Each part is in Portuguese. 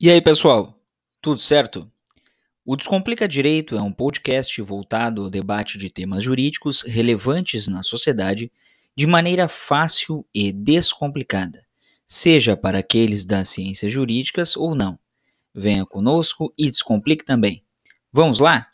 E aí, pessoal, tudo certo? O Descomplica Direito é um podcast voltado ao debate de temas jurídicos relevantes na sociedade de maneira fácil e descomplicada, seja para aqueles das ciências jurídicas ou não. Venha conosco e descomplique também. Vamos lá?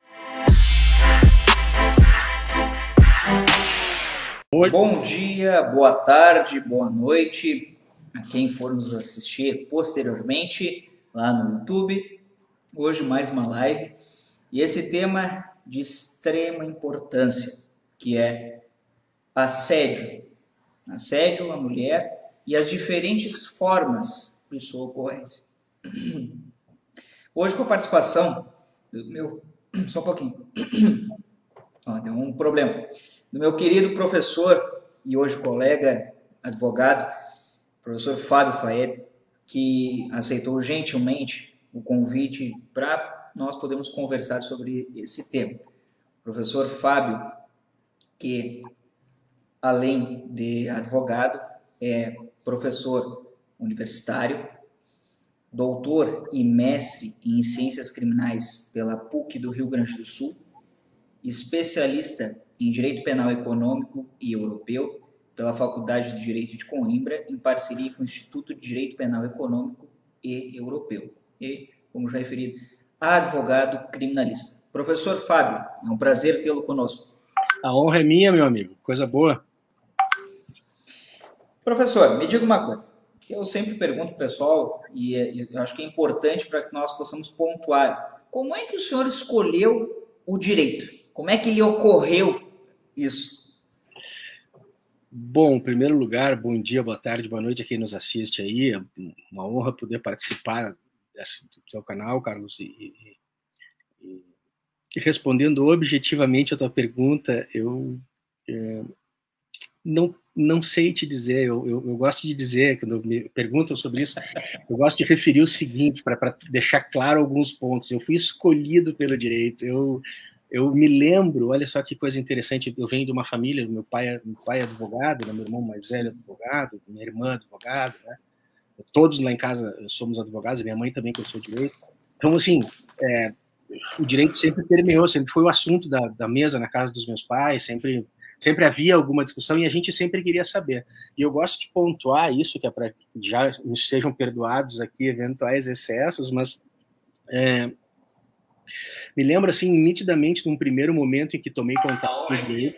Bom dia, boa tarde, boa noite a quem for nos assistir posteriormente lá no YouTube. Hoje mais uma live e esse tema de extrema importância, que é assédio à mulher e as diferentes formas de sua ocorrência. Hoje com a participação do meu... Só um pouquinho. Deu um problema. Do meu querido professor e hoje colega advogado, professor Fábio Faed, que aceitou gentilmente o convite para nós podermos conversar sobre esse tema. O professor Fábio, que além de advogado, é professor universitário, doutor e mestre em ciências criminais pela PUC do Rio Grande do Sul, especialista em direito penal econômico e europeu pela Faculdade de Direito de Coimbra, em parceria com o Instituto de Direito Penal Econômico e Europeu. E, como já referido, advogado criminalista. Professor Fábio, é um prazer tê-lo conosco. A honra é minha, meu amigo. Coisa boa. Professor, me diga uma coisa. Eu sempre pergunto para o pessoal, e eu acho que é importante para que nós possamos pontuar. Como é que o senhor escolheu o direito? Como é que lhe ocorreu isso? Bom, em primeiro lugar, bom dia, boa tarde, boa noite a quem nos assiste aí. É uma honra poder participar do seu canal, Carlos. E respondendo objetivamente a tua pergunta, eu não sei te dizer. Eu gosto de dizer, quando me perguntam sobre isso, eu gosto de referir o seguinte, para deixar claro alguns pontos. Eu fui escolhido pelo direito. Eu me lembro, olha só que coisa interessante, eu venho de uma família, meu pai é advogado, meu irmão mais velho é advogado, minha irmã é advogada, né? Todos lá em casa somos advogados, minha mãe também cursou direito. Então, assim, o direito sempre permeou, sempre foi o assunto da mesa na casa dos meus pais, sempre havia alguma discussão e a gente sempre queria saber. E eu gosto de pontuar isso, que é para que já sejam perdoados aqui eventuais excessos, mas... me lembro, assim, nitidamente, num primeiro momento em que tomei contato com o direito,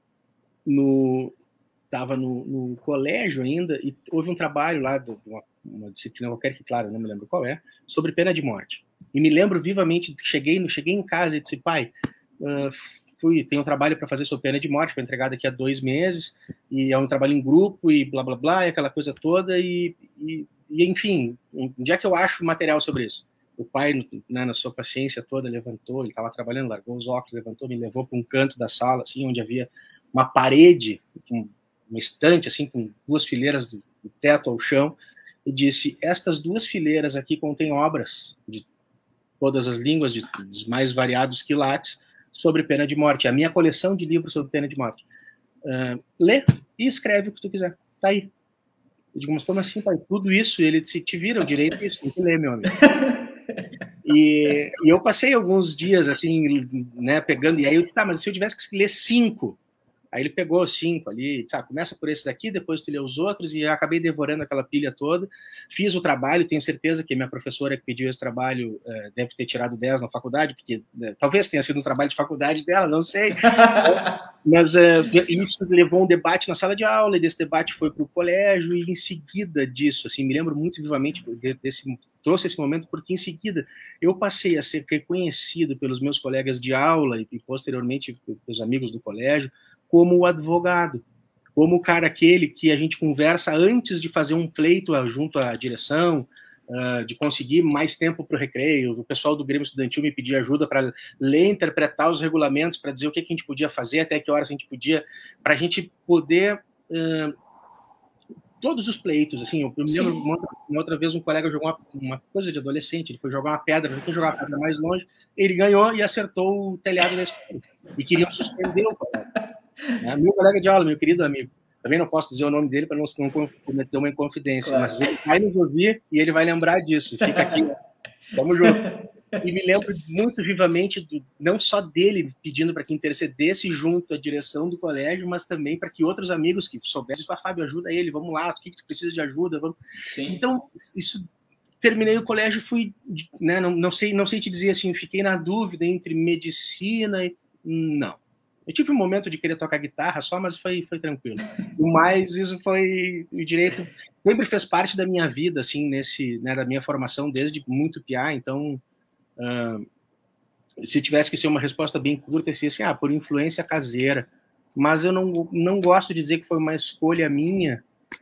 estava no colégio ainda, e houve um trabalho lá, de uma disciplina qualquer, que, claro, não me lembro qual é, sobre pena de morte. E me lembro vivamente, cheguei em casa e disse, pai, tem um trabalho para fazer sobre pena de morte, foi entregado daqui a 2 meses, e é um trabalho em grupo, e blá, blá, blá, e aquela coisa toda, e enfim, onde é que eu acho material sobre isso? O pai, né, na sua paciência toda, levantou, ele estava trabalhando, largou os óculos, levantou, me levou para um canto da sala, assim, onde havia uma parede, uma estante, assim, com 2 fileiras do teto ao chão, e disse, estas 2 fileiras aqui contêm obras de todas as línguas, dos mais variados quilates, sobre pena de morte. A minha coleção de livros sobre pena de morte. Lê e escreve o que tu quiser. Tá aí. Eu digo, mas como assim, pai? Tudo isso, ele disse, te vira o direito disso, tem que ler, meu amigo. E eu passei alguns dias, assim, né, pegando, e aí eu disse, tá, mas se eu tivesse que ler 5, aí ele pegou 5 ali, tá, começa por esse daqui, depois tu lê os outros, e eu acabei devorando aquela pilha toda, fiz o trabalho, tenho certeza que a minha professora que pediu esse trabalho deve ter tirado 10 na faculdade, porque talvez tenha sido um trabalho de faculdade dela, não sei, mas isso levou um debate na sala de aula, e desse debate foi para o colégio, e em seguida disso, assim, me lembro muito vivamente trouxe esse momento, porque em seguida eu passei a ser reconhecido pelos meus colegas de aula e posteriormente pelos amigos do colégio como o advogado, como o cara aquele que a gente conversa antes de fazer um pleito junto à direção, de conseguir mais tempo para o recreio. O pessoal do Grêmio Estudantil me pedia ajuda para ler e interpretar os regulamentos, para dizer o que a gente podia fazer, até que horas a gente podia, para a gente poder... todos os pleitos, assim, eu me lembro uma outra vez um colega jogou uma coisa de adolescente, ele foi jogar uma pedra, não jogar a pedra mais longe, ele ganhou e acertou o telhado da escola, e queriam suspender o colega. Meu colega de aula, meu querido amigo. Também não posso dizer o nome dele para não cometer uma inconfidência, Claro. mas ele vai nos ouvir e ele vai lembrar disso. Fica aqui, tamo junto. E me lembro muito vivamente, não só dele pedindo para que intercedesse junto à direção do colégio, mas também para que outros amigos que soubessem, Fábio, ajuda ele, vamos lá, o que tu precisa de ajuda? Vamos. Sim. Então, isso, terminei o colégio, fui, né, não sei te dizer assim, fiquei na dúvida entre medicina e... Não. Eu tive um momento de querer tocar guitarra só, mas foi tranquilo. Mas isso foi... O direito sempre fez parte da minha vida, assim, né, da minha formação desde muito piá, então... se tivesse que ser uma resposta bem curta, seria assim, por influência caseira. Mas eu não gosto de dizer que foi uma escolha minha,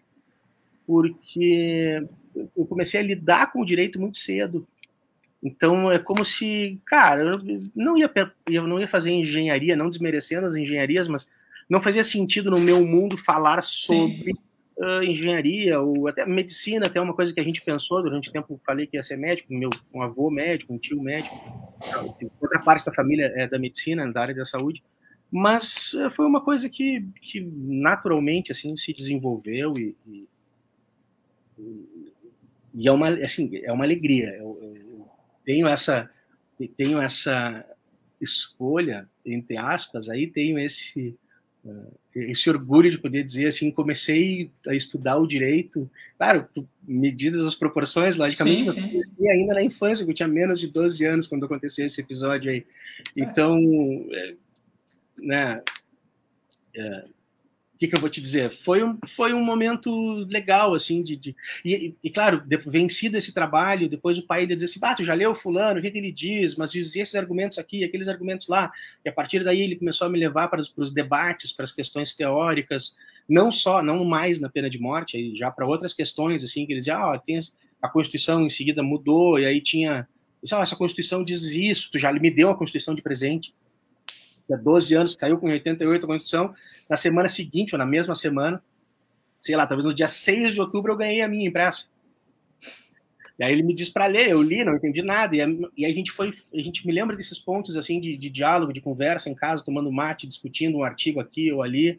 porque eu comecei a lidar com o direito muito cedo. Então é como se, cara, eu não ia fazer engenharia, não desmerecendo as engenharias, mas não fazia sentido no meu mundo falar sobre engenharia ou até medicina, até uma coisa que a gente pensou durante o tempo. Falei que ia ser médico, um avô médico, um tio médico, outra parte da família é da medicina, da área da saúde, mas foi uma coisa que naturalmente assim se desenvolveu e é uma alegria. Eu tenho essa escolha, entre aspas, aí tenho esse orgulho de poder dizer assim, comecei a estudar o direito, claro, medidas as proporções, logicamente, sim. E ainda na infância, eu tinha menos de 12 anos quando aconteceu esse episódio aí. Então, né, o que eu vou te dizer? Foi um momento legal, assim, e claro, vencido esse trabalho, depois o pai ia dizer assim, tu já leu fulano, o que ele diz? Mas dizia esses argumentos aqui, aqueles argumentos lá. E a partir daí ele começou a me levar para os debates, para as questões teóricas, não mais na pena de morte, aí já para outras questões, assim, que ele dizia, a Constituição em seguida mudou, e aí tinha, essa Constituição diz isso, tu já me deu a Constituição de presente. Há 12 anos, saiu com 88 a Constituição, na semana seguinte, ou na mesma semana, sei lá, talvez no dia 6 de outubro eu ganhei a minha impressa. E aí ele me diz para ler, eu li, não entendi nada, e a gente me lembra desses pontos, assim, de diálogo, de conversa em casa, tomando mate, discutindo um artigo aqui ou ali,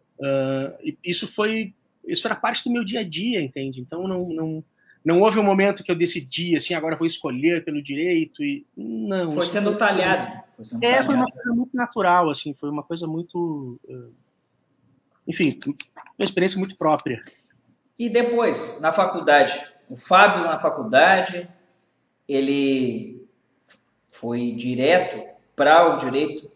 isso era parte do meu dia a dia, entende? Então não houve um momento que eu decidi, assim, agora vou escolher pelo direito, e não. Foi sendo talhado. Foi uma coisa muito natural, assim, foi uma coisa muito... enfim, uma experiência muito própria. E depois, na faculdade? O Fábio, na faculdade, ele foi direto para o direito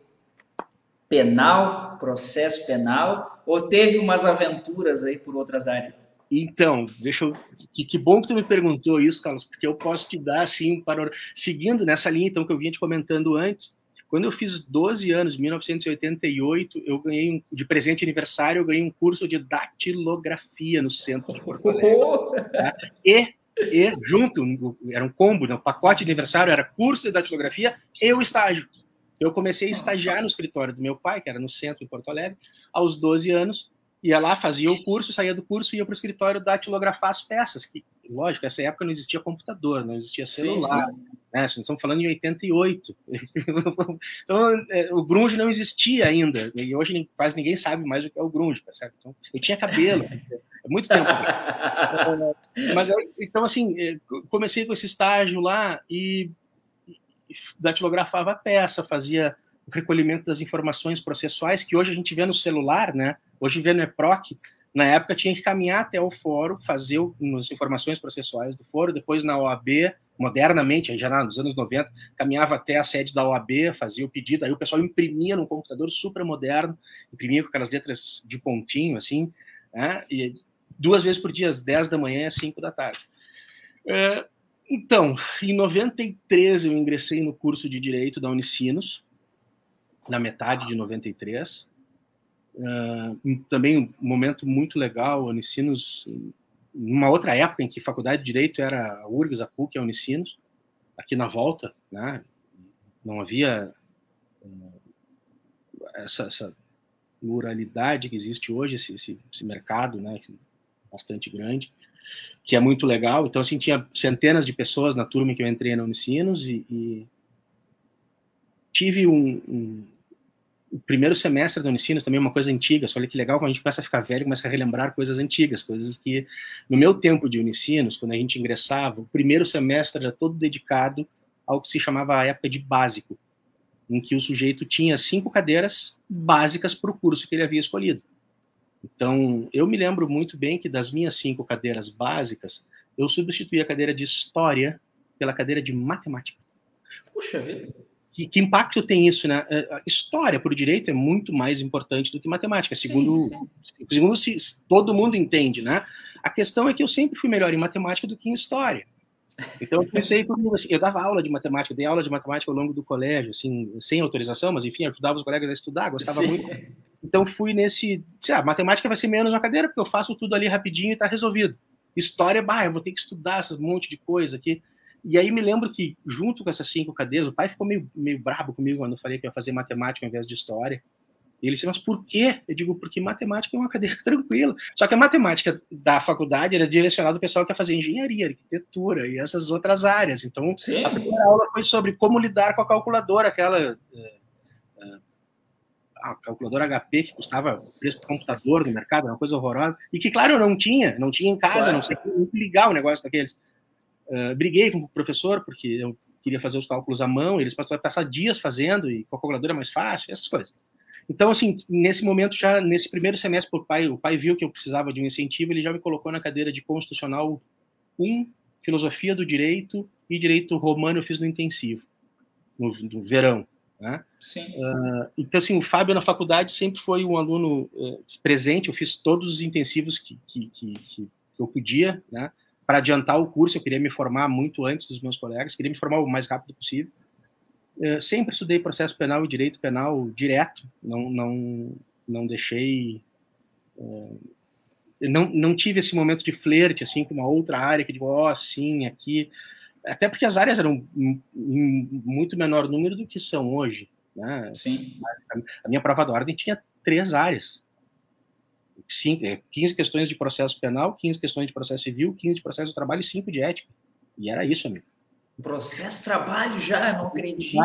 penal, processo penal, ou teve umas aventuras aí por outras áreas? Então, que bom que tu me perguntou isso, Carlos, porque eu posso te dar, assim, seguindo nessa linha, então, que eu vinha te comentando antes. Quando eu fiz 12 anos, em 1988, eu ganhei, de presente de aniversário, eu ganhei um curso de datilografia no centro de Porto Alegre. Tá? E junto, era um combo, um pacote de aniversário, era curso de datilografia e o estágio. Então, eu comecei a estagiar no escritório do meu pai, que era no centro de Porto Alegre, aos 12 anos, ia lá, fazia o curso, saía do curso e ia para o escritório datilografar as peças, que, lógico, nessa época não existia computador, não existia celular, sim. Né? Nós estamos falando em 88. Então, o grunge não existia ainda, e hoje quase ninguém sabe mais o que é o grunge, tá certo? Então, eu tinha cabelo, é muito tempo. Mas, então, assim, comecei com esse estágio lá e datilografava a peça, fazia o recolhimento das informações processuais, que hoje a gente vê no celular, né? Hoje vê no EPROC. Na época tinha que caminhar até o fórum, fazer as informações processuais do fórum, depois na OAB, modernamente, já nos anos 90, caminhava até a sede da OAB, fazia o pedido, aí o pessoal imprimia num computador super moderno, imprimia com aquelas letras de pontinho, assim, né? E 2 vezes por dia, às 10 da manhã e às 5 da tarde. Então, em 93 eu ingressei no curso de Direito da Unicinos, na metade de 93. Também um momento muito legal, Unicinos, numa outra época em que faculdade de Direito era a URGS, a PUC, a Unicinos, aqui na volta, né? Não havia essa pluralidade que existe hoje, esse mercado, né, bastante grande, que é muito legal. Então, assim, tinha centenas de pessoas na turma que eu entrei na Unicinos e tive um o primeiro semestre da Unicinos também é uma coisa antiga, só olha que legal quando a gente começa a ficar velho, começa a relembrar coisas antigas, coisas que, no meu tempo de Unicinos, quando a gente ingressava, o primeiro semestre era todo dedicado ao que se chamava a época de básico, em que o sujeito tinha 5 cadeiras básicas para o curso que ele havia escolhido. Então, eu me lembro muito bem que das minhas 5 cadeiras básicas, eu substituí a cadeira de História pela cadeira de Matemática. Puxa vida! Que impacto tem isso, né? A história para o direito é muito mais importante do que matemática, segundo todo mundo entende, né? A questão é que eu sempre fui melhor em matemática do que em história. Então eu pensei comigo, assim, eu dava aula de matemática, dei aula de matemática ao longo do colégio, assim, sem autorização, mas enfim, ajudava os colegas a estudar, gostava muito. Então fui nesse, matemática vai ser menos uma cadeira, porque eu faço tudo ali rapidinho e está resolvido. História, eu vou ter que estudar esse monte de coisa aqui. E aí me lembro que, junto com essas 5 cadeiras, o pai ficou meio brabo comigo quando eu falei que ia fazer matemática ao invés de história. E ele disse, mas por quê? Eu digo, porque matemática é uma cadeira tranquila. Só que a matemática da faculdade era direcionada ao pessoal que ia fazer engenharia, arquitetura e essas outras áreas. Então, a primeira aula foi sobre como lidar com a calculadora, aquela... a calculadora HP, que custava o preço do computador no mercado, uma coisa horrorosa. E que, claro, eu não tinha em casa, não sei como ligar o negócio daqueles. Briguei com o professor, porque eu queria fazer os cálculos à mão, eles passaram a passar dias fazendo, e com a calculadora é mais fácil, essas coisas. Então, assim, nesse momento, já nesse primeiro semestre, o pai viu que eu precisava de um incentivo, ele já me colocou na cadeira de Constitucional 1, Filosofia do Direito e Direito Romano eu fiz no intensivo, no verão. Né? Sim. Então, assim, o Fábio na faculdade sempre foi um aluno presente, eu fiz todos os intensivos que eu podia, né? Para adiantar o curso, eu queria me formar muito antes dos meus colegas, queria me formar o mais rápido possível. Sempre estudei processo penal e direito penal direto, não deixei... não tive esse momento de flerte, assim, com uma outra área, que digo, sim, aqui... Até porque as áreas eram em muito menor número do que são hoje. Né? Sim. A minha prova da ordem tinha 3 áreas. 15 questões de processo penal, 15 questões de processo civil, 15 de processo do trabalho e 5 de ética. E era isso, amigo. Processo trabalho já, não acredito.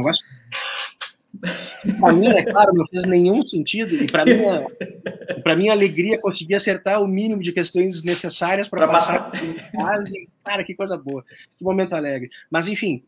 Para mim, é claro, não fez nenhum sentido. E para minha alegria, consegui acertar o mínimo de questões necessárias para passar. Cara, que coisa boa. Que momento alegre. Mas, enfim...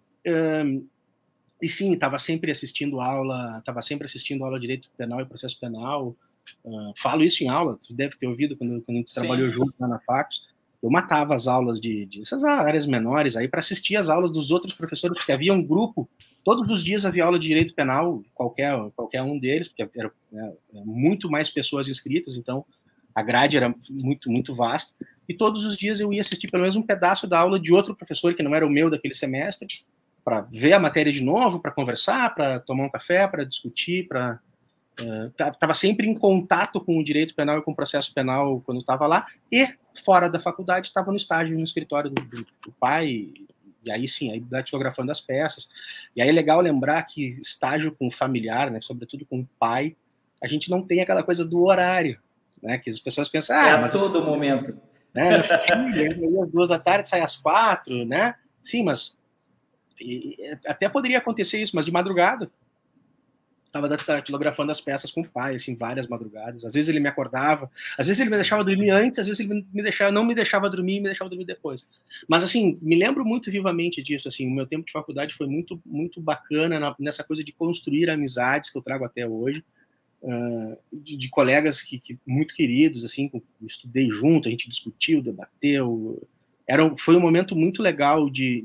e sim, estava sempre assistindo aula de direito penal e processo penal. Falo isso em aula, tu deve ter ouvido quando a gente trabalhou junto lá na Facos. Eu matava as aulas de essas áreas menores aí para assistir as aulas dos outros professores, porque havia um grupo, todos os dias havia aula de direito penal, qualquer um deles, porque era muito mais pessoas inscritas, então a grade era muito, muito vasta, e todos os dias eu ia assistir pelo menos um pedaço da aula de outro professor que não era o meu daquele semestre, para ver a matéria de novo, para conversar, para tomar um café, para discutir, para... Estava sempre em contato com o direito penal e com o processo penal quando estava lá, e fora da faculdade estava no estágio no escritório do pai, e aí sim, aí datilografando as peças. E aí é legal lembrar que estágio com familiar, né, sobretudo com o pai, a gente não tem aquela coisa do horário, né, que as pessoas pensam, mas todo momento. Né, filho, às 2 da tarde, sai às 4, né? Sim, mas até poderia acontecer isso, mas de madrugada. Estava datilografando as peças com o pai, assim, várias madrugadas. Às vezes ele me acordava, às vezes ele me deixava dormir antes, às vezes ele não me deixava dormir e me deixava dormir depois. Mas, assim, me lembro muito vivamente disso, assim, o meu tempo de faculdade foi muito, muito bacana nessa coisa de construir amizades que eu trago até hoje, de colegas que muito queridos, assim, estudei junto, a gente discutiu, debateu. Foi um momento muito legal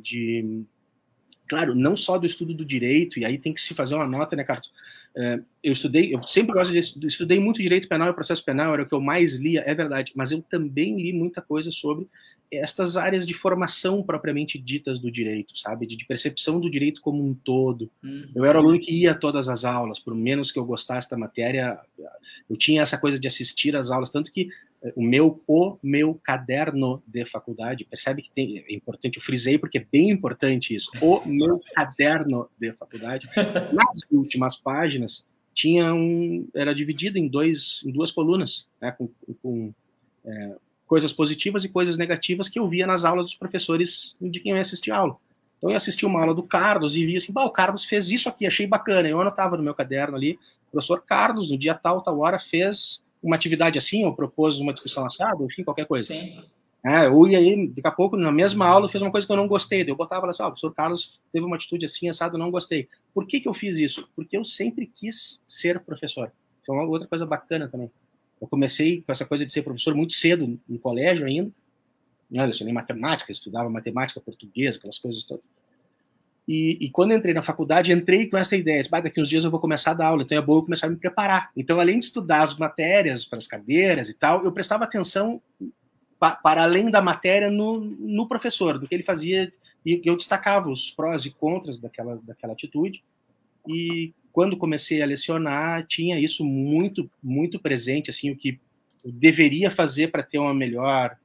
claro, não só do estudo do direito, e aí tem que se fazer uma nota, né, Carlos? Eu sempre gosto de estudei muito direito penal e processo penal, era o que eu mais lia, é verdade, mas eu também li muita coisa sobre estas áreas de formação propriamente ditas do direito, sabe? De percepção do direito como um todo. Eu era aluno que ia a todas as aulas, por menos que eu gostasse da matéria, eu tinha essa coisa de assistir às aulas, tanto que o meu caderno de faculdade, percebe que é importante, eu frisei porque é bem importante isso, o meu caderno de faculdade, nas últimas páginas, era dividido em duas colunas, né, com coisas positivas e coisas negativas que eu via nas aulas dos professores de quem eu ia assistir a aula. Então eu assisti uma aula do Carlos e via assim, o Carlos fez isso aqui, achei bacana, eu anotava no meu caderno ali, o professor Carlos, no dia tal hora, fez uma atividade assim, ou propôs uma discussão assada, enfim, qualquer coisa. Sim. E aí, daqui a pouco, na mesma aula, fez uma coisa que eu não gostei. Daí eu botava assim, o professor Carlos teve uma atitude assim, assado, eu não gostei. Por que eu fiz isso? Porque eu sempre quis ser professor. Isso é uma outra coisa bacana também. Eu comecei com essa coisa de ser professor muito cedo, no colégio ainda. Eu lecionei matemática, estudava matemática, português, aquelas coisas todas. E quando eu entrei na faculdade, entrei com essa ideia, daqui uns dias eu vou começar a dar aula, então é bom eu começar a me preparar. Então, além de estudar as matérias, para as cadeiras e tal, eu prestava atenção para além da matéria no professor, do que ele fazia, e eu destacava os prós e contras daquela atitude. E quando comecei a lecionar, tinha isso muito, muito presente, assim, o que eu deveria fazer para ter uma melhor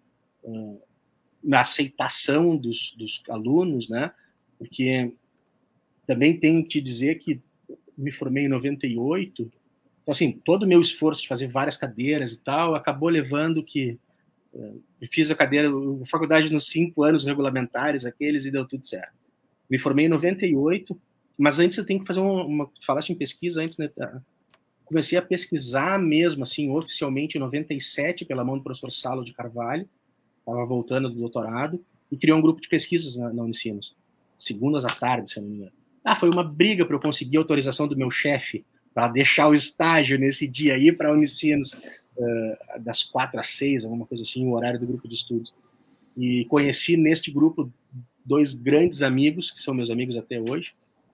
aceitação dos alunos, né? Porque também tenho que dizer que me formei em 98, então, assim, todo o meu esforço de fazer várias cadeiras e tal, acabou levando que fiz a faculdade nos 5 anos regulamentares, aqueles, e deu tudo certo. Me formei em 98, mas antes eu tenho que fazer falaste em pesquisa antes, né? Comecei a pesquisar mesmo, assim, oficialmente em 97, pela mão do professor Salo de Carvalho, estava voltando do doutorado, e criou um grupo de pesquisas na Unicinos, segundas à tarde, se eu não me engano. Foi uma briga para eu conseguir a autorização do meu chefe para deixar o estágio nesse dia aí para a Unicinos, das 4 às 6, alguma coisa assim, o horário do grupo de estudos. E conheci neste grupo 2 grandes amigos, que são meus amigos até hoje.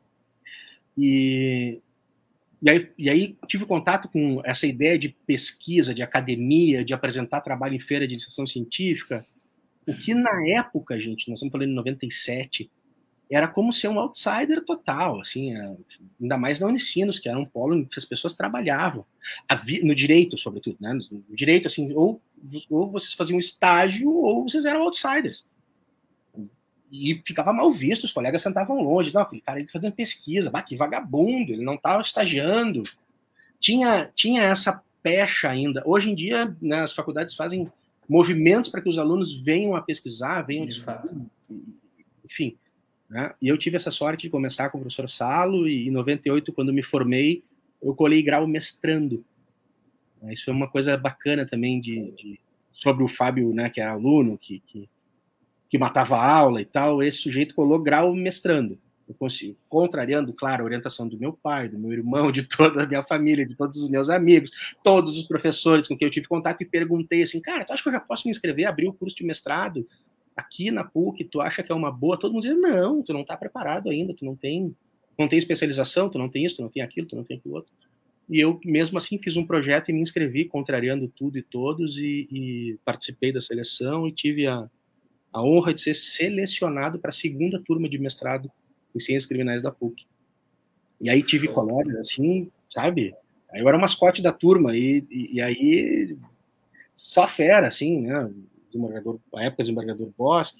E aí tive contato com essa ideia de pesquisa, de academia, de apresentar trabalho em feira de iniciação científica, o que na época, gente, nós estamos falando em 97, era como ser um outsider total, assim, ainda mais na Unicinos, que era um polo em que as pessoas trabalhavam, no direito, sobretudo, né? No direito, assim, ou vocês faziam estágio ou vocês eram outsiders. E ficava mal visto, os colegas sentavam longe, não, aquele cara ele fazendo pesquisa, que vagabundo, ele não estava estagiando. Tinha essa pecha ainda. Hoje em dia, né, as faculdades fazem movimentos para que os alunos venham a pesquisar, venham de fato. Enfim. Né? E eu tive essa sorte de começar com o professor Salo, e em 98, quando me formei, eu colei grau mestrando. Isso é uma coisa bacana também sobre o Fábio, né, que era aluno, que matava a aula e tal. Esse sujeito colou grau mestrando. Eu consigo, contrariando, claro, a orientação do meu pai, do meu irmão, de toda a minha família, de todos os meus amigos, todos os professores com quem eu tive contato, e perguntei assim, cara, tu acha que eu já posso me inscrever, abrir o curso de mestrado aqui na PUC? Tu acha que é uma boa? Todo mundo dizia, não, tu não está preparado ainda, tu não tem especialização, tu não tem isso, tu não tem aquilo, tu não tem aquilo outro. E eu, mesmo assim, fiz um projeto e me inscrevi, contrariando tudo e todos, e participei da seleção, e tive a honra de ser selecionado para a 2ª turma de mestrado em Ciências Criminais da PUC. E aí tive colegas, assim, sabe? Aí eu era o mascote da turma, e aí só fera, assim, né? A época do desembargador Bosque,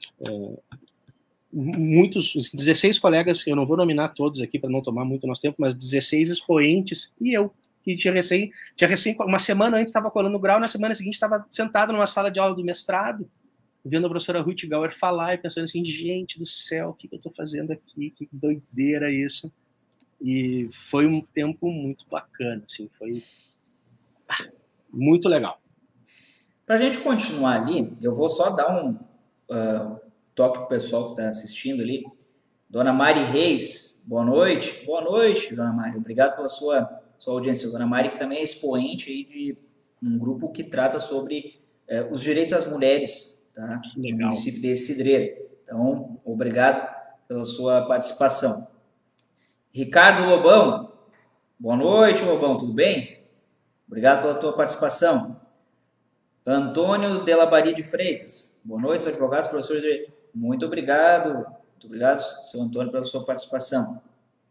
muitos, 16 colegas, eu não vou nominar todos aqui para não tomar muito nosso tempo, mas 16 expoentes, e eu, que tinha recém uma semana antes estava colando grau, na semana seguinte estava sentado numa sala de aula do mestrado, vendo a professora Ruth Gauer falar e pensando assim, gente do céu, o que eu estou fazendo aqui? Que doideira isso. E foi um tempo muito bacana, assim, foi muito legal. Para a gente continuar ali, eu vou só dar um toque para o pessoal que está assistindo ali. Dona Mari Reis, boa noite. Boa noite, Dona Mari. Obrigado pela sua audiência. Dona Mari, que também é expoente aí de um grupo que trata sobre os direitos das mulheres, tá? No município de Cidreira. Então, obrigado pela sua participação. Ricardo Lobão, boa noite, Lobão, tudo bem? Obrigado pela tua participação. Antônio Delabaria de Freitas, boa noite, seus advogados, professores. Muito obrigado, seu Antônio, pela sua participação.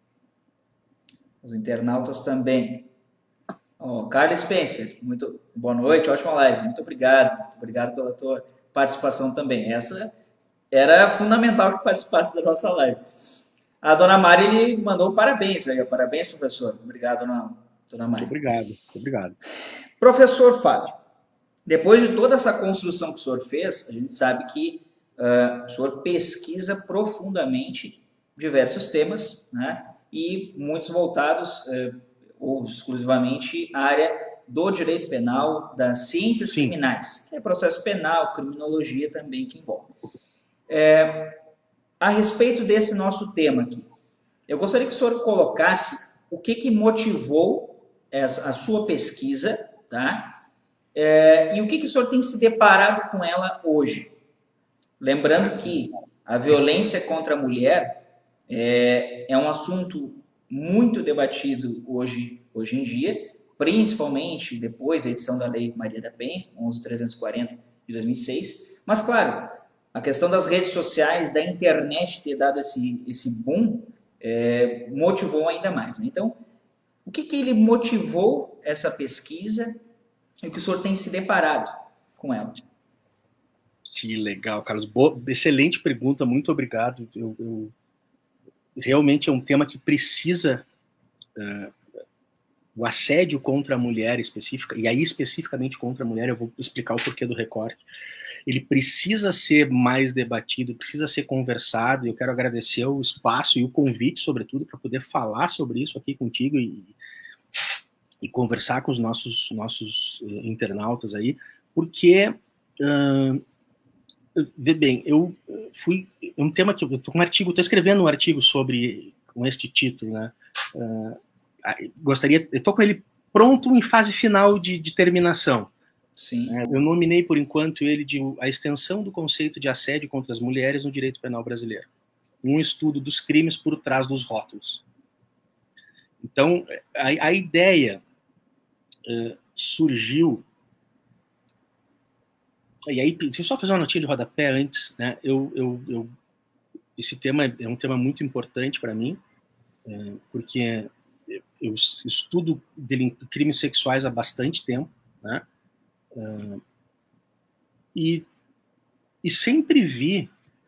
Os internautas também. Carlos Spencer, muito boa noite, ótima live, muito obrigado pela tua participação também. Essa era fundamental que participasse da nossa live. A dona Mari ele mandou parabéns aí, parabéns, professor. Obrigado, dona Mari. Obrigado. Professor Fábio, depois de toda essa construção que o senhor fez, a gente sabe que o senhor pesquisa profundamente diversos temas, né? E muitos voltados, ou exclusivamente área do direito penal, das ciências criminais, que é processo penal, criminologia também que envolve. A respeito desse nosso tema aqui, eu gostaria que o senhor colocasse o que motivou a sua pesquisa, tá? E o que o senhor tem se deparado com ela hoje. Lembrando que a violência contra a mulher é um assunto muito debatido hoje em dia, principalmente depois da edição da Lei Maria da Penha, 11.340 de 2006. Mas, claro, a questão das redes sociais, da internet ter dado esse boom, motivou ainda mais. Né? Então, o que ele motivou essa pesquisa e o que o senhor tem se deparado com ela? Que legal, Carlos. Excelente pergunta, muito obrigado. Realmente é um tema que precisa... o assédio contra a mulher específica, e aí especificamente contra a mulher, eu vou explicar o porquê do recorte, ele precisa ser mais debatido, precisa ser conversado, e eu quero agradecer o espaço e o convite, sobretudo, para poder falar sobre isso aqui contigo e conversar com os nossos internautas aí, porque, vê bem, um tema que eu estou escrevendo um artigo com este título, né, eu estou com ele pronto em fase final de terminação. Sim. Eu nominei, por enquanto, ele de A Extensão do Conceito de Assédio contra as Mulheres no Direito Penal Brasileiro. Um estudo dos crimes por trás dos rótulos. Então, a ideia surgiu... E aí, deixa eu só fazer uma notinha de rodapé antes. Né? Esse tema é um tema muito importante para mim, porque... eu estudo crimes sexuais há bastante tempo, né? E sempre vi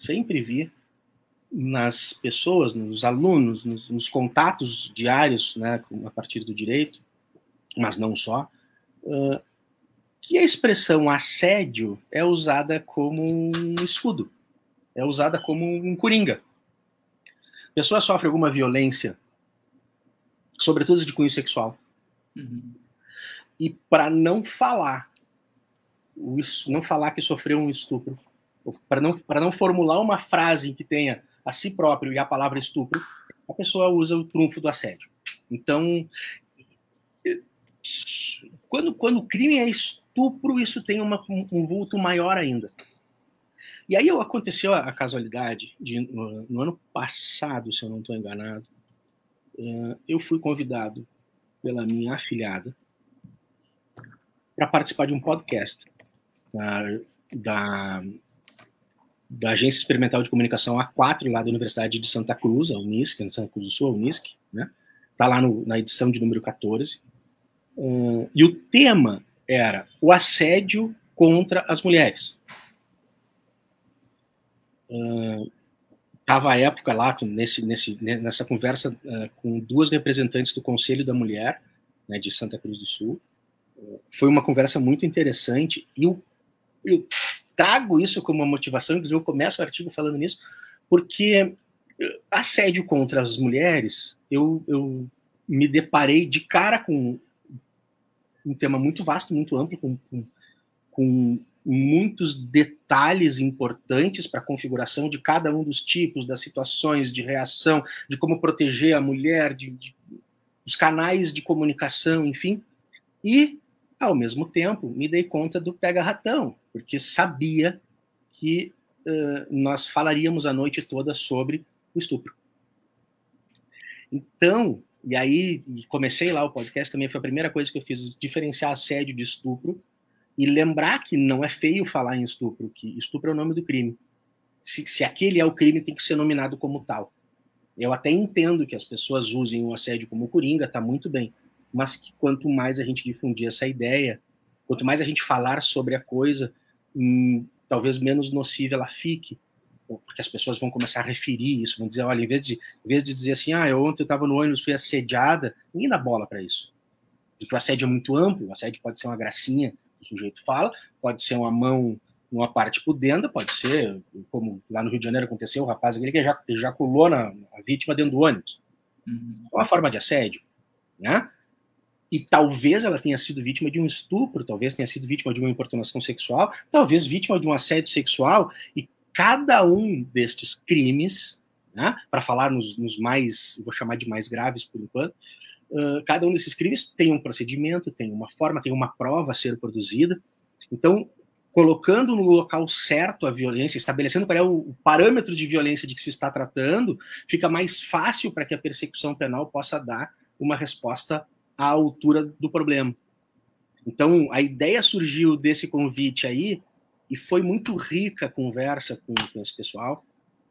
nas pessoas, nos alunos, nos contatos diários, né, a partir do direito, mas não só, que a expressão assédio é usada como um escudo, é usada como um coringa. A pessoa sofre alguma violência, sobretudo de cunho sexual. Uhum. E para não falar que sofreu um estupro, para não formular uma frase que tenha a si próprio e a palavra estupro, a pessoa usa o trunfo do assédio. Então, quando o crime é estupro, isso tem um vulto maior ainda. E aí aconteceu a casualidade no ano passado, se eu não estou enganado, eu fui convidado pela minha afilhada para participar de um podcast da Agência Experimental de Comunicação A4, lá da Universidade de Santa Cruz, a Unisc, em Santa Cruz do Sul, a Unisc, né? Tá lá na edição de número 14. E o tema era o assédio contra as mulheres. Estava à época lá, nessa conversa, com duas representantes do Conselho da Mulher, né, de Santa Cruz do Sul. Foi uma conversa muito interessante, e eu trago isso como uma motivação, inclusive eu começo o artigo falando nisso, porque assédio contra as mulheres, eu me deparei de cara com um tema muito vasto, muito amplo, com muitos detalhes importantes para a configuração de cada um dos tipos, das situações de reação, de como proteger a mulher, dos canais de comunicação, enfim. E, ao mesmo tempo, me dei conta do pega-ratão, porque sabia que nós falaríamos a noite toda sobre o estupro. Então, e aí comecei lá o podcast, também foi a primeira coisa que eu fiz, diferenciar assédio de estupro, e lembrar que não é feio falar em estupro, que estupro é o nome do crime. Se aquele é o crime, tem que ser nominado como tal. Eu até entendo que as pessoas usem o assédio como coringa, tá muito bem, mas que quanto mais a gente difundir essa ideia, quanto mais a gente falar sobre a coisa, talvez menos nociva ela fique, porque as pessoas vão começar a referir isso, vão dizer, olha, em vez de dizer assim, ontem eu estava no ônibus, fui assediada, ninguém dá bola para isso. Porque o assédio é muito amplo, o assédio pode ser uma gracinha, o sujeito fala, pode ser uma mão numa parte pudenda, pode ser, como lá no Rio de Janeiro aconteceu, o rapaz aquele que ejaculou na vítima dentro do ônibus. Uhum. É uma forma de assédio, né? E talvez ela tenha sido vítima de um estupro, talvez tenha sido vítima de uma importunação sexual, talvez vítima de um assédio sexual, e cada um destes crimes, né, para falar nos mais, vou chamar de mais graves por enquanto, cada um desses crimes tem um procedimento, tem uma forma, tem uma prova a ser produzida. Então, colocando no local certo a violência, estabelecendo qual é o parâmetro de violência de que se está tratando, fica mais fácil para que a persecução penal possa dar uma resposta à altura do problema. Então, a ideia surgiu desse convite aí, e foi muito rica a conversa com esse pessoal,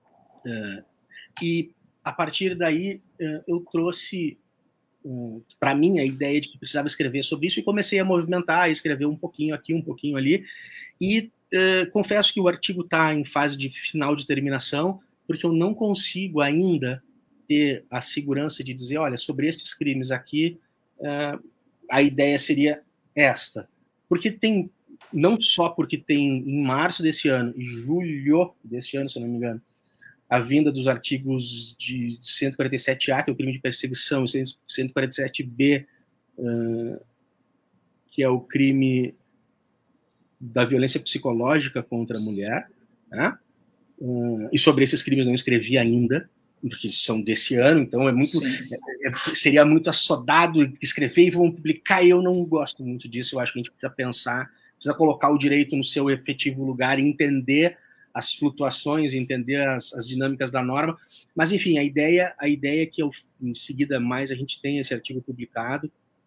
e a partir daí eu trouxe para mim a ideia de que precisava escrever sobre isso, e comecei a movimentar, a escrever um pouquinho aqui, um pouquinho ali, e confesso que o artigo está em fase de final de terminação, porque eu não consigo ainda ter a segurança de dizer, olha, sobre estes crimes aqui, a ideia seria esta. Porque tem, não só porque tem em março desse ano e julho desse ano, se eu não me engano, a vinda dos artigos de 147A, que é o crime de perseguição, e 147B, que é o crime da violência psicológica contra a mulher, né? E sobre esses crimes não escrevi ainda, porque são desse ano, então seria muito assodado escrever e vão publicar, e eu não gosto muito disso. Eu acho que a gente precisa pensar, precisa colocar o direito no seu efetivo lugar e entender as flutuações, entender as dinâmicas da norma. Mas, enfim, a ideia é que em seguida mais a gente tenha esse artigo publicado.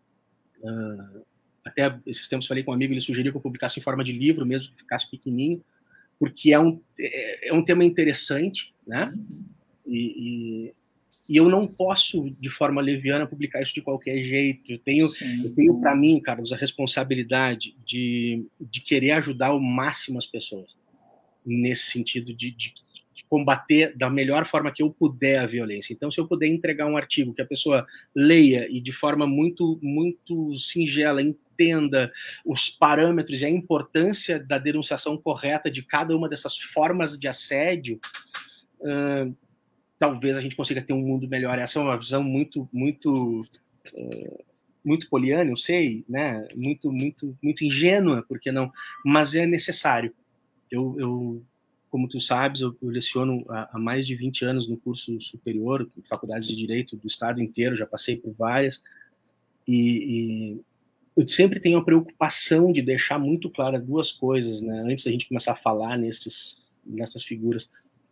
Até esses tempos falei com um amigo, ele sugeriu que eu publicasse em forma de livro, mesmo que ficasse pequenininho, porque é um tema interessante, né? E eu não posso, de forma leviana, publicar isso de qualquer jeito. Eu tenho para mim, Carlos, a responsabilidade de querer ajudar ao máximo as pessoas, nesse sentido de combater da melhor forma que eu puder a violência. Então, se eu puder entregar um artigo que a pessoa leia e de forma muito, muito singela entenda os parâmetros e a importância da denunciação correta de cada uma dessas formas de assédio, talvez a gente consiga ter um mundo melhor. Essa é uma visão muito, muito, muito poliana, eu sei, né? Muito, muito, muito ingênua, porque não? Mas é necessário. Eu como tu sabes, eu leciono há mais de 20 anos no curso superior, em faculdades de Direito do estado inteiro, já passei por várias, e eu sempre tenho a preocupação de deixar muito claras duas coisas, né, antes da gente começar a falar nessas figuras.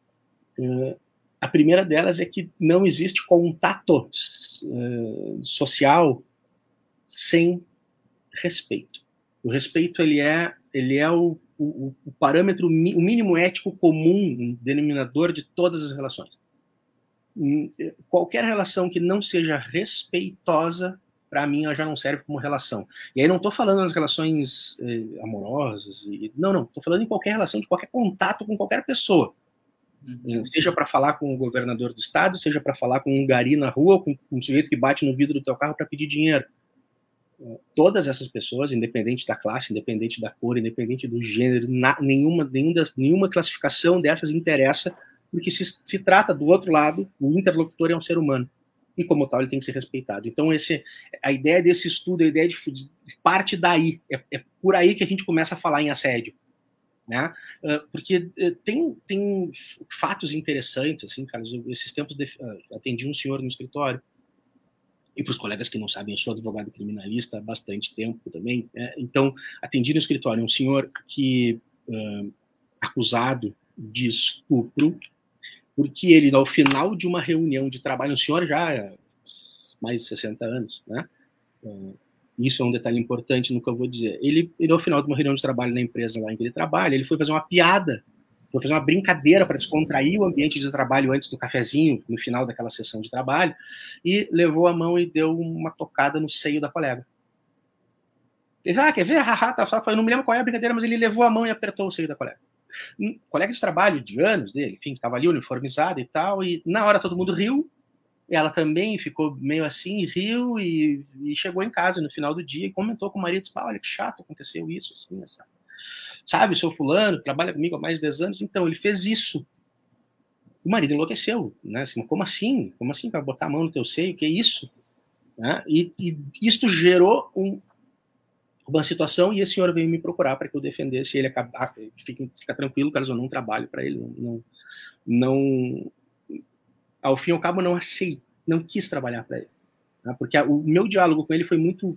A primeira delas é que não existe contato social sem respeito. O respeito ele é o parâmetro, o mínimo ético comum, um denominador de todas as relações. Qualquer relação que não seja respeitosa, para mim, ela já não serve como relação. E aí não estou falando nas relações amorosas, não, estou falando em qualquer relação, de qualquer contato com qualquer pessoa. Seja para falar com o governador do estado, seja para falar com um gari na rua, com um sujeito que bate no vidro do teu carro para pedir dinheiro. Todas essas pessoas, independente da classe, independente da cor, independente do gênero, nenhuma classificação dessas interessa, porque se trata do outro lado, o interlocutor é um ser humano, e como tal ele tem que ser respeitado. Então a ideia desse estudo, a ideia de parte daí, é por aí que a gente começa a falar em assédio, né? Porque tem fatos interessantes, assim, Carlos. Esses tempos atendi um senhor no escritório, e para os colegas que não sabem, eu sou advogado criminalista há bastante tempo também, então atendi no escritório um senhor que acusado de estupro, porque ele, ao final de uma reunião de trabalho, um senhor já mais de 60 anos, né? Isso é um detalhe importante no que eu vou dizer. Ele, ao final de uma reunião de trabalho na empresa lá em que ele trabalha, ele foi fazer uma piada, foi fazer uma brincadeira para descontrair o ambiente de trabalho antes do cafezinho, no final daquela sessão de trabalho, e levou a mão e deu uma tocada no seio da colega. Ele disse, quer ver? Eu não me lembro qual é a brincadeira, mas ele levou a mão e apertou o seio da colega. Um colega de trabalho de anos dele, enfim, estava ali uniformizado e tal, e na hora todo mundo riu, ela também ficou meio assim, riu, e chegou em casa no final do dia e comentou com o marido, disse, olha que chato, aconteceu isso, assim, essa... Sabe, o seu fulano trabalha comigo há mais de 10 anos, então ele fez isso. O marido enlouqueceu, né? Assim, como assim? Como assim vai botar a mão no teu seio? Que é isso? né? E isto gerou uma situação, e esse senhor veio me procurar para que eu defendesse ele. Fica tranquilo, Carlos, eu não trabalho para ele, não, ao fim e ao cabo, não quis trabalhar para ele, né? Porque o meu diálogo com ele foi muito,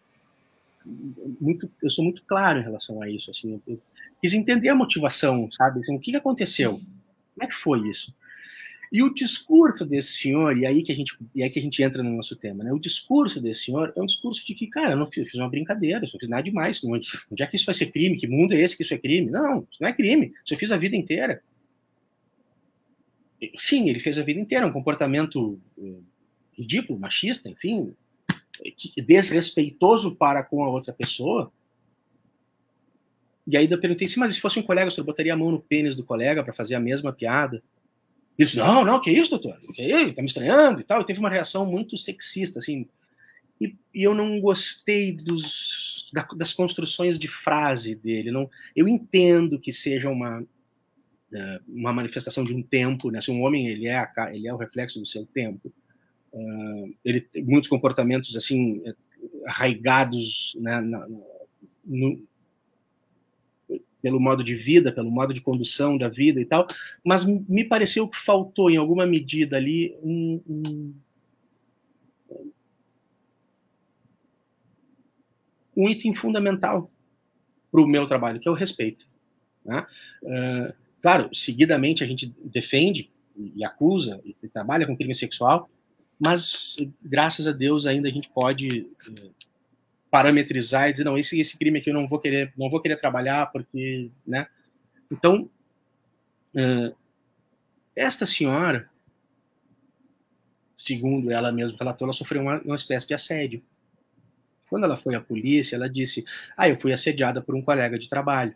eu sou muito claro em relação a isso, assim, eu quis entender a motivação, sabe? Assim, o que aconteceu? Como é que foi isso? E o discurso desse senhor, e aí que a gente entra no nosso tema, né? O discurso desse senhor é um discurso de que, cara, eu não fiz uma brincadeira, eu não fiz nada demais. Onde é que isso vai ser crime? Que mundo é esse que isso é crime? Não, isso não é crime. Isso eu fiz a vida inteira. Sim, ele fez a vida inteira um comportamento ridículo, machista, enfim, desrespeitoso para com a outra pessoa. E aí eu perguntei assim, mas se fosse um colega, o senhor botaria a mão no pênis do colega para fazer a mesma piada? Ele disse, não, que isso, doutor? Que isso? Tá me estranhando e tal. E teve uma reação muito sexista, assim. E eu não gostei das construções de frase dele. Eu entendo que seja uma manifestação de um tempo, né? Se um homem ele é o reflexo do seu tempo, ele tem muitos comportamentos assim arraigados, né, pelo modo de vida, pelo modo de condução da vida e tal, mas me pareceu que faltou em alguma medida ali um item fundamental para o meu trabalho, que é o respeito, né? Claro, seguidamente a gente defende e acusa e trabalha com crime sexual, mas graças a Deus ainda a gente pode parametrizar e dizer, não, esse crime aqui eu não vou querer trabalhar porque, né? Então, esta senhora, segundo ela mesma relatou, ela sofreu uma espécie de assédio. Quando ela foi à polícia, ela disse, eu fui assediada por um colega de trabalho.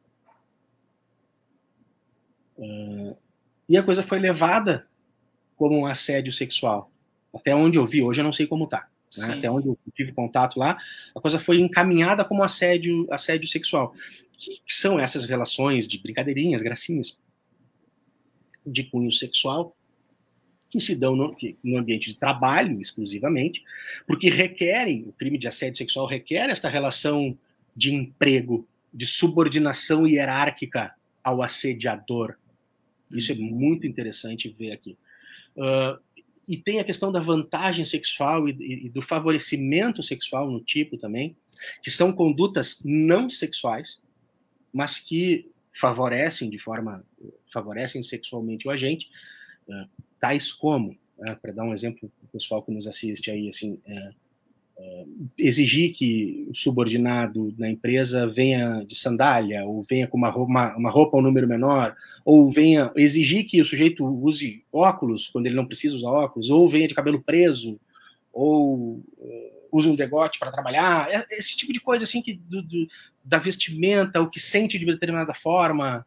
E a coisa foi levada como um assédio sexual. Até onde eu vi, hoje eu não sei como tá. Né? Até onde eu tive contato lá, a coisa foi encaminhada como assédio sexual. Que são essas relações de brincadeirinhas, gracinhas, de cunho sexual, que se dão no ambiente de trabalho, exclusivamente, porque o crime de assédio sexual requer esta relação de emprego, de subordinação hierárquica ao assediador. Isso é muito interessante ver aqui. E tem a questão da vantagem sexual e do favorecimento sexual no tipo também, que são condutas não sexuais, mas que favorecem sexualmente o agente, tais como, para dar um exemplo para o pessoal que nos assiste aí, assim, exigir que o subordinado na empresa venha de sandália, ou venha com uma roupa um número menor, ou venha exigir que o sujeito use óculos quando ele não precisa usar óculos, ou venha de cabelo preso, ou use um degote para trabalhar, esse tipo de coisa assim que da vestimenta, o que sente de determinada forma.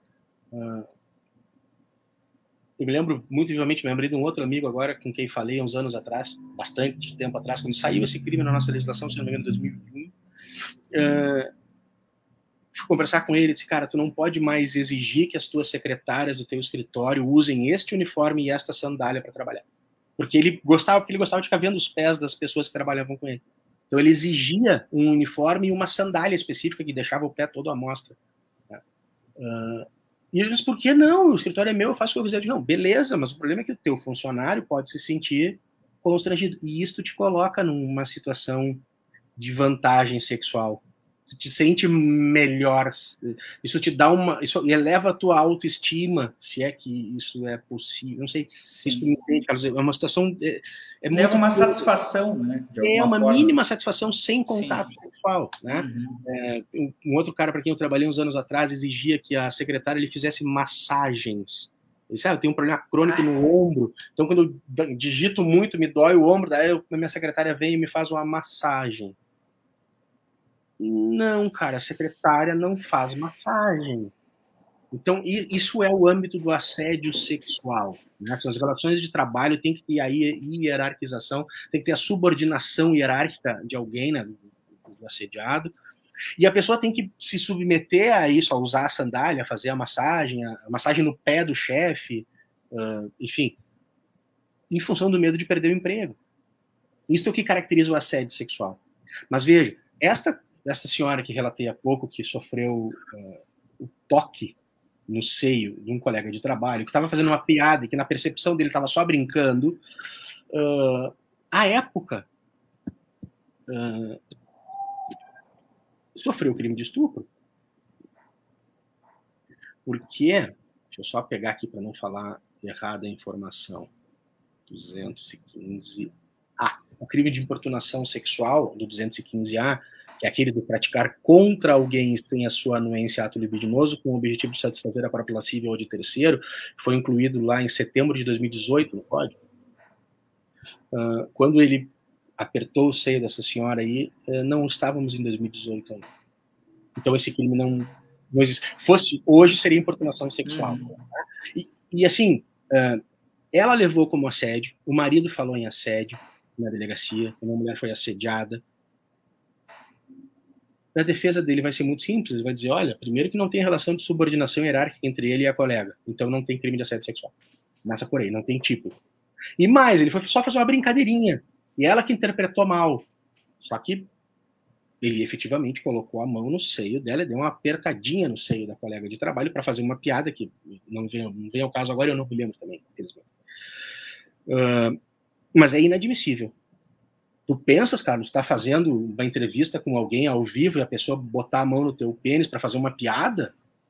Eu me lembro muito vivamente, me lembrei de um outro amigo agora com quem falei há uns anos atrás, bastante tempo atrás, quando saiu esse crime na nossa legislação, se não me engano, em 2001. Fui conversar com ele e disse, cara, tu não pode mais exigir que as tuas secretárias do teu escritório usem este uniforme e esta sandália para trabalhar. Porque ele gostava de ficar vendo os pés das pessoas que trabalhavam com ele. Então ele exigia um uniforme e uma sandália específica que deixava o pé todo à mostra. E ele disse, por que não? O escritório é meu, eu faço o que eu quiser. Não, beleza, mas o problema é que o teu funcionário pode se sentir constrangido. E isso te coloca numa situação de vantagem sexual. Tu te sente melhor. Isso te dá isso eleva a tua autoestima, se é que isso é possível. Não sei se isso me entende, Carlos. É uma situação... leva uma satisfação, né? É uma forma. Mínima satisfação sem contato sexual, né? Um outro cara para quem eu trabalhei uns anos atrás exigia que a secretária ele fizesse massagens. Ele disse, eu tenho um problema crônico no ombro, então quando eu digito muito me dói o ombro, daí a minha secretária vem e me faz uma massagem. Não, cara, a secretária não faz massagem. Então, isso é o âmbito do assédio sexual. Né? As relações de trabalho tem que ter a hierarquização, tem que ter a subordinação hierárquica de alguém, né, do assediado, e a pessoa tem que se submeter a isso, a usar a sandália, a fazer a massagem no pé do chefe, enfim, em função do medo de perder o emprego. Isso é o que caracteriza o assédio sexual. Mas veja, esta senhora que relatei há pouco, que sofreu o toque no seio de um colega de trabalho, que estava fazendo uma piada e que na percepção dele estava só brincando, à época, sofreu crime de estupro. Porque, deixa eu só pegar aqui para não falar errada a informação, 215A. O crime de importunação sexual, do 215A, que é aquele de praticar contra alguém sem a sua anuência ato libidinoso, com o objetivo de satisfazer a própria lascívia ou de terceiro, foi incluído lá em setembro de 2018 no Código. Quando ele apertou o seio dessa senhora aí, não estávamos em 2018 ainda. Então esse crime não existe. Fosse hoje, seria importunação sexual. E assim, ela levou como assédio, o marido falou em assédio na delegacia, uma mulher foi assediada. A defesa dele vai ser muito simples, ele vai dizer, olha, primeiro que não tem relação de subordinação hierárquica entre ele e a colega, então não tem crime de assédio sexual. Começa por aí, não tem tipo. E mais, ele foi só fazer uma brincadeirinha, e ela que interpretou mal. Só que ele efetivamente colocou a mão no seio dela e deu uma apertadinha no seio da colega de trabalho para fazer uma piada que não vem ao caso agora, eu não me lembro também. Mas é inadmissível. Tu pensas, Carlos, tá fazendo uma entrevista com alguém ao vivo e a pessoa botar a mão no teu pênis para fazer uma piada?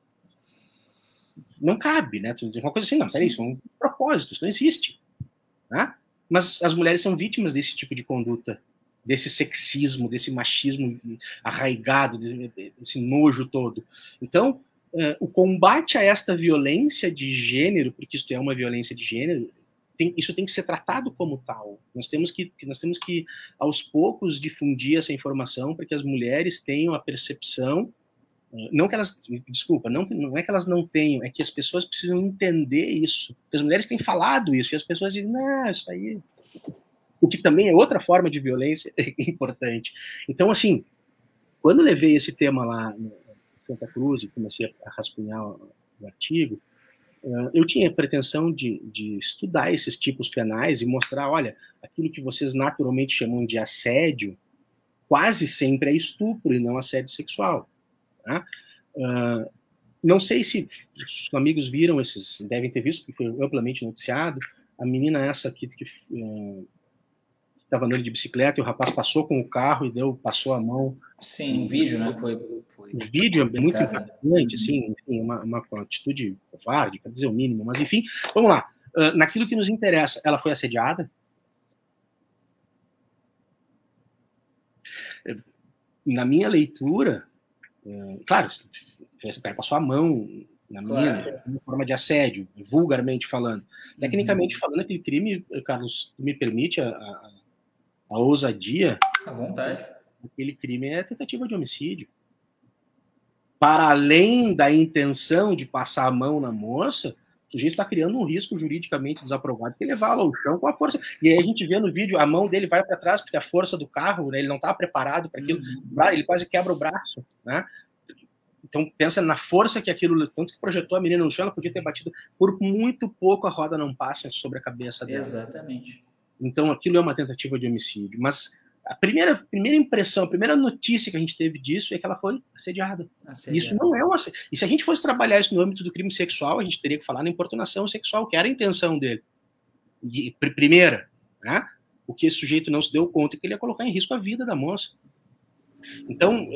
Não cabe, né? Tu dizer uma coisa assim, não, peraí, isso é um propósito, isso não existe. Né? Mas as mulheres são vítimas desse tipo de conduta, desse sexismo, desse machismo arraigado, desse nojo todo. Então, o combate a esta violência de gênero, porque isso é uma violência de gênero, isso tem que ser tratado como tal. Nós temos que, aos poucos, difundir essa informação para que as mulheres tenham a percepção, não que elas, desculpa, não é que elas não tenham, é que as pessoas precisam entender isso. Porque as mulheres têm falado isso, e as pessoas dizem, não, isso aí... O que também é outra forma de violência importante. Então, assim, quando eu levei esse tema lá em Santa Cruz e comecei a rascunhar o artigo, eu tinha a pretensão de estudar esses tipos penais e mostrar, olha, aquilo que vocês naturalmente chamam de assédio, quase sempre é estupro e não assédio sexual. Tá? Não sei se os amigos viram devem ter visto, porque foi amplamente noticiado, a menina essa aqui que estava andando de bicicleta e o rapaz passou com o carro e passou a mão. Sim, um vídeo, né? Foi o vídeo é muito impactante, assim, enfim, uma atitude covarde, para dizer o mínimo, mas enfim, vamos lá. Naquilo que nos interessa, ela foi assediada? Na minha leitura, claro, o cara passou a mão na minha, uma forma de assédio, vulgarmente falando. Tecnicamente falando, aquele crime, Carlos, me permite a ousadia. À vontade. Aquele crime é tentativa de homicídio. Para além da intenção de passar a mão na moça, o sujeito está criando um risco juridicamente desaprovado que levá-la ao chão com a força. E aí a gente vê no vídeo, a mão dele vai para trás porque a força do carro, né, ele não está preparado para aquilo, ele quase quebra o braço, né? Então pensa na força que aquilo, tanto que projetou a menina no chão, ela podia ter batido, por muito pouco a roda não passa sobre a cabeça dela. Exatamente. Então aquilo é uma tentativa de homicídio, mas a primeira impressão, a primeira notícia que a gente teve disso é que ela foi assediada. Isso não é um assédio. E se a gente fosse trabalhar isso no âmbito do crime sexual, a gente teria que falar na importunação sexual, que era a intenção dele. E, primeira, né? O que esse sujeito não se deu conta é que ele ia colocar em risco a vida da moça. Então,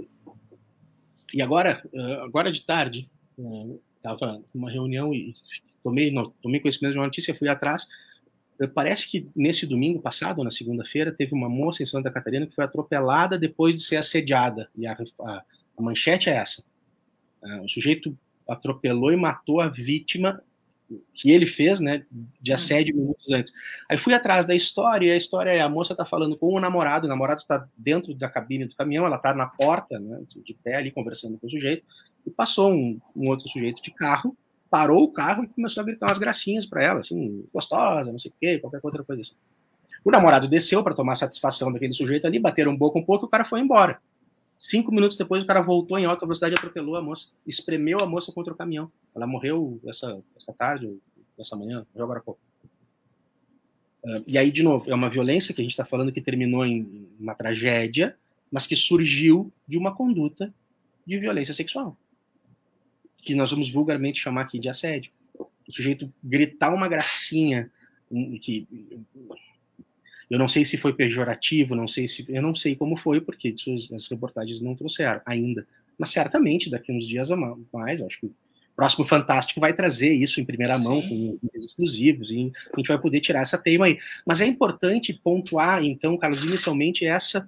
e agora de tarde, estava numa reunião e tomei conhecimento de uma notícia, fui atrás. Parece que nesse domingo passado, ou na segunda-feira, teve uma moça em Santa Catarina que foi atropelada depois de ser assediada. E a manchete é essa. O sujeito atropelou e matou a vítima que ele fez, né, de assédio minutos antes. Aí fui atrás da história, e a história é: a moça está falando com o namorado está dentro da cabine do caminhão, ela está na porta, né, de pé ali, conversando com o sujeito, e passou um outro sujeito de carro, parou o carro e começou a gritar umas gracinhas para ela, assim, gostosa, não sei o quê, qualquer outra coisa assim. O namorado desceu para tomar satisfação daquele sujeito ali, bateram boca um pouco e o cara foi embora. 5 minutos depois, o cara voltou em alta velocidade e atropelou a moça, espremeu a moça contra o caminhão. Ela morreu essa tarde, essa manhã, agora há pouco. E aí, de novo, é uma violência que a gente está falando que terminou em uma tragédia, mas que surgiu de uma conduta de violência sexual, que nós vamos vulgarmente chamar aqui de assédio. O sujeito gritar uma gracinha, que eu não sei se foi pejorativo, eu não sei como foi, porque as reportagens não trouxeram ainda. Mas certamente, daqui a uns dias a mais, acho que o próximo Fantástico vai trazer isso em primeira mão, com exclusivos, e a gente vai poder tirar essa teima aí. Mas é importante pontuar, então, Carlos, inicialmente,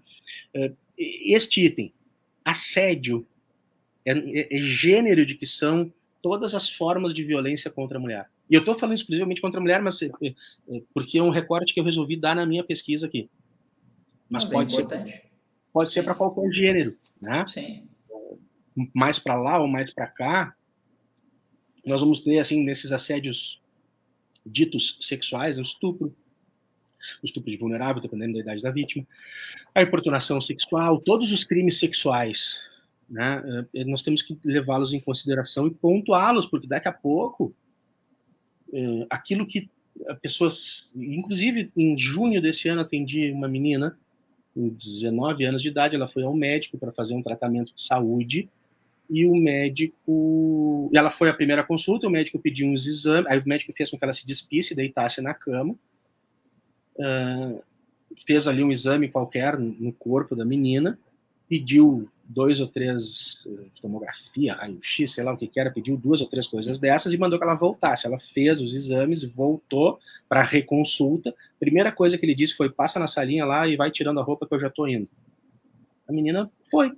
este item. Assédio é gênero de que são todas as formas de violência contra a mulher. E eu estou falando exclusivamente contra a mulher, mas porque é um recorte que eu resolvi dar na minha pesquisa aqui. Mas pode ser para qualquer gênero, né? Sim. Mais para lá ou mais para cá, nós vamos ter, assim, nesses assédios ditos sexuais, o estupro de vulnerável, dependendo da idade da vítima, a importunação sexual, todos os crimes sexuais, né? Nós temos que levá-los em consideração e pontuá-los, porque daqui a pouco aquilo que pessoas, inclusive em junho desse ano atendi uma menina com 19 anos de idade, ela foi ao médico para fazer um tratamento de saúde, e o médico, ela foi à primeira consulta, o médico pediu uns exames, aí o médico fez com que ela se despisse, deitasse na cama, fez ali um exame qualquer no corpo da menina, pediu 2 ou 3 tomografia, raio-x, sei lá o que era, pediu 2 ou 3 coisas dessas e mandou que ela voltasse. Ela fez os exames, voltou para reconsulta. Primeira coisa que ele disse foi: passa na salinha lá e vai tirando a roupa que eu já tô indo. A menina foi.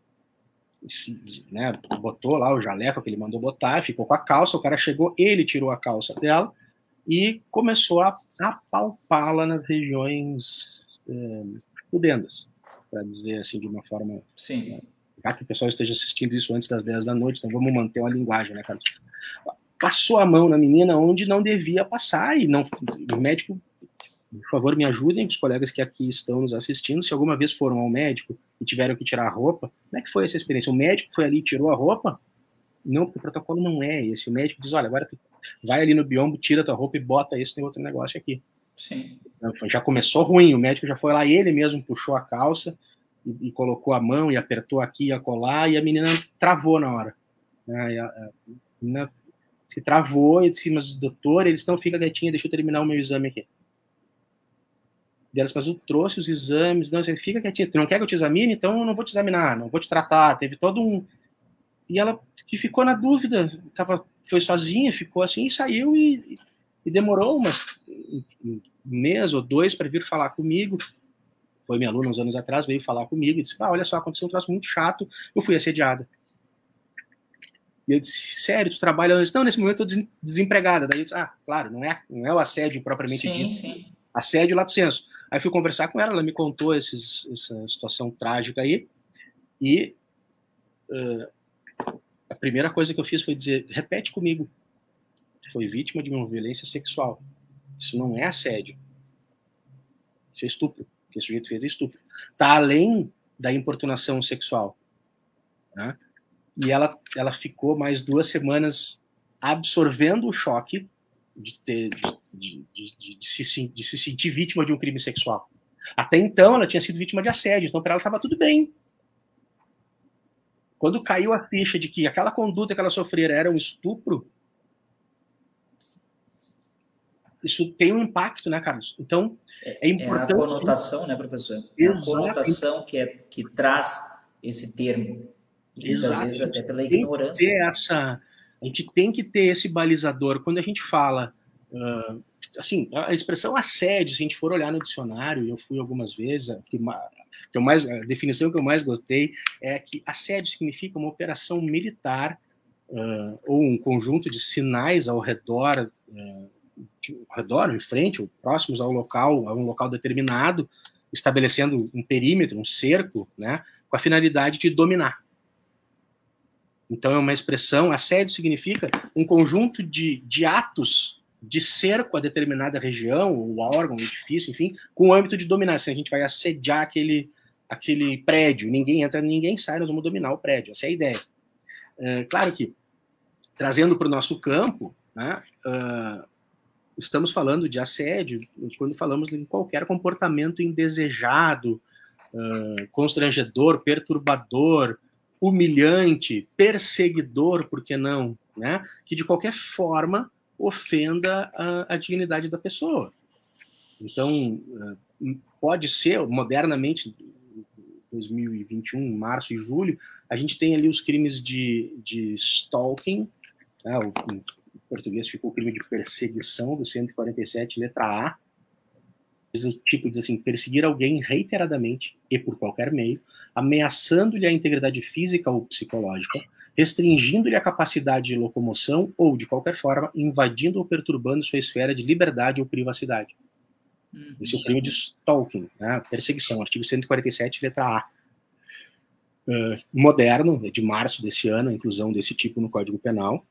Né, botou lá o jaleco que ele mandou botar, ficou com a calça, o cara chegou, ele tirou a calça dela e começou a apalpá-la nas regiões pudendas, para dizer assim de uma forma... Sim. Já que o pessoal esteja assistindo isso antes das 10 da noite, então vamos manter uma linguagem, né, cara? Passou a mão na menina onde não devia passar, e não, o médico, por favor, me ajudem, os colegas que aqui estão nos assistindo, se alguma vez foram ao médico e tiveram que tirar a roupa, como é que foi essa experiência? O médico foi ali e tirou a roupa? Não, porque o protocolo não é esse. O médico diz: olha, agora tu vai ali no biombo, tira tua roupa e bota esse tem outro negócio aqui. Sim. Já começou ruim, o médico já foi lá, ele mesmo puxou a calça e colocou a mão e apertou aqui e acolá, e a menina travou na hora. A menina se travou e disse: mas doutor, eles não ficam quietinha, deixa eu terminar o meu exame aqui. Mas eu trouxe os exames, não, você fica quietinha, tu não quer que eu te examine? Então eu não vou te examinar, não vou te tratar. Teve todo um... E ela que ficou na dúvida, foi sozinha, ficou assim e saiu e demorou um mês ou 2 para vir falar comigo. Foi minha aluna uns anos atrás, veio falar comigo e disse: olha só, aconteceu um troço muito chato, eu fui assediada. E eu disse: sério, tu trabalha? Ela disse: não, nesse momento eu tô desempregada. Daí eu disse: claro, não é o assédio propriamente dito. Sim. Assédio lato sensu. Aí fui conversar com ela, ela me contou essa situação trágica aí, e a primeira coisa que eu fiz foi dizer: repete comigo, foi vítima de uma violência sexual. Isso não é assédio. Isso é estupro. O que esse sujeito fez é estupro. Está além da importunação sexual. Né? E ela ficou mais 2 semanas absorvendo o choque de se sentir vítima de um crime sexual. Até então, ela tinha sido vítima de assédio, então para ela estava tudo bem. Quando caiu a ficha de que aquela conduta que ela sofrera era um estupro, isso tem um impacto, né, Carlos? Então, é importante... É a conotação, né, professor? É a conotação que traz esse termo. E muitas vezes até pela ignorância. A gente tem que ter esse balizador. Quando a gente fala... assim, a expressão assédio, se a gente for olhar no dicionário, eu fui algumas vezes, a definição que eu mais gostei é que assédio significa uma operação militar ou um conjunto de sinais ao redor, em frente, ou próximos ao local, a um local determinado, estabelecendo um perímetro, um cerco, né, com a finalidade de dominar. Então é uma expressão, assédio significa um conjunto de atos de cerco a determinada região, o órgão, o edifício, enfim, com o âmbito de dominação. A gente vai assediar aquele prédio, ninguém entra, ninguém sai, nós vamos dominar o prédio. Essa é a ideia. Claro que, trazendo para o nosso campo, né, estamos falando de assédio quando falamos em qualquer comportamento indesejado, constrangedor, perturbador, humilhante, perseguidor, por que não, né? Que de qualquer forma ofenda a dignidade da pessoa. Então, pode ser, modernamente, 2021, março e julho, a gente tem ali os crimes de stalking, né? Em português ficou o crime de perseguição, do 147, letra A. O tipo diz assim: perseguir alguém reiteradamente e por qualquer meio, ameaçando-lhe a integridade física ou psicológica, restringindo-lhe a capacidade de locomoção ou, de qualquer forma, invadindo ou perturbando sua esfera de liberdade ou privacidade. Esse é o crime de stalking, né? Perseguição, artigo 147, letra A. Moderno, de março desse ano, a inclusão desse tipo no Código Penal.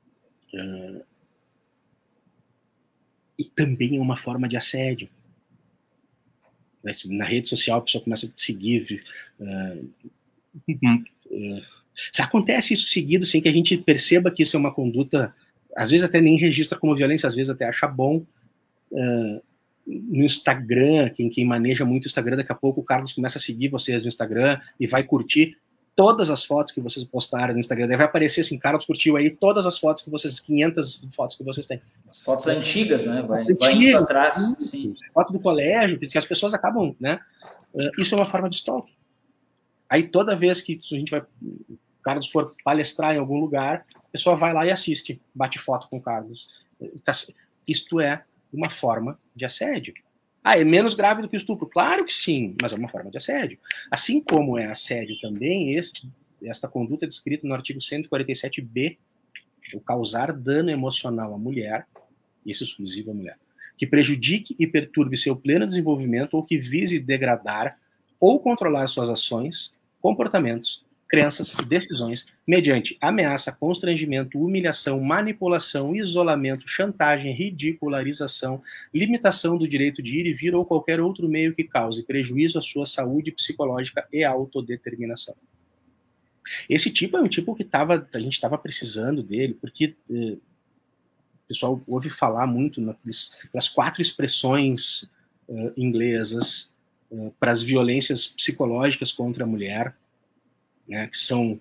E também é uma forma de assédio. Na rede social a pessoa começa a te seguir. Acontece isso seguido sem que a gente perceba que isso é uma conduta, às vezes até nem registra como violência, às vezes até acha bom. No Instagram, quem maneja muito o Instagram, daqui a pouco o Carlos começa a seguir vocês no Instagram e vai curtir todas as fotos que vocês postaram no Instagram. Daí vai aparecer assim: Carlos curtiu aí todas as fotos que vocês, 500 fotos que vocês têm. As fotos antigas, né? Vai indo para trás. Sim. Foto do colégio, que as pessoas acabam, né? Isso é uma forma de stalking. Aí toda vez que a gente vai, o Carlos for palestrar em algum lugar, a pessoa vai lá e assiste, bate foto com o Carlos. Isto é uma forma de assédio. É menos grave do que o estupro? Claro que sim, mas é uma forma de assédio. Assim como é assédio também, esta conduta é descrita no artigo 147b, o causar dano emocional à mulher, isso exclusivo à mulher, que prejudique e perturbe seu pleno desenvolvimento ou que vise degradar ou controlar suas ações, comportamentos, crenças e decisões mediante ameaça, constrangimento, humilhação, manipulação, isolamento, chantagem, ridicularização, limitação do direito de ir e vir ou qualquer outro meio que cause prejuízo à sua saúde psicológica e autodeterminação. Esse tipo é um tipo que a gente estava precisando dele, porque o pessoal ouve falar muito nas 4 expressões inglesas para as violências psicológicas contra a mulher, né, que são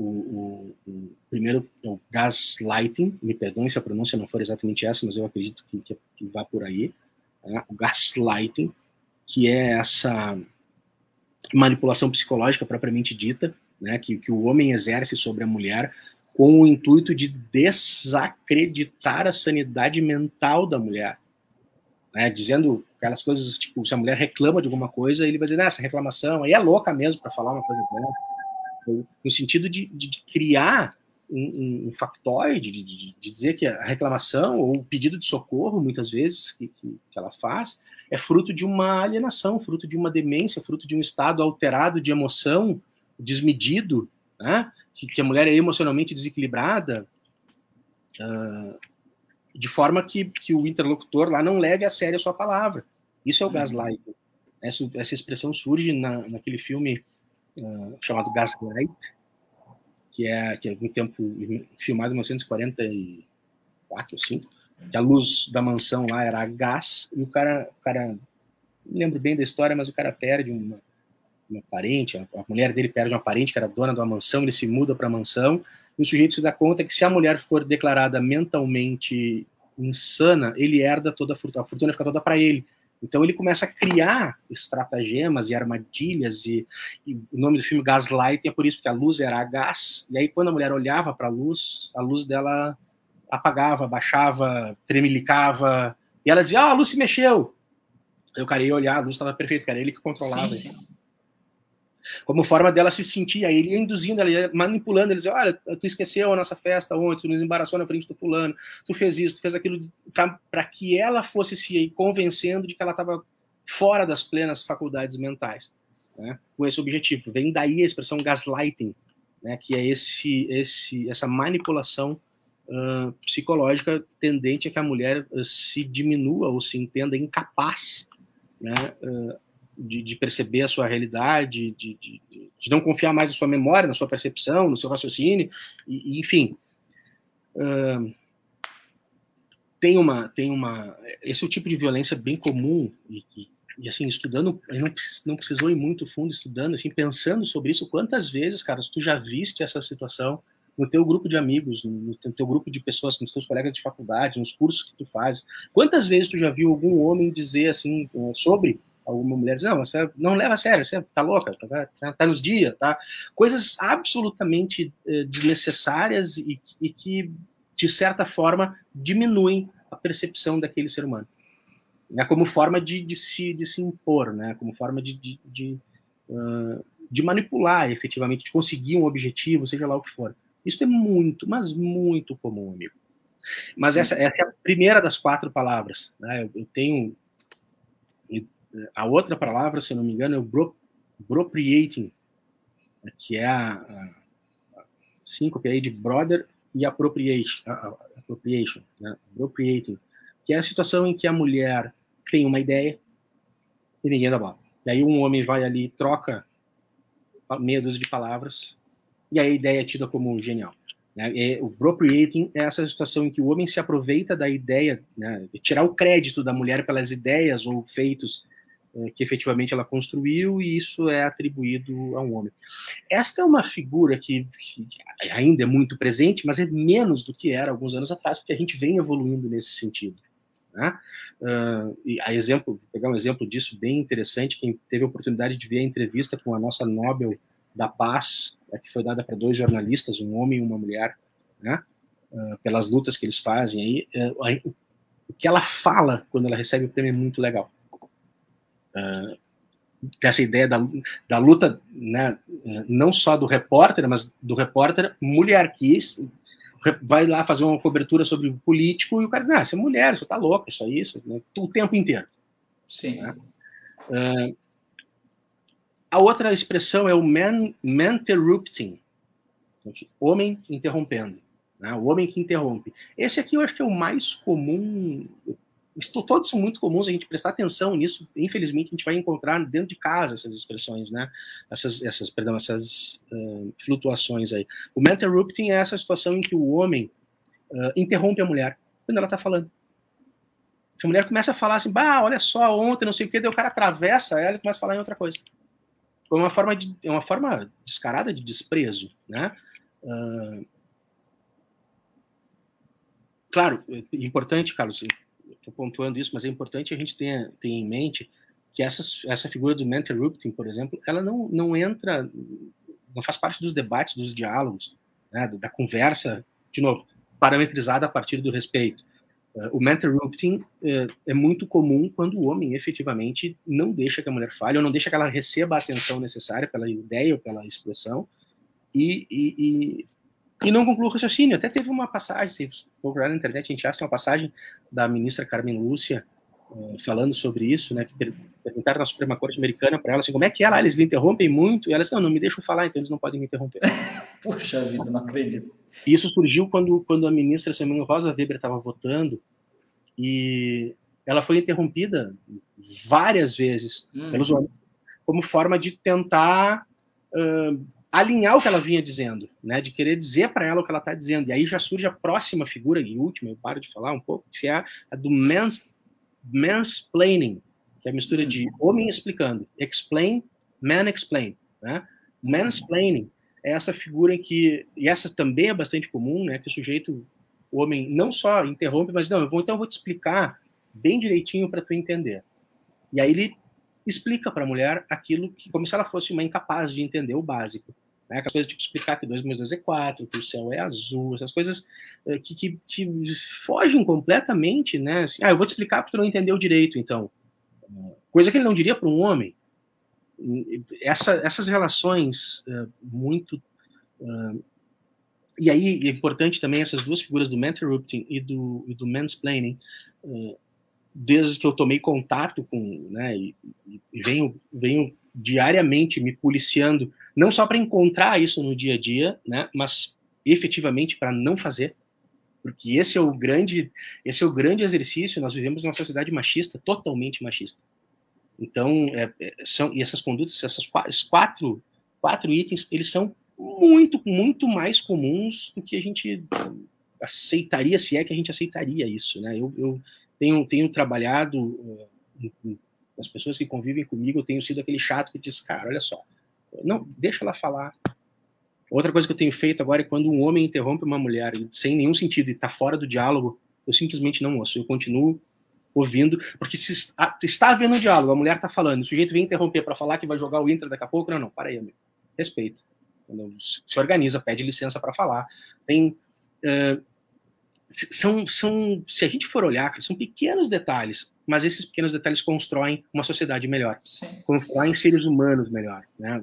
o primeiro, o gaslighting, me perdoem se a pronúncia não for exatamente essa, mas eu acredito que vá por aí, né, o gaslighting, que é essa manipulação psicológica propriamente dita, né, que o homem exerce sobre a mulher com o intuito de desacreditar a sanidade mental da mulher, né, dizendo aquelas coisas, tipo, se a mulher reclama de alguma coisa, ele vai dizer: essa reclamação aí é louca mesmo para falar uma coisa dessa. No sentido de criar um factoide, de dizer que a reclamação ou o pedido de socorro, muitas vezes, que ela faz, é fruto de uma alienação, fruto de uma demência, fruto de um estado alterado de emoção, desmedido, né? Que a mulher é emocionalmente desequilibrada, de forma que o interlocutor lá não leve a sério a sua palavra. Isso é o gaslighting. Essa expressão surge naquele filme chamado Gaslight, que é um tempo filmado em 1944 ou 5, que a luz da mansão lá era a gás, e o cara não lembro bem da história, mas o cara perde uma parente, a mulher dele perde uma parente que era dona de uma mansão, ele se muda para a mansão, e o sujeito se dá conta que se a mulher for declarada mentalmente insana, ele herda toda a fortuna fica toda para ele. Então ele começa a criar estratagemas e armadilhas, e o nome do filme Gaslight é por isso, porque a luz era a gás, e aí quando a mulher olhava para a luz dela apagava, baixava, tremelicava, e ela dizia: a luz se mexeu. Aí o cara ia olhar, a luz estava perfeita, cara, ele que controlava. Sim. Como forma dela se sentir, aí ele ia induzindo, ela ia manipulando, ele dizia: olha, tu esqueceu a nossa festa ontem, tu nos embaraçou na frente do fulano, tu fez isso, tu fez aquilo, para que ela fosse se convencendo de que ela estava fora das plenas faculdades mentais, né? Com esse objetivo. Vem daí a expressão gaslighting, né? Que é essa manipulação psicológica tendente a que a mulher se diminua ou se entenda incapaz, né? De perceber a sua realidade, de não confiar mais na sua memória, na sua percepção, no seu raciocínio, enfim. esse é o tipo de violência bem comum e assim, estudando, a gente não precisou ir muito fundo estudando, assim, pensando sobre isso. Quantas vezes, cara, tu já viste essa situação no teu grupo de amigos, no teu grupo de pessoas, nos teus colegas de faculdade, nos cursos que tu fazes? Quantas vezes tu já viu algum homem dizer assim sobre alguma mulher, dizer, não, você não leva a sério, você tá louca, tá nos dias, tá? Coisas absolutamente desnecessárias e que, de certa forma, diminuem a percepção daquele ser humano, né, como forma de se impor, né, como forma de manipular, efetivamente, de conseguir um objetivo, seja lá o que for. Isso é muito, mas muito comum, amigo. Mas essa é a primeira das 4 palavras. Né? Eu tenho... A outra palavra, se eu não me engano, é o appropriating, que é a 5 que é de brother e appropriation, né? Appropriating, que é a situação em que a mulher tem uma ideia e ninguém dá bola. E aí um homem vai ali, troca meia dúzia de palavras, e aí a ideia é tida como genial. Né? O appropriating é essa situação em que o homem se aproveita da ideia, né, de tirar o crédito da mulher pelas ideias ou feitos que efetivamente ela construiu, e isso é atribuído a um homem. Esta é uma figura que ainda é muito presente, mas é menos do que era alguns anos atrás, porque a gente vem evoluindo nesse sentido. Né? E vou pegar um exemplo disso bem interessante. Quem teve a oportunidade de ver a entrevista com a nossa Nobel da Paz, que foi dada para 2 jornalistas, um homem e uma mulher, né? Pelas lutas que eles fazem aí, o que ela fala quando ela recebe o prêmio é muito legal. Essa ideia da luta, né, não só do repórter, mas do repórter mulher, que vai lá fazer uma cobertura sobre o político e o cara diz, você é mulher, você tá louca, isso, né, o tempo inteiro. Sim. Né? A outra expressão é o interrupting, homem interrompendo, né? O homem que interrompe. Esse aqui eu acho que é o mais comum. Todos são muito comuns, a gente prestar atenção nisso. Infelizmente, a gente vai encontrar dentro de casa essas expressões, né? Essas flutuações aí. O interrupting é essa situação em que o homem interrompe a mulher quando ela está falando. Se a mulher começa a falar assim, olha só, ontem, não sei o que, daí o cara atravessa ela e começa a falar em outra coisa. É uma forma descarada de desprezo, né? Claro, é importante, Carlos, estou pontuando isso, mas é importante a gente ter em mente que essa figura do interrupting, por exemplo, ela não entra, não faz parte dos debates, dos diálogos, né, da conversa, de novo, parametrizada a partir do respeito. O interrupting é muito comum quando o homem efetivamente não deixa que a mulher fale, ou não deixa que ela receba a atenção necessária pela ideia ou pela expressão, e não conclui o raciocínio. Até teve uma passagem, se procurar na internet, a gente acha uma passagem da ministra Carmen Lúcia falando sobre isso, né, que perguntaram na Suprema Corte Americana para ela, assim, como é que é lá, eles lhe interrompem muito, e ela disse, não me deixam falar, então eles não podem me interromper. Puxa vida, não acredito. E isso surgiu quando a ministra, se não me engano, Rosa Weber estava votando, e ela foi interrompida várias vezes pelos homens, como forma de tentar alinhar o que ela vinha dizendo, né, de querer dizer para ela o que ela está dizendo. E aí já surge a próxima figura, e última, eu paro de falar um pouco, que é a do mansplaining, que é a mistura de homem explicando, explain, man explain, né? Mansplaining é essa figura em que, e essa também é bastante comum, né, que o sujeito, o homem, não só interrompe, mas não, então eu vou te explicar bem direitinho para tu entender. E aí ele explica para a mulher aquilo que, como se ela fosse uma incapaz de entender o básico. Né? Aquelas coisas tipo explicar que 2 mais 2 é 4, que o céu é azul, essas coisas que fogem completamente, né? Assim, eu vou te explicar porque tu não entendeu direito, então. Coisa que ele não diria para um homem. Essas relações muito... e aí é importante também essas 2 figuras do interrupting e do mansplaining, desde que eu tomei contato com, né, e venho diariamente me policiando, não só para encontrar isso no dia a dia, né, mas efetivamente para não fazer, porque esse é o grande exercício. Nós vivemos numa sociedade machista, totalmente machista. Então, e essas condutas, esses quatro itens, eles são muito, muito mais comuns do que a gente aceitaria, se é que a gente aceitaria isso, né? Eu tenho trabalhado, as pessoas que convivem comigo, eu tenho sido aquele chato que diz, cara, olha só, não, deixa ela falar. Outra coisa que eu tenho feito agora é quando um homem interrompe uma mulher sem nenhum sentido e está fora do diálogo, eu simplesmente não ouço, eu continuo ouvindo, porque se está havendo um diálogo, a mulher está falando, o sujeito vem interromper para falar que vai jogar o Inter daqui a pouco, não, para aí, amigo. Respeita. Se organiza, pede licença para falar. Tem... se a gente for olhar, são pequenos detalhes, mas esses pequenos detalhes constroem uma sociedade melhor, constroem seres humanos melhor, né?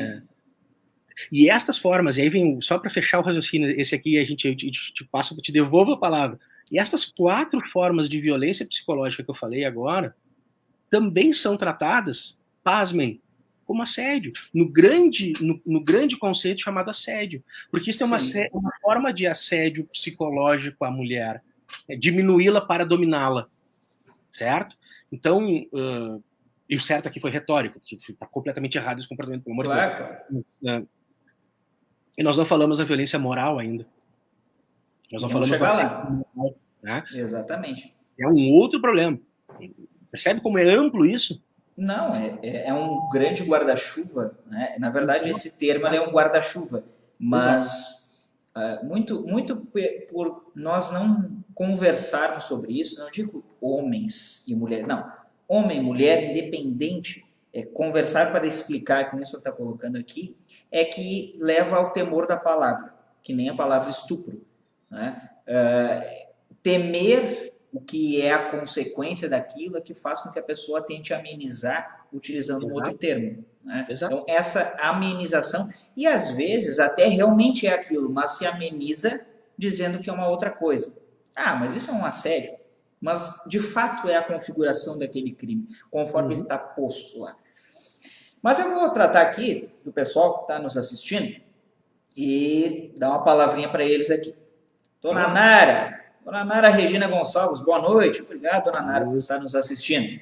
E estas formas, e aí vem, só para fechar o raciocínio, esse aqui eu te devolvo a palavra, e estas 4 formas de violência psicológica que eu falei agora, também são tratadas, pasmem, como assédio, no grande conceito chamado assédio, porque isso é uma forma de assédio psicológico à mulher, diminuí-la para dominá-la, certo? Então, e o certo aqui foi retórico, porque está completamente errado esse comportamento, pelo amor de Deus. E nós não falamos da violência moral ainda. Nós não falamos da moral, né? Exatamente. É um outro problema. Percebe como é amplo isso? Não, é um grande guarda-chuva, né? Na verdade, esse termo é um guarda-chuva, mas muito por nós não conversarmos sobre isso, não digo homens e mulheres, não. Homem, mulher, independente, conversar para explicar, como isso está colocando aqui, é que leva ao temor da palavra, que nem a palavra estupro, né? Temer o que é a consequência daquilo é que faz com que a pessoa tente amenizar utilizando um outro termo, né? Então, essa amenização, e às vezes até realmente é aquilo, mas se ameniza dizendo que é uma outra coisa. Ah, mas isso é um assédio. Mas, de fato, é a configuração daquele crime, conforme ele está posto lá. Mas eu vou tratar aqui do pessoal que está nos assistindo e dar uma palavrinha para eles aqui. Dona Nara Regina Gonçalves, boa noite. Obrigado, Dona Nara, por estar nos assistindo.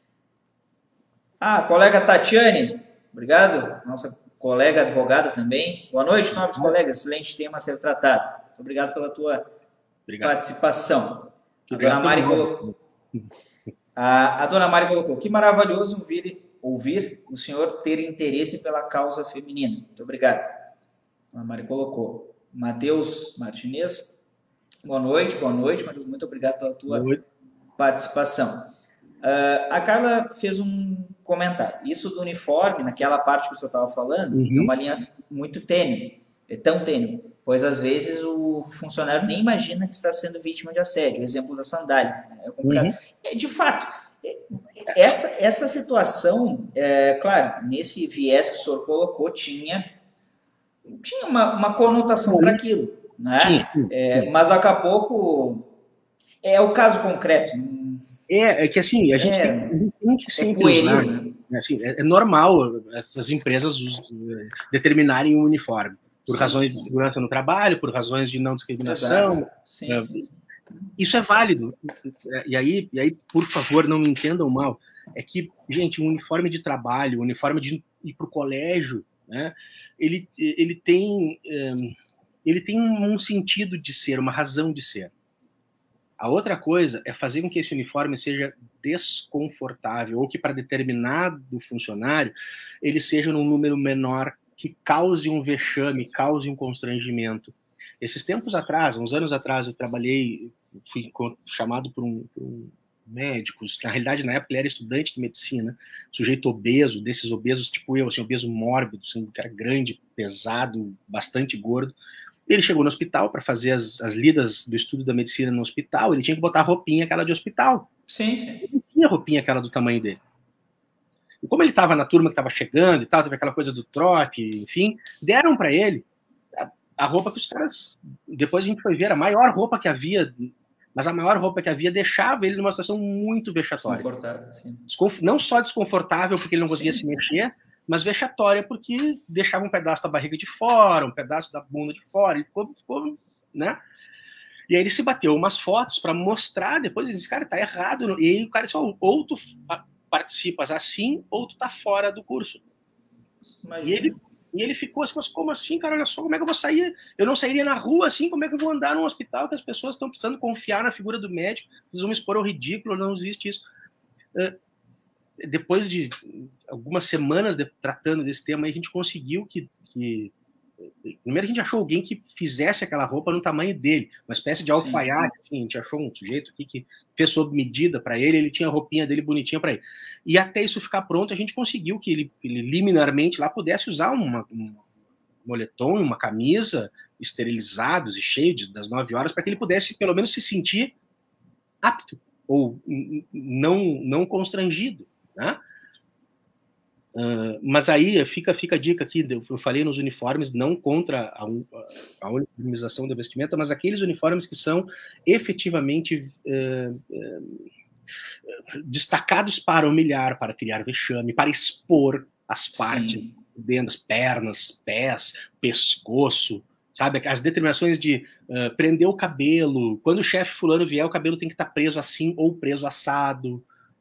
Colega Tatiane, obrigado. Nossa colega advogada também. Boa noite, novos colegas. Excelente tema a ser tratado. Muito obrigado pela tua participação. A Dona Mari colocou. A Dona Mari colocou. Que maravilhoso ouvir o senhor ter interesse pela causa feminina. Muito obrigado. A Dona Mari colocou. Matheus Martinez. Boa noite, Matheus. Muito obrigado pela tua participação. A Carla fez um comentário. Isso do uniforme, naquela parte que o senhor estava falando, é uma linha muito tênue. É tão tênue. Pois, às vezes, o funcionário nem imagina que está sendo vítima de assédio. O exemplo da sandália. É complicado. De fato, essa situação, claro, nesse viés que o senhor colocou, tinha uma conotação para aquilo. Né? Mas, daqui a pouco, é o caso concreto. É que assim, a gente tem que sempre pueril, né? Assim, é normal essas empresas determinarem um uniforme. Por razões de segurança no trabalho, por razões de não discriminação. Sim. Isso é válido. E aí, por favor, não me entendam mal. É que, gente, um uniforme de trabalho, um uniforme de ir para o colégio, né, ele tem um sentido de ser, uma razão de ser. A outra coisa é fazer com que esse uniforme seja desconfortável, ou que para determinado funcionário ele seja num número menor, que cause um vexame, cause um constrangimento. Esses tempos atrás, uns anos atrás, eu fui chamado por um médico, na realidade na época ele era estudante de medicina, sujeito obeso, desses obesos tipo eu, assim, obeso mórbido, assim, que era grande, pesado, bastante gordo. Ele chegou no hospital para fazer as lidas do estudo da medicina no hospital, ele tinha que botar a roupinha aquela de hospital. Sim. Ele não tinha roupinha aquela do tamanho dele. E como ele estava na turma que estava chegando e tal, teve aquela coisa do trote, enfim, deram para ele a roupa que os caras... Depois a gente foi ver a maior roupa que havia, mas a maior roupa que havia deixava ele numa situação muito vexatória. Desconfortável, sim. Não só desconfortável porque ele não conseguia se mexer, mas vexatória porque deixava um pedaço da barriga de fora, um pedaço da bunda de fora, ele ficou, né? E aí ele se bateu umas fotos para mostrar, depois ele disse, cara, tá errado. E aí o cara disse, ou tu participas assim, ou tu tá fora do curso. Imagina. E ele ficou assim, mas como assim, cara? Olha só, como é que eu vou sair? Eu não sairia na rua assim, como é que eu vou andar num hospital que as pessoas estão precisando confiar na figura do médico, eles vão me expor ao ridículo, não existe isso. Depois de algumas semanas tratando desse tema, a gente conseguiu que primeiro a gente achou alguém que fizesse aquela roupa no tamanho dele, uma espécie de alfaiate, assim, a gente achou um sujeito aqui que fez sob medida para ele tinha a roupinha dele bonitinha para ele. E até isso ficar pronto, a gente conseguiu que ele liminarmente lá pudesse usar um moletom e uma camisa esterilizados e cheios das 9 horas para que ele pudesse pelo menos se sentir apto ou não constrangido, né? Mas aí fica a dica aqui, eu falei nos uniformes, não contra a uniformização da vestimenta, mas aqueles uniformes que são efetivamente destacados para humilhar, para criar vexame, para expor as partes dentro das pernas, pés, pescoço, sabe? As determinações de prender o cabelo, quando o chefe fulano vier, o cabelo tem que estar preso assim ou preso assado.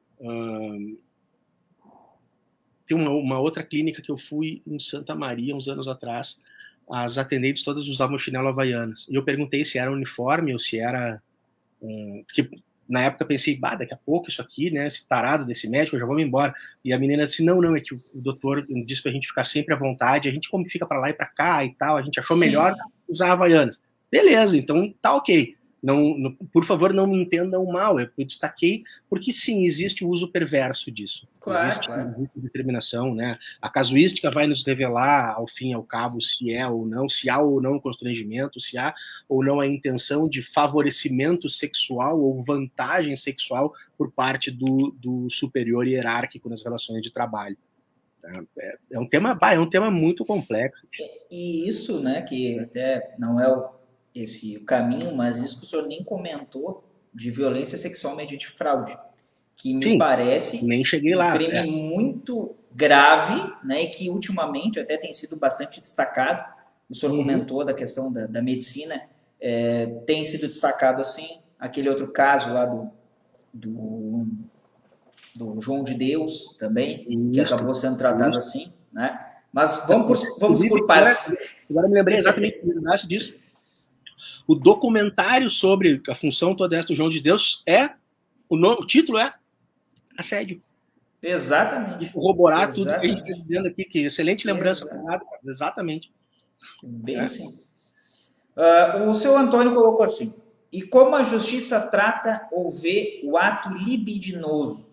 Tem uma outra clínica que eu fui em Santa Maria, uns anos atrás, as atendentes todas usavam chinelo havaianas. E eu perguntei se era uniforme ou se era... porque na época eu pensei, daqui a pouco isso aqui, né, esse tarado desse médico, eu já vou me embora. E a menina disse, não, é que o doutor disse pra gente ficar sempre à vontade, a gente como fica pra lá e pra cá e tal, a gente achou melhor usar havaianas. Beleza, então tá ok. Não, por favor, não me entendam mal, eu destaquei, porque sim, existe o uso perverso disso. Existe uma determinação, né? A casuística vai nos revelar, ao fim e ao cabo, se é ou não, se há ou não constrangimento, se há ou não a intenção de favorecimento sexual ou vantagem sexual por parte do superior hierárquico nas relações de trabalho. É um tema muito complexo. E isso, né, que até não é o caminho, mas isso que o senhor nem comentou de violência sexual mediante fraude, que me parece nem cheguei lá, crime muito grave, né, e que ultimamente até tem sido bastante destacado. O senhor comentou da questão da medicina, tem sido destacado assim, aquele outro caso lá do João de Deus também, que acabou sendo tratado assim, né? Mas vamos por partes. Agora me lembrei exatamente disso. O documentário sobre a função toda essa do João de Deus o título é Assédio. Exatamente. Corroborar tudo que a gente está dizendo aqui, que excelente lembrança. Exatamente. Bem assim. O seu Antônio colocou assim, e como a justiça trata ou vê o ato libidinoso?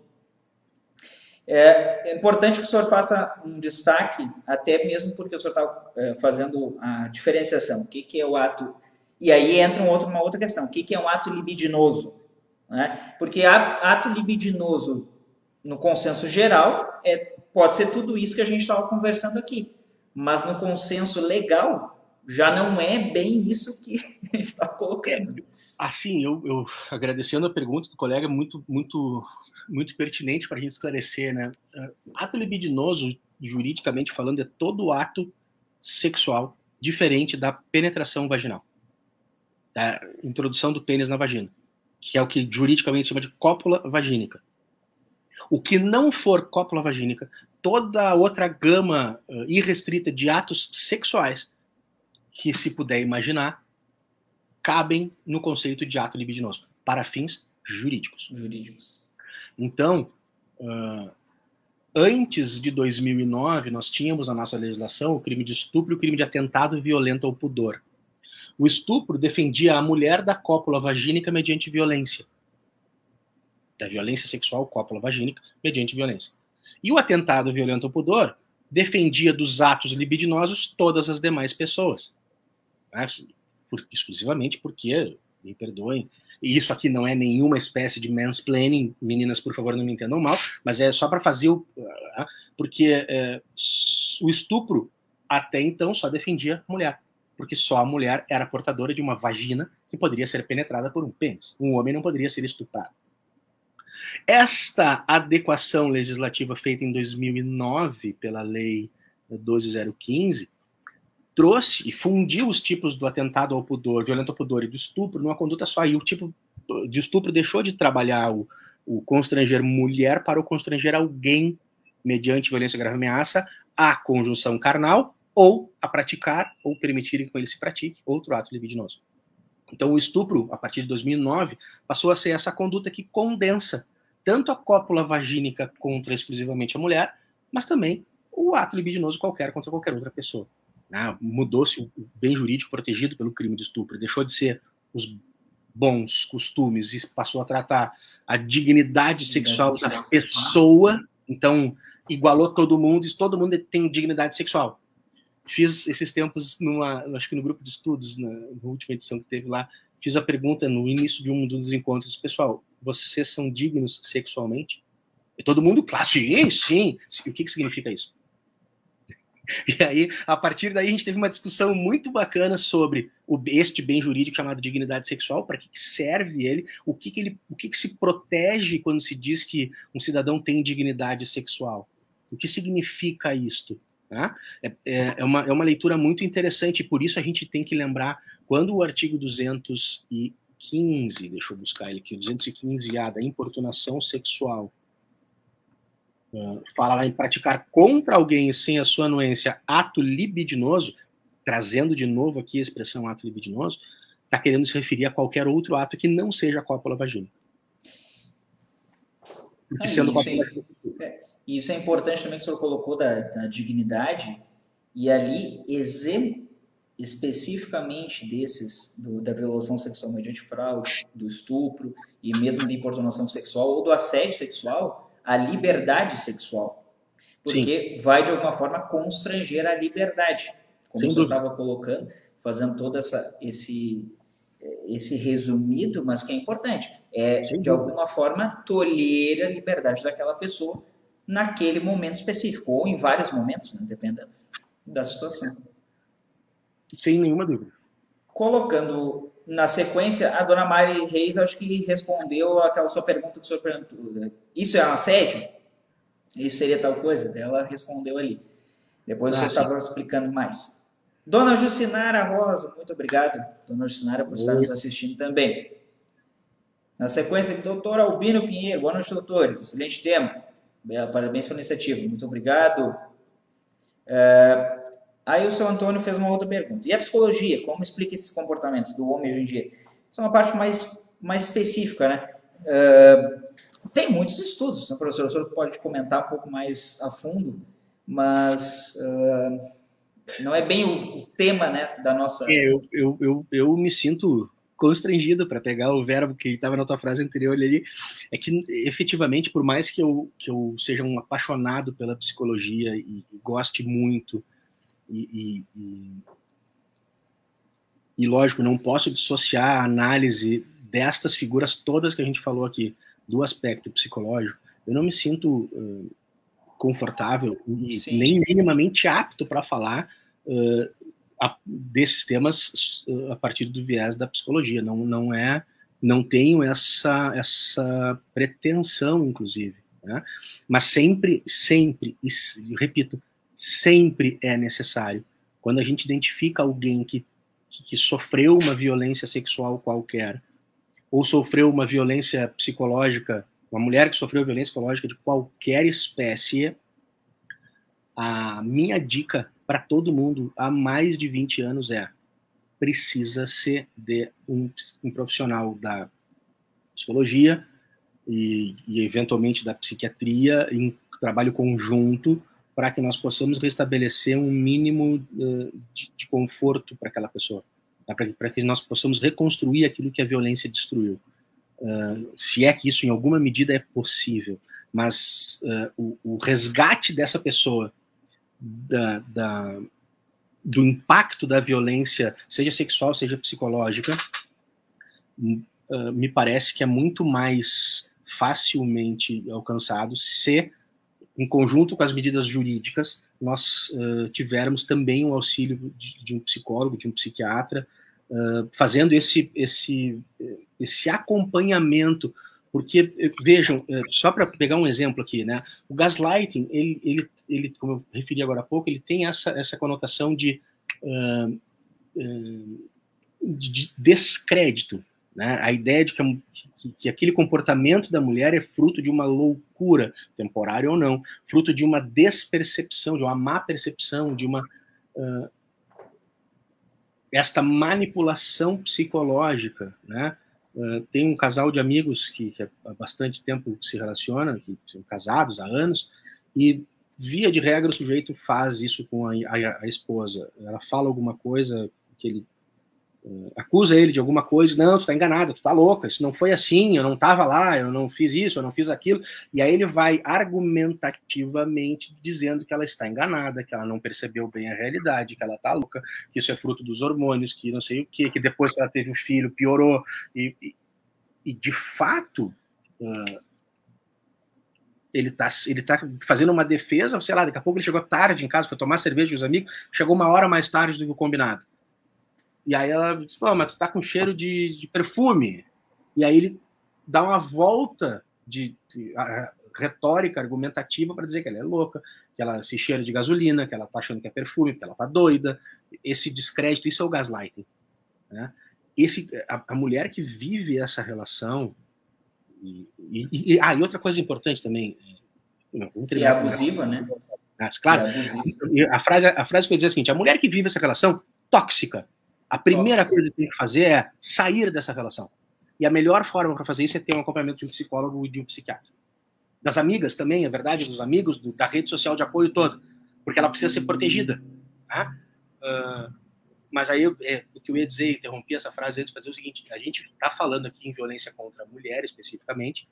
É importante que o senhor faça um destaque, até mesmo porque o senhor está fazendo a diferenciação. O que é o ato... E aí entra uma outra questão. O que é um ato libidinoso? Né? Porque ato libidinoso, no consenso geral, pode ser tudo isso que a gente estava conversando aqui. Mas no consenso legal, já não é bem isso que a gente está colocando. Assim, eu agradecendo a pergunta do colega, muito pertinente para a gente esclarecer, né? Ato libidinoso, juridicamente falando, é todo ato sexual diferente da penetração vaginal, da introdução do pênis na vagina, que é o que juridicamente se chama de cópula vagínica. O que não for cópula vagínica, toda outra gama irrestrita de atos sexuais que se puder imaginar, cabem no conceito de ato libidinoso, para fins jurídicos. Então, antes de 2009, nós tínhamos na nossa legislação o crime de estupro e o crime de atentado violento ao pudor. O estupro defendia a mulher da cópula vagínica mediante violência. Da violência sexual, cópula vagínica, mediante violência. E o atentado violento ao pudor defendia dos atos libidinosos todas as demais pessoas. Exclusivamente porque, me perdoem, e isso aqui não é nenhuma espécie de mansplaining, meninas, por favor, não me entendam mal, mas é só para fazer porque o estupro até então só defendia a mulher, porque só a mulher era portadora de uma vagina que poderia ser penetrada por um pênis. Um homem não poderia ser estuprado. Esta adequação legislativa feita em 2009 pela Lei 12.015 trouxe e fundiu os tipos do atentado ao pudor, violento ao pudor e do estupro numa conduta só. E o tipo de estupro deixou de trabalhar o constranger mulher para o constranger alguém mediante violência, grave ameaça, a conjunção carnal ou a praticar, ou permitirem que ele se pratique outro ato libidinoso. Então, o estupro, a partir de 2009, passou a ser essa conduta que condensa tanto a cópula vagínica contra exclusivamente a mulher, mas também o ato libidinoso qualquer contra qualquer outra pessoa. Mudou-se o bem jurídico protegido pelo crime de estupro, deixou de ser os bons costumes e passou a tratar a dignidade sexual da pessoa. Então, igualou todo mundo e todo mundo tem dignidade sexual. Fiz esses tempos, acho que no grupo de estudos, na última edição que teve lá, fiz a pergunta no início de um dos encontros: pessoal, vocês são dignos sexualmente? E todo mundo, claro, sim, sim. O que significa isso? E aí, a partir daí, a gente teve uma discussão muito bacana sobre este bem jurídico chamado dignidade sexual, para que serve ele, o que se protege quando se diz que um cidadão tem dignidade sexual. O que significa isto? Né? É uma leitura muito interessante, e por isso a gente tem que lembrar, quando o artigo 215, deixa eu buscar ele aqui, 215A, da importunação sexual, fala lá em praticar contra alguém sem a sua anuência ato libidinoso, trazendo de novo aqui a expressão ato libidinoso, está querendo se referir a qualquer outro ato que não seja a cópula vagínica. Isso é importante também que o senhor colocou da dignidade, e ali especificamente da violação sexual mediante fraude, do estupro e mesmo da importunação sexual ou do assédio sexual, a liberdade sexual, porque Sim. vai de alguma forma constranger a liberdade, como você estava colocando, fazendo todo esse resumido, mas que é importante, de alguma forma tolher a liberdade daquela pessoa naquele momento específico, ou em vários momentos, né, dependendo da situação. Sem nenhuma dúvida. Colocando na sequência, a dona Mari Reis, acho que respondeu aquela sua pergunta que o senhor perguntou. Isso é um assédio? Isso seria tal coisa? Ela respondeu ali. Depois o senhor estava explicando mais. Dona Jucinara Rosa, muito obrigado, dona Jucinara, por estar nos assistindo também. Na sequência, doutor Albino Pinheiro, boa noite, doutores, excelente tema. Parabéns pela iniciativa, muito obrigado. Aí o seu Antônio fez uma outra pergunta. E a psicologia? Como explica esses comportamentos do homem hoje em dia? Isso é uma parte mais específica, né? Tem muitos estudos, né, professor? O senhor pode comentar um pouco mais a fundo, mas não é bem o tema, né, da nossa... Eu me sinto constrangido, para pegar o verbo que estava na tua frase anterior ali, é que efetivamente, por mais que eu seja um apaixonado pela psicologia e goste muito, e lógico, não posso dissociar a análise destas figuras todas que a gente falou aqui, do aspecto psicológico, eu não me sinto confortável e nem minimamente apto para falar desses temas a partir do viés da psicologia. Não tenho essa pretensão, inclusive, né? Mas sempre, e repito, sempre é necessário, quando a gente identifica alguém que sofreu uma violência sexual qualquer, ou sofreu uma violência psicológica, uma mulher que sofreu violência psicológica de qualquer espécie, a minha dica para todo mundo há mais de 20 anos precisa-se de um profissional da psicologia e eventualmente da psiquiatria em trabalho conjunto, para que nós possamos restabelecer um mínimo de conforto para aquela pessoa, para que nós possamos reconstruir aquilo que a violência destruiu. Se é que isso em alguma medida é possível, mas o resgate dessa pessoa do impacto da violência, seja sexual, seja psicológica, me parece que é muito mais facilmente alcançado se, em conjunto com as medidas jurídicas, nós tivermos também o auxílio de um psicólogo, de um psiquiatra, fazendo esse acompanhamento, porque, vejam, só para pegar um exemplo aqui, né, o gaslighting, ele, como eu referi agora há pouco, ele tem essa conotação de descrédito, né? A ideia de que aquele comportamento da mulher é fruto de uma loucura, temporária ou não, fruto de uma despercepção, de uma má percepção, de uma esta manipulação psicológica, né? Tem um casal de amigos que há bastante tempo se relacionam, que são casados há anos, e via de regra o sujeito faz isso com a esposa. Ela fala alguma coisa que ele acusa ele de alguma coisa, não, tu tá enganada, tu tá louca, isso não foi assim, eu não tava lá, eu não fiz isso, eu não fiz aquilo, e aí ele vai argumentativamente dizendo que ela está enganada, que ela não percebeu bem a realidade, que ela tá louca, que isso é fruto dos hormônios, que não sei o que depois que ela teve um filho piorou, e de fato ele tá fazendo uma defesa, sei lá, daqui a pouco ele chegou tarde em casa, foi tomar cerveja com os amigos, chegou uma hora mais tarde do que o combinado. E aí ela disse, pô, mas tu tá com cheiro de perfume. E aí ele dá uma volta de retórica, argumentativa para dizer que ela é louca, que ela se cheira de gasolina, que ela tá achando que é perfume, que ela tá doida. Esse descrédito, isso é o gaslighting. Né? A mulher que vive essa relação... E outra coisa importante também... Que é abusiva, né? Claro, a frase que eu ia dizer é a seguinte, a mulher que vive essa relação tóxica, a primeira coisa que tem que fazer é sair dessa relação. E a melhor forma para fazer isso é ter um acompanhamento de um psicólogo e de um psiquiatra. Das amigas também, é verdade, dos amigos, da rede social de apoio toda, porque ela precisa ser protegida. Tá? Mas aí, o que eu ia dizer, interrompi essa frase antes para dizer o seguinte, a gente está falando aqui em violência contra a mulher, especificamente,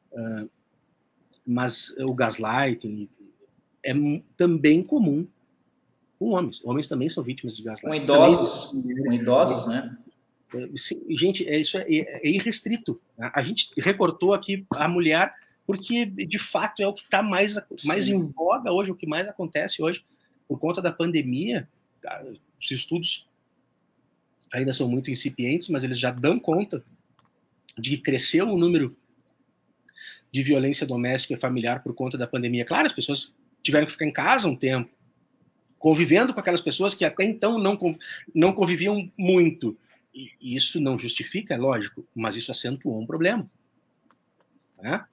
mas o gaslighting é também comum com homens. Homens também são vítimas de gaslighting. Com idosos, né? Sim, gente, isso é irrestrito. Né? A gente recortou aqui a mulher porque, de fato, é o que está mais em voga hoje, o que mais acontece hoje. Por conta da pandemia, os estudos ainda são muito incipientes, mas eles já dão conta de que cresceu o número de violência doméstica e familiar por conta da pandemia. Claro, as pessoas tiveram que ficar em casa um tempo, convivendo com aquelas pessoas que até então não conviviam muito. E isso não justifica, é lógico, mas isso acentuou um problema. Né?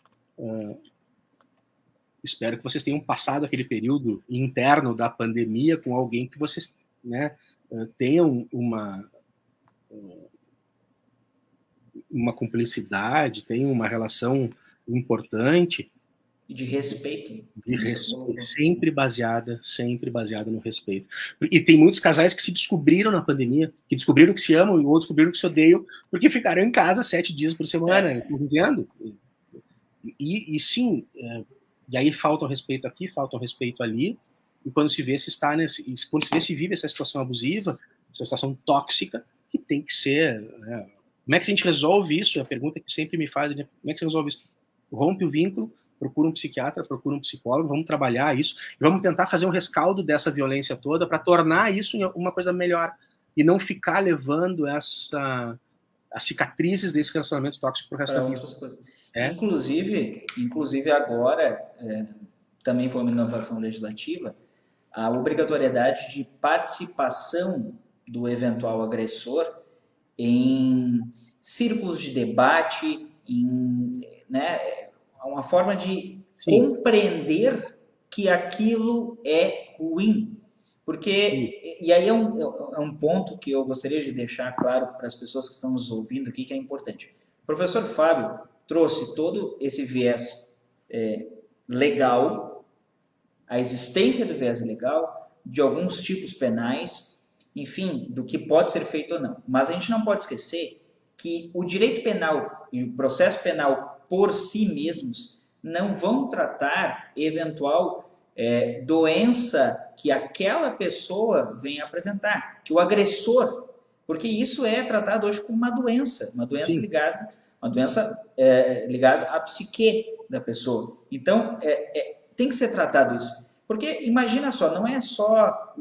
Espero que vocês tenham passado aquele período interno da pandemia com alguém que vocês, né, tenham uma cumplicidade, tenham uma relação importante. De respeito. Sempre baseada no respeito. E tem muitos casais que se descobriram na pandemia, que descobriram que se amam e outros descobriram que se odeiam, porque ficaram em casa 7 dias por semana, convivendo. E sim, e aí falta o respeito aqui, falta o respeito ali, e quando se vê quando se vê se vive essa situação abusiva, essa situação tóxica, que tem que ser... Né? Como é que a gente resolve isso? É a pergunta que sempre me fazem, né? Como é que você resolve isso? Rompe o vínculo, procura um psiquiatra, procura um psicólogo, vamos trabalhar isso, e vamos tentar fazer um rescaldo dessa violência toda para tornar isso uma coisa melhor, e não ficar levando as cicatrizes desse relacionamento tóxico para o resto da vida. Inclusive agora, também foi uma inovação legislativa, a obrigatoriedade de participação do eventual agressor em círculos de debate, uma forma de compreender que aquilo é ruim. Porque, e aí é um ponto que eu gostaria de deixar claro para as pessoas que estão nos ouvindo aqui, que é importante. O professor Fábio trouxe todo esse viés legal, a existência do viés legal, de alguns tipos penais, enfim, do que pode ser feito ou não. Mas a gente não pode esquecer que o direito penal e o processo penal por si mesmos não vão tratar eventual doença que aquela pessoa vem apresentar, que o agressor, porque isso é tratado hoje como uma doença ligada à psique da pessoa. Então, tem que ser tratado isso. Porque, imagina só, não é só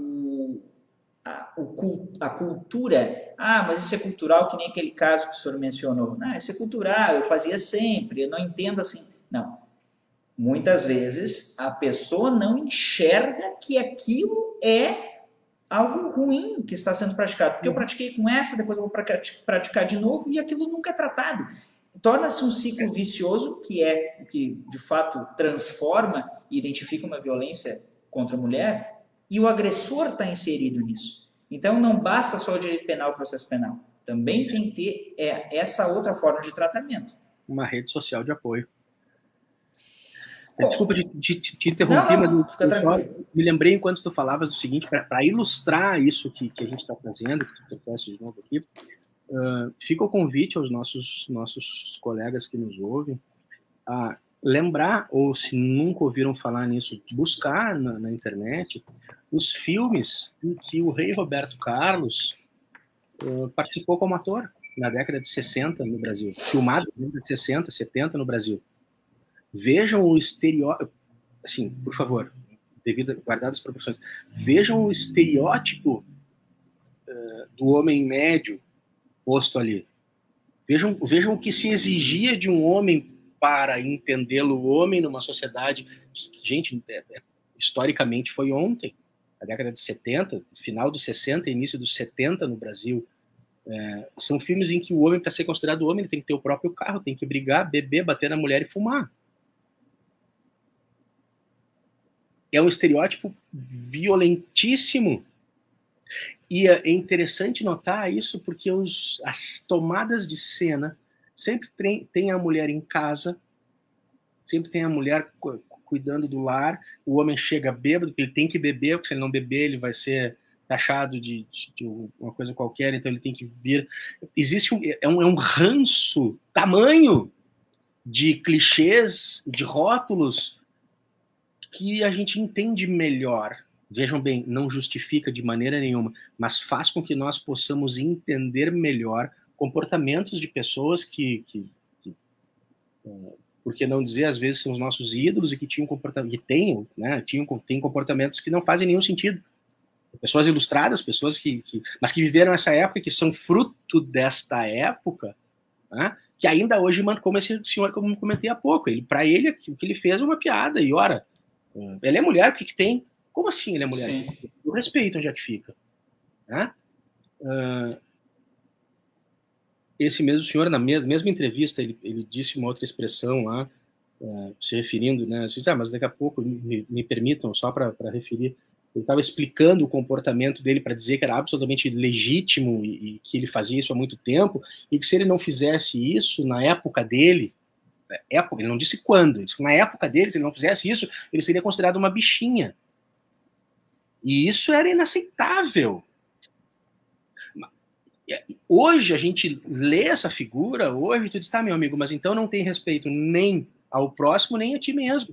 a cultura, mas isso é cultural, que nem aquele caso que o senhor mencionou. Não, isso é cultural, eu fazia sempre, eu não entendo assim. Não. Muitas vezes a pessoa não enxerga que aquilo é algo ruim que está sendo praticado. Porque eu pratiquei com essa, depois eu vou praticar de novo e aquilo nunca é tratado. Torna-se um ciclo vicioso, que é o que de fato transforma e identifica uma violência contra a mulher, e o agressor está inserido nisso. Então, não basta só o direito penal e o processo penal. Também tem que ter essa outra forma de tratamento. Uma rede social de apoio. Desculpa te interromper, mas eu só me lembrei enquanto tu falavas do seguinte, para ilustrar isso que a gente está fazendo, que tu trouxe de novo aqui, fica o convite aos nossos colegas que nos ouvem a lembrar, ou se nunca ouviram falar nisso, buscar na internet os filmes em que o rei Roberto Carlos participou como ator na década de 60 no Brasil, filmado na década de 60, 70 no Brasil. Vejam o estereótipo, assim, por favor, devido guardadas as proporções, vejam o estereótipo do homem médio posto ali. Vejam o que se exigia de um homem para entendê-lo o homem numa sociedade que, gente, historicamente foi ontem, a década de 70, final dos 60, início dos 70 no Brasil. São filmes em que o homem, para ser considerado homem, ele tem que ter o próprio carro, tem que brigar, beber, bater na mulher e fumar. É um estereótipo violentíssimo. E é interessante notar isso porque as tomadas de cena sempre tem a mulher em casa, sempre tem a mulher cuidando do lar, o homem chega bêbado, ele tem que beber, porque se ele não beber ele vai ser taxado de uma coisa qualquer, então ele tem que vir. Existe um ranço tamanho de clichês, de rótulos, que a gente entende melhor. Vejam bem, não justifica de maneira nenhuma, mas faz com que nós possamos entender melhor comportamentos de pessoas que por que não dizer, às vezes são os nossos ídolos e que tinham comportamento, que têm comportamentos que não fazem nenhum sentido. Pessoas ilustradas, pessoas mas que viveram essa época, que são fruto desta época, né? Que ainda hoje, como esse senhor, como eu comentei há pouco, para ele, o que ele fez é uma piada, e ora, ele é mulher, o que tem? Como assim ele é mulher? Sim. O respeito, onde é que fica? Né? Esse mesmo senhor, na mesma entrevista, ele disse uma outra expressão lá, se referindo, né? Assim, mas daqui a pouco, me permitam, só para referir, ele estava explicando o comportamento dele para dizer que era absolutamente legítimo e que ele fazia isso há muito tempo, e que se ele não fizesse isso na época dele, ele não disse quando, ele disse que na época dele, se ele não fizesse isso, ele seria considerado uma bichinha. E isso era inaceitável. Hoje a gente lê essa figura, hoje tu diz, tá, meu amigo, mas então não tem respeito nem ao próximo, nem a ti mesmo.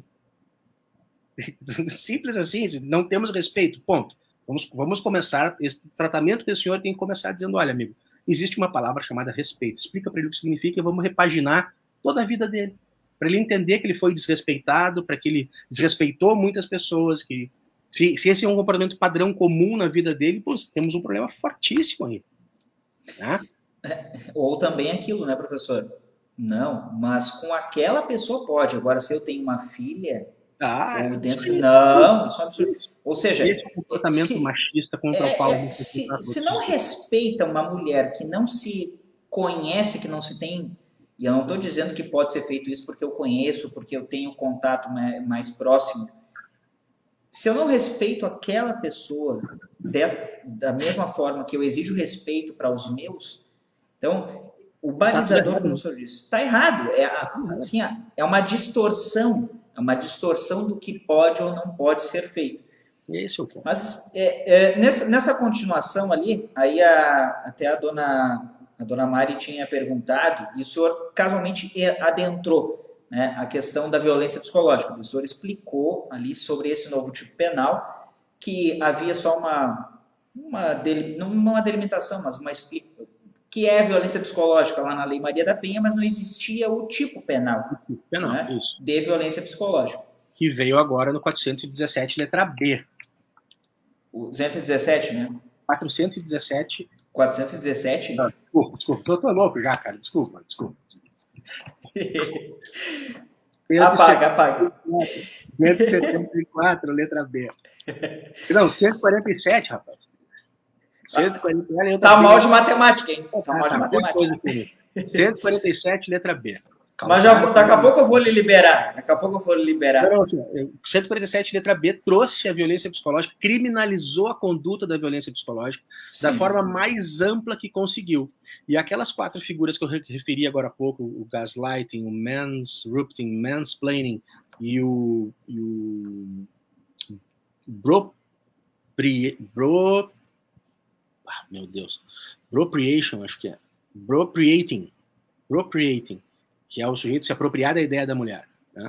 Simples assim, não temos respeito, ponto. Vamos começar, esse tratamento desse senhor tem que começar dizendo, olha, amigo, existe uma palavra chamada respeito, explica para ele o que significa e vamos repaginar toda a vida dele, para ele entender que ele foi desrespeitado, para que ele desrespeitou muitas pessoas, que se esse é um comportamento padrão comum na vida dele, pô, temos um problema fortíssimo aí. Né? Ou também aquilo, né, professor? Não, mas com aquela pessoa pode. Agora, se eu tenho uma filha, ou dentro não, isso é um absurdo. Ou seja, esse comportamento machista contra o qual se não respeita uma mulher que não se conhece, que não se tem, e eu não estou dizendo que pode ser feito isso porque eu conheço, porque eu tenho contato mais próximo. Se eu não respeito aquela pessoa da mesma forma que eu exijo respeito para os meus, então o balizador, como o senhor disse, está errado. É uma distorção. É uma distorção do que pode ou não pode ser feito. Esse é o ponto. Mas nessa continuação ali, aí até a dona Mari tinha perguntado, e o senhor casualmente adentrou, né, a questão da violência psicológica. O senhor explicou ali sobre esse novo tipo penal, que havia só uma delimitação, mas que é violência psicológica lá na Lei Maria da Penha, mas não existia o tipo penal, né, isso, de violência psicológica. Que veio agora no 417, letra B. O 217, né? 417. 417? Ah, desculpa. Eu tô louco já, cara. Desculpa. Apaga. 174, letra B. Não, 147, rapaz. 147, tá mal de matemática, hein? Tá mal de matemática. 147, letra B. Mas já vou, daqui a pouco eu vou lhe liberar. Daqui a pouco eu vou lhe liberar. Não, 147, letra B, trouxe a violência psicológica, criminalizou a conduta da violência psicológica da forma mais ampla que conseguiu. E aquelas 4 figuras que eu referi agora há pouco, o gaslighting, o mansrupting, mansplaining e o meu Deus, bropriation, acho que é. Bropriating, que é o sujeito se apropriar da ideia da mulher. Né?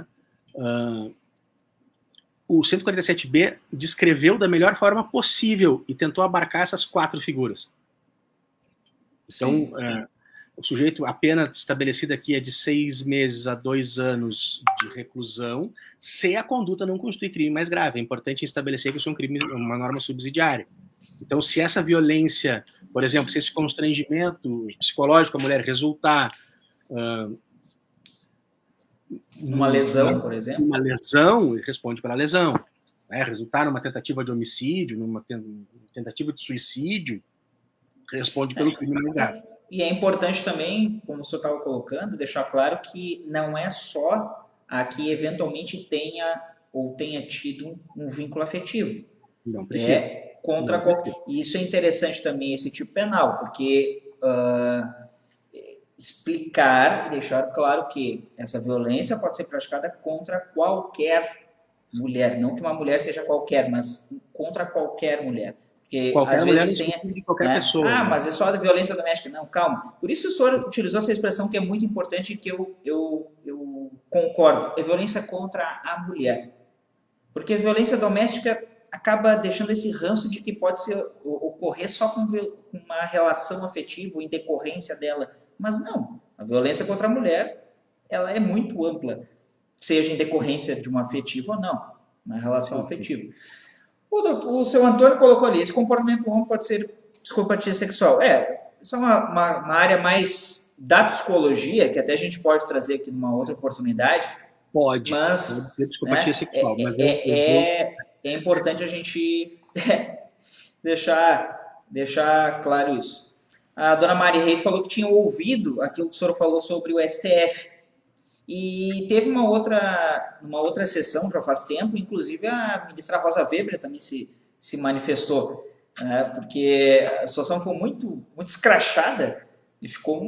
O 147B descreveu da melhor forma possível e tentou abarcar essas 4 figuras. Então, o sujeito, a pena estabelecida aqui é de 6 meses a 2 anos de reclusão, se a conduta não constitui crime mais grave. É importante estabelecer que isso é um crime, uma norma subsidiária. Então, se essa violência, por exemplo, se esse constrangimento psicológico a mulher resultar numa lesão, por exemplo. Uma lesão, ele responde pela lesão. Resultar numa tentativa de homicídio, numa tentativa de suicídio, responde pelo crime mais grave. E é importante também, como o senhor estava colocando, deixar claro que não é só a que eventualmente tenha ou tenha tido um vínculo afetivo. Não precisa. Contra qualquer... E isso é interessante também, esse tipo penal, porque explicar e deixar claro que essa violência pode ser praticada contra qualquer mulher, não que uma mulher seja qualquer, mas contra qualquer mulher. Porque qualquer às mulher vezes tem de qualquer pessoa. Mas é só da violência doméstica. Não, calma. Por isso que o senhor utilizou essa expressão que é muito importante e que eu concordo. É violência contra a mulher. Porque a violência doméstica acaba deixando esse ranço de que pode ocorrer só com uma relação afetiva ou em decorrência dela. Mas não, a violência contra a mulher, ela é muito ampla, seja em decorrência de uma afetiva ou não, uma relação afetiva. O seu Antônio colocou ali, esse comportamento homem pode ser psicopatia sexual. Isso é uma área mais da psicologia, que até a gente pode trazer aqui numa outra oportunidade. Pode ser psicopatia sexual, mas é importante a gente deixar claro isso. A dona Mari Reis falou que tinha ouvido aquilo que o senhor falou sobre o STF. E teve uma outra sessão, já faz tempo, inclusive a ministra Rosa Weber também se manifestou, porque a situação foi muito, muito escrachada e ficou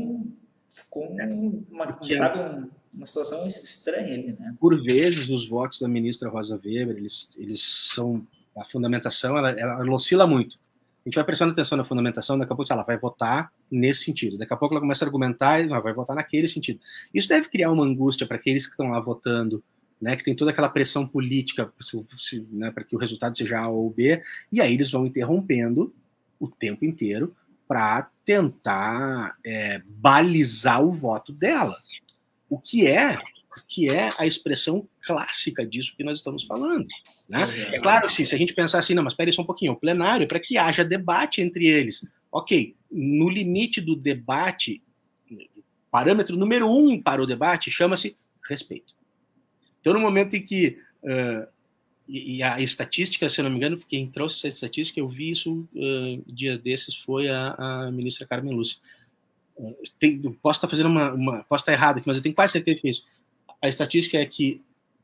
uma situação estranha ali, né? Por vezes, os votos da ministra Rosa Weber, eles são... A fundamentação, ela oscila muito. A gente vai prestando atenção na fundamentação, daqui a pouco ela vai votar nesse sentido. Daqui a pouco ela começa a argumentar e vai votar naquele sentido. Isso deve criar uma angústia para aqueles que estão lá votando, né, que tem toda aquela pressão política né, para que o resultado seja A ou B, e aí eles vão interrompendo o tempo inteiro para tentar balizar o voto dela. O que é a expressão clássica disso que nós estamos falando. Né? É claro que se a gente pensar assim, não, mas espere só um pouquinho, o plenário é para que haja debate entre eles. Ok, no limite do debate, parâmetro número 1 para o debate chama-se respeito. Então, no momento em que e a estatística, se eu não me engano, quem trouxe essa estatística, eu vi isso dias desses, foi a ministra Carmen Lúcia. Posso estar fazendo posso estar errado aqui, mas eu tenho quase certeza que é isso. A estatística é que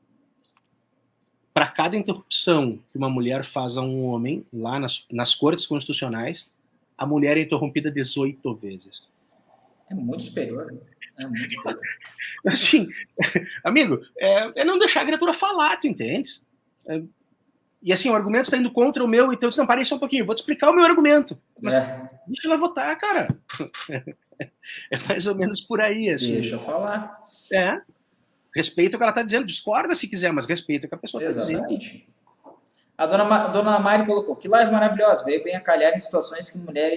para cada interrupção que uma mulher faz a um homem, lá nas cortes constitucionais, a mulher é interrompida 18 vezes. É muito superior. Assim, amigo, é não deixar a criatura falar, tu entende? E assim, o argumento está indo contra o meu, então eu disse, não, parei só um pouquinho, vou te explicar o meu argumento. Mas deixa ela votar, cara. É mais ou menos por aí, assim. Deixa eu falar. Respeita o que ela está dizendo, discorda se quiser, mas respeita o que a pessoa está dizendo. Exatamente. A dona Mari colocou, que live maravilhosa, veio bem a calhar em situações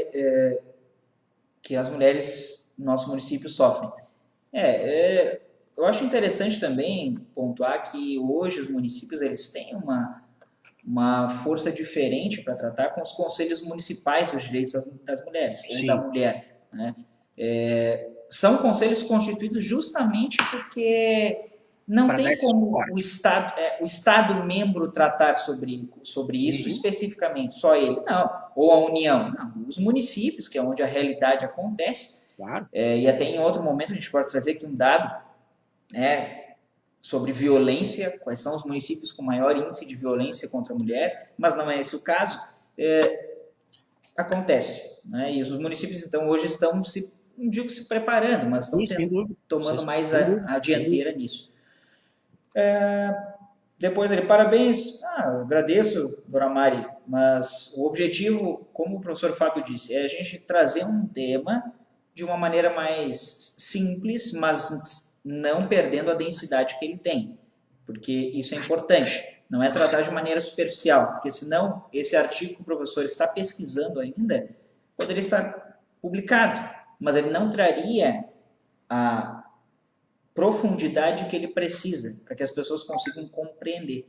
que as mulheres no nosso município sofrem. Eu acho interessante também pontuar que hoje os municípios eles têm uma força diferente para tratar com os conselhos municipais dos direitos das mulheres, ou da mulher, né? São conselhos constituídos justamente porque não tem como o Estado membro tratar sobre isso especificamente, só ele, não, ou a União, não, os municípios, que é onde a realidade acontece. Claro. E até em outro momento a gente pode trazer aqui um dado sobre violência, quais são os municípios com maior índice de violência contra a mulher, mas não é esse o caso. Acontece, né? E os municípios, então, hoje estão não digo se preparando, mas estão tomando mais a dianteira nisso. Depois ele, parabéns, eu agradeço, Dona Mari, mas o objetivo, como o professor Fábio disse, é a gente trazer um tema de uma maneira mais simples, mas não perdendo a densidade que ele tem, porque isso é importante. Não é tratar de maneira superficial, porque senão esse artigo que o professor está pesquisando ainda poderia estar publicado, mas ele não traria a profundidade que ele precisa para que as pessoas consigam compreender.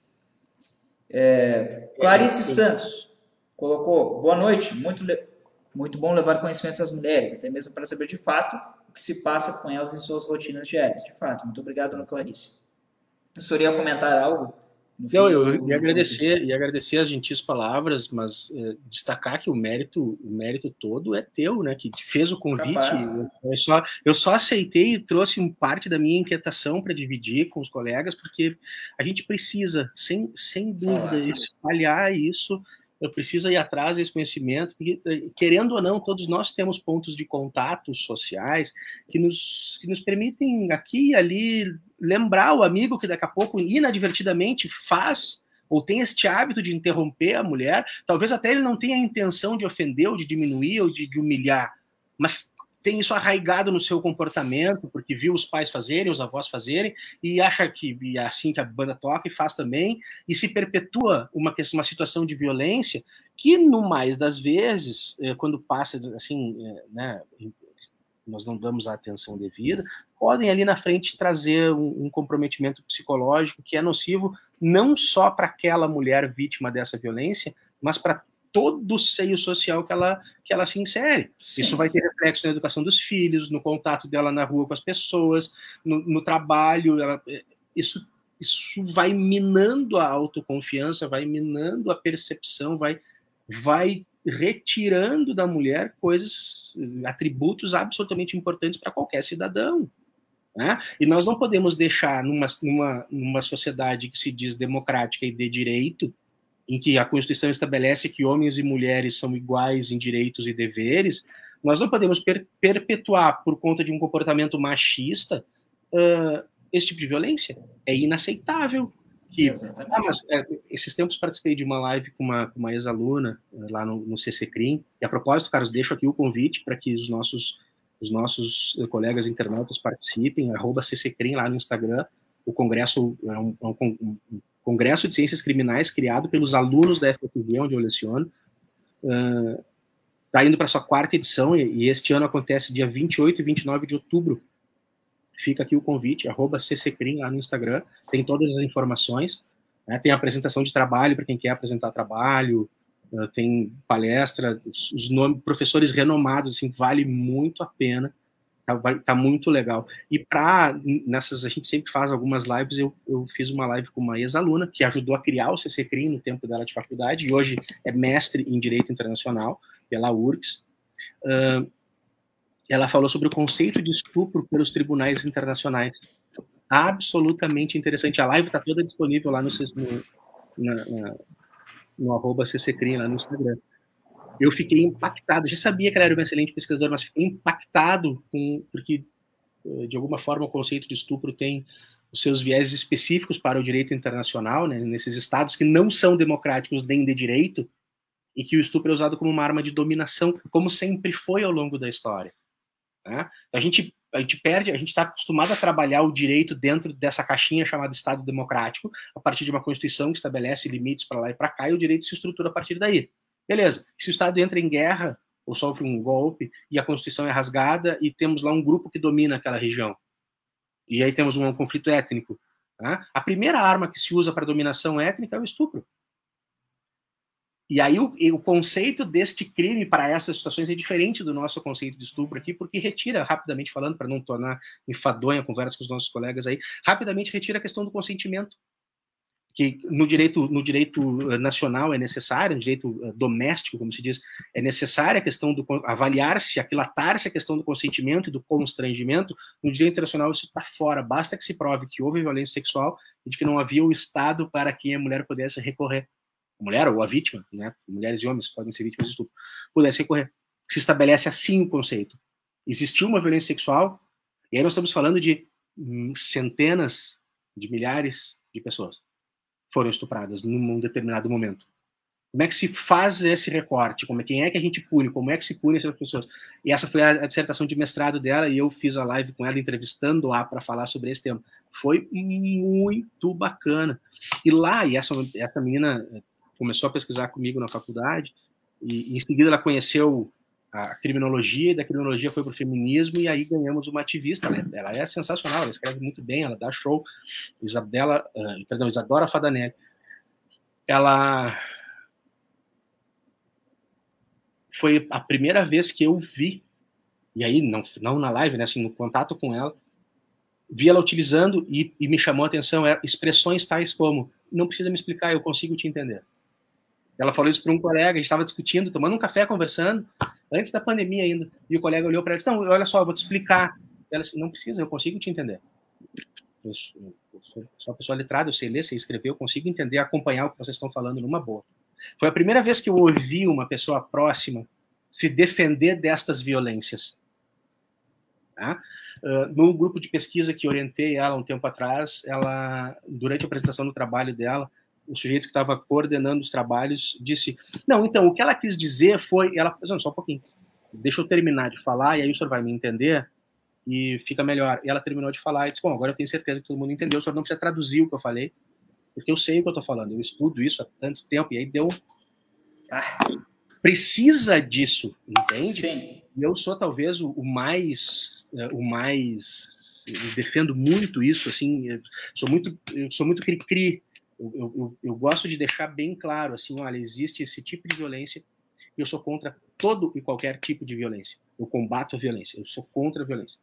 Clarice Santos colocou, boa noite, muito bom levar conhecimentos às mulheres, até mesmo para saber de fato o que se passa com elas em suas rotinas diárias. De fato, muito obrigado, Dona Clarice. O senhor ia comentar algo? Não, eu ia agradecer as gentis palavras, mas destacar que o mérito todo é teu, né? Que fez o convite. Eu só aceitei e trouxe parte da minha inquietação para dividir com os colegas, porque a gente precisa, sem dúvida, espalhar isso. Eu preciso ir atrás desse conhecimento, porque, querendo ou não, todos nós temos pontos de contato sociais que nos permitem aqui e ali lembrar o amigo que daqui a pouco inadvertidamente faz ou tem este hábito de interromper a mulher. Talvez até ele não tenha a intenção de ofender ou de diminuir ou de humilhar, mas tem isso arraigado no seu comportamento, porque viu os pais fazerem, os avós fazerem, e acha que é assim que a banda toca e faz também, e se perpetua uma situação de violência que, no mais das vezes, quando passa assim, né, nós não damos a atenção devida, podem ali na frente trazer um comprometimento psicológico que é nocivo não só para aquela mulher vítima dessa violência, mas para todo o seio social que ela se insere. Sim. Isso vai ter reflexo na educação dos filhos, no contato dela na rua com as pessoas, no trabalho. Isso vai minando a autoconfiança, vai minando a percepção, vai retirando da mulher atributos absolutamente importantes para qualquer cidadão. Né? E nós não podemos deixar numa sociedade que se diz democrática e de direito, em que a Constituição estabelece que homens e mulheres são iguais em direitos e deveres, nós não podemos perpetuar, por conta de um comportamento machista, esse tipo de violência. É inaceitável. Esses tempos participei de uma live com uma ex-aluna lá no CCCRIM, e a propósito, Carlos, deixo aqui o convite para que os nossos colegas internautas participem, @CCCRIM lá no Instagram. O congresso é um Congresso de Ciências Criminais criado pelos alunos da FFV, onde eu leciono. Está indo para sua 4ª edição, e este ano acontece dia 28 e 29 de outubro. Fica aqui o convite, @CCCRIM lá no Instagram, tem todas as informações, né? Tem apresentação de trabalho para quem quer apresentar trabalho, tem palestra, os nomes, professores renomados, assim, vale muito a pena. Tá muito legal. E nessas, a gente sempre faz algumas lives. Eu fiz uma live com uma ex-aluna que ajudou a criar o CCCRIM no tempo dela de faculdade, e hoje é mestre em Direito Internacional pela URGS. Ela falou sobre o conceito de estupro pelos tribunais internacionais. Absolutamente interessante. A live está toda disponível lá no @CCCRIM, lá no Instagram. Eu fiquei impactado, já sabia que ela era uma excelente pesquisadora, mas fiquei impactado porque, de alguma forma, o conceito de estupro tem os seus viés específicos para o direito internacional, né, nesses estados que não são democráticos nem de direito, e que o estupro é usado como uma arma de dominação, como sempre foi ao longo da história. Né? A gente está acostumado a trabalhar o direito dentro dessa caixinha chamada Estado Democrático, a partir de uma Constituição que estabelece limites para lá e para cá, e o direito se estrutura a partir daí. Beleza, se o Estado entra em guerra ou sofre um golpe e a Constituição é rasgada e temos lá um grupo que domina aquela região, e aí temos um conflito étnico, né? A primeira arma que se usa para dominação étnica é o estupro. E aí o conceito deste crime para essas situações é diferente do nosso conceito de estupro aqui, porque retira, rapidamente falando, para não tornar enfadonha a conversa com os nossos colegas aí, rapidamente retira a questão do consentimento. que no direito nacional é necessário, no direito doméstico, como se diz, é necessária a questão do avaliar-se, aquilatar-se a questão do consentimento e do constrangimento. No direito internacional isso está fora, basta que se prove que houve violência sexual e de que não havia o Estado para que a mulher pudesse recorrer. A mulher ou a vítima, né? Mulheres e homens podem ser vítimas de estupro, pudesse recorrer. Se estabelece assim o conceito. Existiu uma violência sexual, e aí nós estamos falando de centenas de milhares de pessoas foram estupradas num determinado momento. Como é que se faz esse recorte? Quem é que a gente pune? Como é que se pune essas pessoas? E essa foi a dissertação de mestrado dela, e eu fiz a live com ela, entrevistando-a para falar sobre esse tema. Foi muito bacana. E lá, essa menina começou a pesquisar comigo na faculdade, e em seguida ela conheceu a criminologia, e da criminologia foi para o feminismo, e aí ganhamos uma ativista. Ela é sensacional, ela escreve muito bem, ela dá show. Isadora Fadanelli. Ela foi a primeira vez que eu vi, e aí não na live, né, assim, no contato com ela, vi ela utilizando e me chamou a atenção expressões tais como: não precisa me explicar, eu consigo te entender. Ela falou isso para um colega, a gente estava discutindo, tomando um café, conversando, antes da pandemia ainda. E o colega olhou para ela e disse: não, olha só, eu vou te explicar. Ela disse: não precisa, eu consigo te entender. Eu sou uma pessoa letrada, eu sei ler, sei escrever, eu consigo entender, acompanhar o que vocês estão falando numa boa. Foi a primeira vez que eu ouvi uma pessoa próxima se defender destas violências. Tá? No grupo de pesquisa que orientei ela um tempo atrás, durante a apresentação do trabalho dela, o sujeito que estava coordenando os trabalhos disse: não, então, o que ela quis dizer foi... Ela, só um pouquinho, deixa eu terminar de falar, e aí o senhor vai me entender, e fica melhor. E ela terminou de falar, e disse: bom, agora eu tenho certeza que todo mundo entendeu, o senhor não precisa traduzir o que eu falei, porque eu sei o que eu estou falando, eu estudo isso há tanto tempo, e aí deu... Precisa disso, entende? Sim. E eu sou talvez o mais... Eu defendo muito isso, assim, eu sou muito cri-cri. Eu gosto de deixar bem claro, assim, olha, existe esse tipo de violência e eu sou contra todo e qualquer tipo de violência. Eu combato a violência, eu sou contra a violência.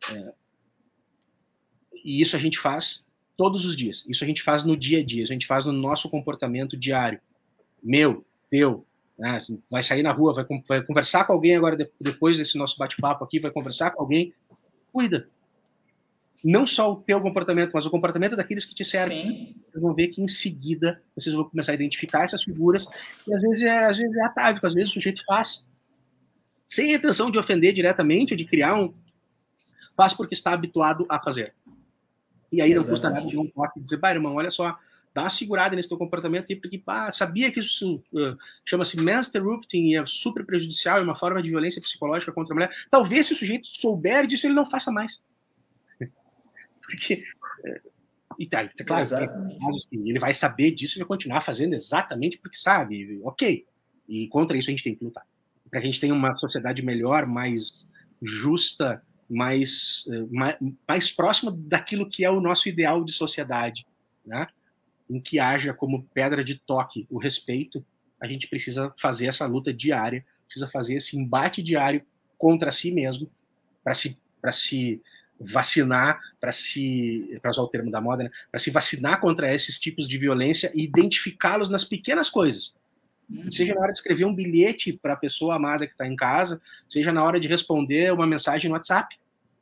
E isso a gente faz todos os dias, isso a gente faz no dia a dia, isso a gente faz no nosso comportamento diário. Meu, teu, né? Vai sair na rua, vai conversar com alguém agora, depois desse nosso bate-papo aqui, vai conversar com alguém, cuida. Não só o teu comportamento, mas o comportamento daqueles que te servem. Sim. Vocês vão ver que em seguida vocês vão começar a identificar essas figuras, e às vezes é atávico, às vezes o sujeito faz sem a intenção de ofender diretamente, de criar faz porque está habituado a fazer. E aí não custa nada de um toque e dizer: bah, irmão, olha só, dá uma segurada nesse teu comportamento aí, porque sabia que isso chama-se mansinterrupting e é super prejudicial, é uma forma de violência psicológica contra a mulher. Talvez se o sujeito souber disso, ele não faça mais. Porque, claro, ele vai saber disso e vai continuar fazendo exatamente porque sabe, ok. E contra isso a gente tem que lutar. Para que a gente tenha uma sociedade melhor, mais justa, mais próxima daquilo que é o nosso ideal de sociedade, né? Em que haja como pedra de toque o respeito, a gente precisa fazer essa luta diária, precisa fazer esse embate diário contra si mesmo, para se vacinar, para usar o termo da moda, né? Para se vacinar contra esses tipos de violência e identificá-los nas pequenas coisas. Seja na hora de escrever um bilhete para a pessoa amada que está em casa, seja na hora de responder uma mensagem no WhatsApp.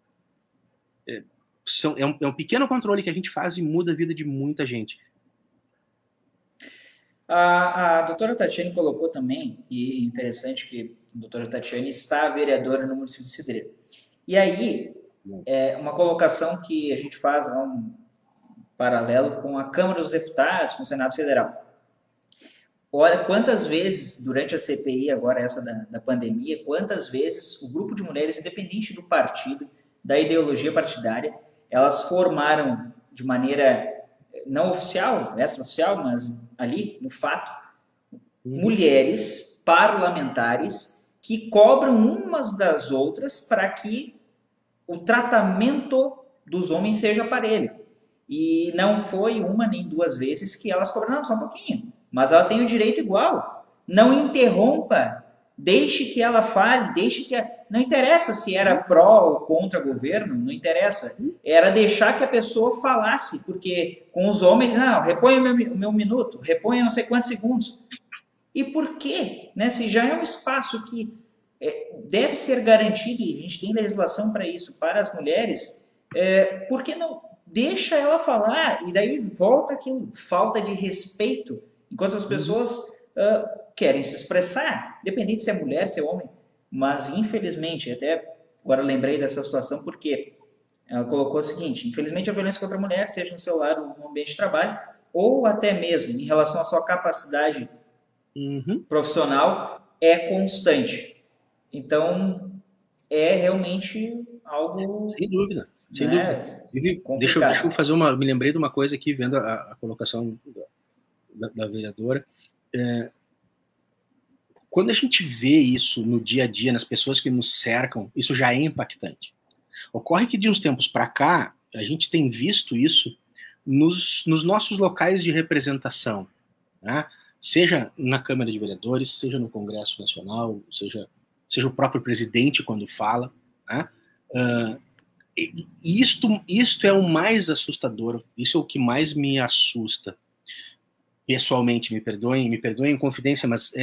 É um pequeno controle que a gente faz e muda a vida de muita gente. A doutora Tatiane colocou também, e interessante que a doutora Tatiane está vereadora no município de Cidreira. E aí, uma colocação que a gente faz um paralelo com a Câmara dos Deputados, com o Senado Federal. Olha quantas vezes, durante a CPI, agora essa da pandemia, quantas vezes o grupo de mulheres, independente do partido, da ideologia partidária, elas formaram de maneira não oficial, extraoficial, mas ali, no fato, mulheres parlamentares que cobram umas das outras para que o tratamento dos homens seja parelho. E não foi uma nem duas vezes que elas cobraram, não, só um pouquinho. Mas ela tem o direito igual. Não interrompa Deixe que ela fale, deixe que... Não interessa se era pró ou contra governo, não interessa. Era deixar que a pessoa falasse, porque com os homens, não, repõe o meu minuto, repõe não sei quantos segundos. E por quê? Né? Se já é um espaço que deve ser garantido, e a gente tem legislação para isso, para as mulheres, por que não deixa ela falar? E daí volta aquilo, falta de respeito, enquanto as pessoas querem se expressar, independente se é mulher, se é homem. Mas, infelizmente, até agora lembrei dessa situação porque ela colocou o seguinte: infelizmente a violência contra a mulher, seja no seu lar ou no ambiente de trabalho, ou até mesmo em relação à sua capacidade profissional, é constante. Então, é realmente algo... Sem dúvida, sem né, dúvida. Deixa eu fazer uma... Me lembrei de uma coisa aqui, vendo a colocação da vereadora. Quando a gente vê isso no dia a dia, nas pessoas que nos cercam, isso já é impactante. Ocorre que de uns tempos para cá, a gente tem visto isso nos nossos locais de representação, né? Seja na Câmara de Vereadores, seja no Congresso Nacional, seja o próprio presidente quando fala, né? Isto é o mais assustador, isso é o que mais me assusta. Pessoalmente, me perdoem em confidência, mas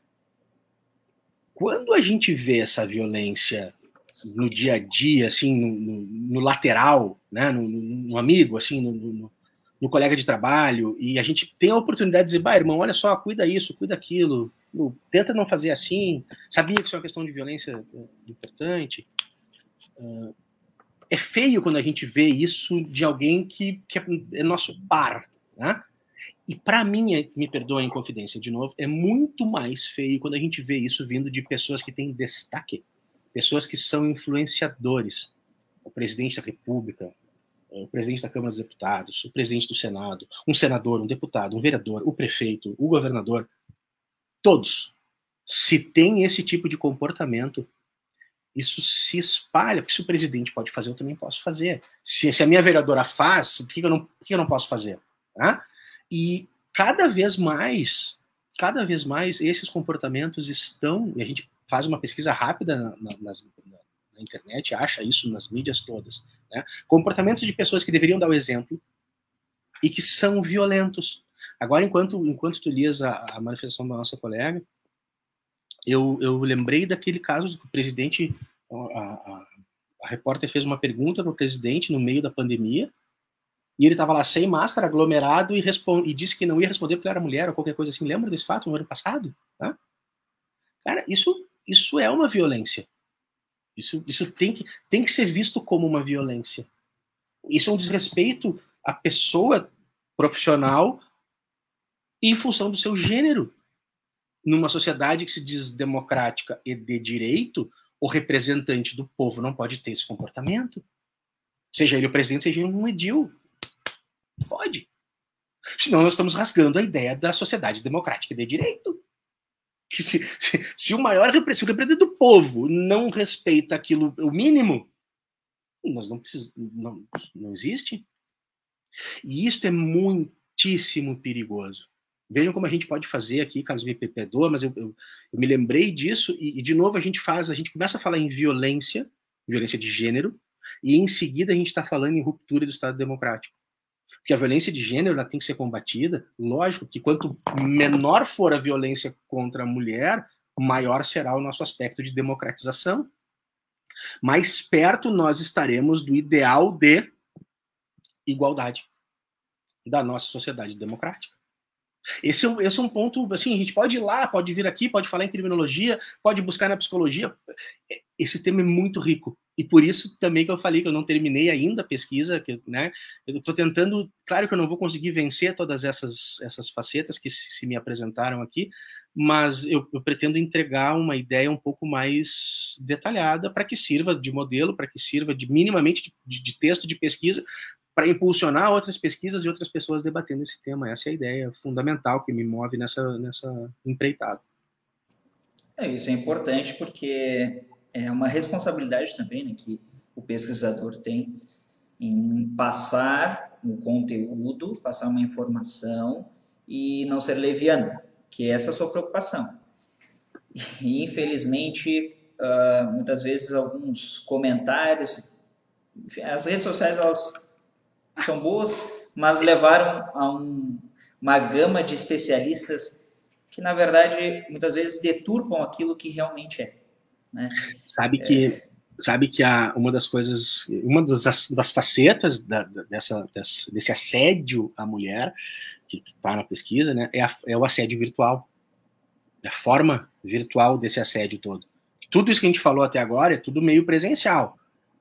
quando a gente vê essa violência no dia a dia, assim, no lateral, né, no amigo, assim, no colega de trabalho, e a gente tem a oportunidade de dizer, bah, irmão, olha só, cuida isso, cuida aquilo, tenta não fazer assim, sabia que isso é uma questão de violência importante. É feio quando a gente vê isso de alguém que é nosso par, né? E para mim, me perdoem em confidência de novo, é muito mais feio quando a gente vê isso vindo de pessoas que têm destaque, pessoas que são influenciadores. O presidente da República, o presidente da Câmara dos Deputados, o presidente do Senado, um senador, um deputado, um vereador, o prefeito, o governador, todos. Se tem esse tipo de comportamento, isso se espalha, porque se o presidente pode fazer, eu também posso fazer. Se a minha vereadora faz, por que eu não posso fazer? Tá? E cada vez mais esses comportamentos estão, e a gente faz uma pesquisa rápida na internet, acha isso nas mídias todas, né? Comportamentos de pessoas que deveriam dar o exemplo e que são violentos. Agora, enquanto tu lias a manifestação da nossa colega, eu lembrei daquele caso do que o presidente, a repórter fez uma pergunta para o presidente no meio da pandemia, e ele estava lá sem máscara, aglomerado, e disse que não ia responder porque era mulher ou qualquer coisa assim. Lembra desse fato no ano passado? Tá? Cara, isso é uma violência. Isso tem que ser visto como uma violência. Isso é um desrespeito à pessoa profissional em função do seu gênero. Numa sociedade que se diz democrática e de direito, o representante do povo não pode ter esse comportamento. Seja ele o presidente, seja ele um edil. Pode. Senão nós estamos rasgando a ideia da sociedade democrática de direito. Que se o representante do povo não respeita aquilo, o mínimo, nós não existe. E isso é muitíssimo perigoso. Vejam como a gente pode fazer aqui, Carlos me perdoa, mas eu me lembrei disso, e de novo a gente começa a falar em violência de gênero, e em seguida a gente está falando em ruptura do Estado democrático. Porque a violência de gênero ela tem que ser combatida, lógico que quanto menor for a violência contra a mulher, maior será o nosso aspecto de democratização. Mais perto nós estaremos do ideal de igualdade da nossa sociedade democrática. Esse é um ponto, assim, a gente pode ir lá, pode vir aqui, pode falar em criminologia, pode buscar na psicologia. Esse tema é muito rico. E por isso também que eu falei que eu não terminei ainda a pesquisa, né? Eu estou tentando, claro que eu não vou conseguir vencer todas essas facetas que se me apresentaram aqui, mas eu pretendo entregar uma ideia um pouco mais detalhada para que sirva de modelo, para que sirva minimamente de texto de pesquisa, para impulsionar outras pesquisas e outras pessoas debatendo esse tema. Essa é a ideia fundamental que me move nessa empreitada. Isso é importante porque é uma responsabilidade também, né, que o pesquisador tem em passar um conteúdo, passar uma informação e não ser leviano, que é essa a sua preocupação. E, infelizmente, muitas vezes alguns comentários, as redes sociais elas são boas, mas levaram a uma gama de especialistas que, na verdade, muitas vezes deturpam aquilo que realmente é. Né? Sabe que uma das coisas, uma das facetas desse assédio à mulher, que está na pesquisa, né, é o assédio virtual. A forma virtual desse assédio todo. Tudo isso que a gente falou até agora é tudo meio presencial.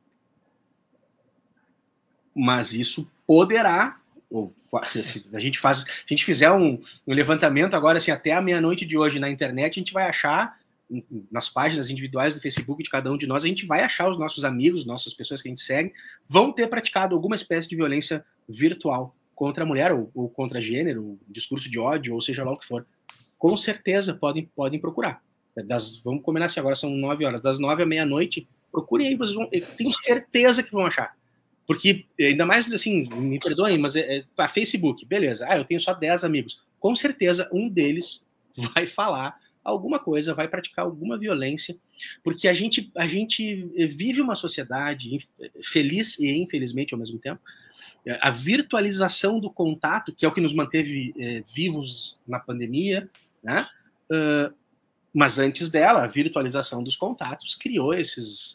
Mas isso poderá, ou se a gente fizer um levantamento agora, assim, até a meia-noite de hoje na internet, a gente vai achar, nas páginas individuais do Facebook de cada um de nós, a gente vai achar os nossos amigos, nossas pessoas que a gente segue, vão ter praticado alguma espécie de violência virtual contra a mulher, ou contra gênero, discurso de ódio, ou seja lá o que for. Com certeza podem procurar. Vamos combinar assim, agora são 9 horas, das 9 à meia-noite, procurem aí, vocês vão, eu tenho certeza que vão achar. Porque, ainda mais assim, me perdoem, mas a Facebook, beleza, eu tenho só 10 amigos. Com certeza um deles vai falar alguma coisa, vai praticar alguma violência, porque a gente vive uma sociedade feliz e infelizmente ao mesmo tempo. A virtualização do contato, que é o que nos manteve vivos na pandemia, né? Mas antes dela, a virtualização dos contatos criou esses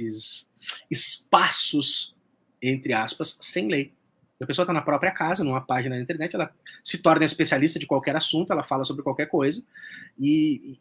espaços, entre aspas, sem lei. A pessoa está na própria casa, numa página na internet, ela se torna especialista de qualquer assunto, ela fala sobre qualquer coisa, e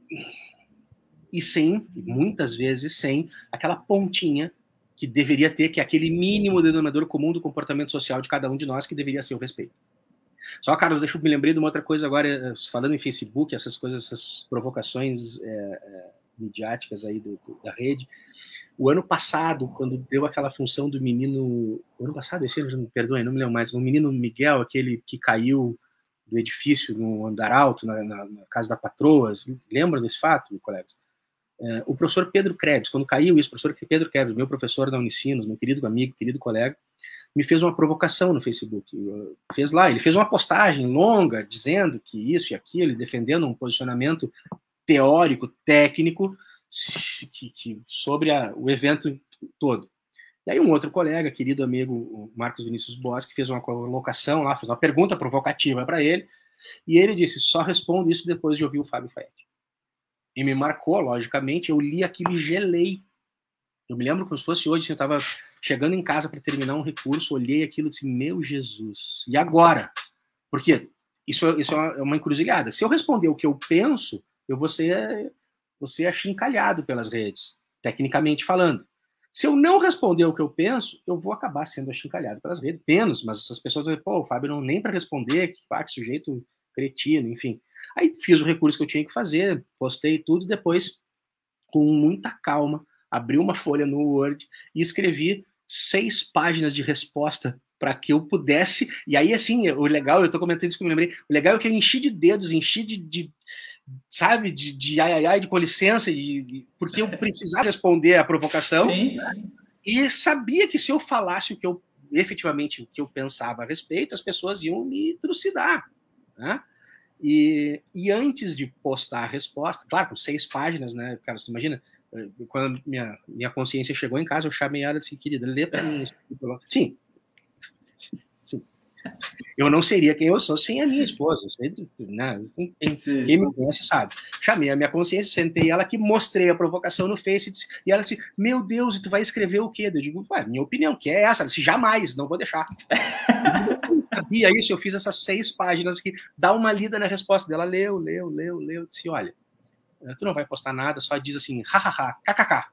sem, muitas vezes, sem aquela pontinha que deveria ter, que é aquele mínimo denominador comum do comportamento social de cada um de nós, que deveria ser o respeito. Só, Carlos, deixa eu me lembrar de uma outra coisa agora, falando em Facebook, essas coisas, essas provocações midiáticas aí da rede. O ano passado, quando deu aquela função do menino... O ano passado, esse ano, me perdoem, não me lembro mais, o menino Miguel, aquele que caiu do edifício no andar alto, na casa da patroa, lembram desse fato, colegas? O professor Pedro Krebs, quando caiu isso, o professor Pedro Krebs, meu professor da Unicinos, meu querido amigo, querido colega, me fez uma provocação no Facebook. Ele fez uma postagem longa, dizendo que isso e aquilo, defendendo um posicionamento teórico, técnico, sobre o evento todo. E aí um outro colega, querido amigo, o Marcos Vinícius Bosque, fez uma colocação lá, fez uma pergunta provocativa para ele, e ele disse, só respondo isso depois de ouvir o Fábio Faetti. E me marcou, logicamente, eu li aquilo e gelei. Eu me lembro como se fosse hoje, eu estava chegando em casa para terminar um recurso, olhei aquilo e disse, meu Jesus, e agora? Porque isso é uma encruzilhada. Se eu responder o que eu penso, eu vou ser achincalhado pelas redes, tecnicamente falando. Se eu não responder o que eu penso, eu vou acabar sendo achincalhado pelas redes, menos, mas essas pessoas dizem, o Fábio não nem para responder, que sujeito cretino, enfim. Aí fiz o recurso que eu tinha que fazer, postei tudo, e depois, com muita calma, abri uma folha no Word e escrevi 6 páginas de resposta para que eu pudesse, e aí assim, o legal, eu tô comentando isso que eu me lembrei, o legal é que eu enchi de dedos, enchi sabe, de ai, de com licença, porque eu precisava responder a provocação. Sim. E sabia que se eu falasse efetivamente o que eu pensava a respeito, as pessoas iam me trucidar, né? E antes de postar a resposta, claro, com 6 páginas, né, Carlos, tu imagina, quando minha consciência chegou em casa, eu chamei ela e disse, querida, lê para mim. Sim. Eu não seria quem eu sou sem a minha esposa. Né? Quem me conhece sabe. Chamei a minha consciência, sentei ela aqui, mostrei a provocação no Face e ela disse, meu Deus, e tu vai escrever o quê? Eu digo, minha opinião, que é essa? Ela disse, jamais, não vou deixar. Eu não sabia isso, eu fiz essas 6 páginas que dá uma lida na resposta dela, leu, disse, olha, tu não vai postar nada, só diz assim, hahaha, kkk.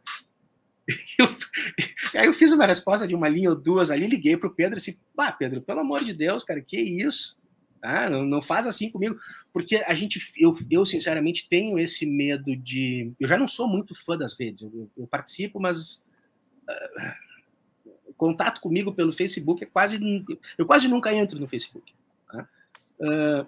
Aí eu fiz uma resposta de uma linha ou duas ali, liguei pro Pedro e disse, Pedro, pelo amor de Deus, cara, que isso? Não faz assim comigo, porque eu sinceramente tenho esse medo de... Eu já não sou muito fã das redes, eu participo, mas contato comigo pelo Facebook eu quase nunca entro no Facebook. Tá?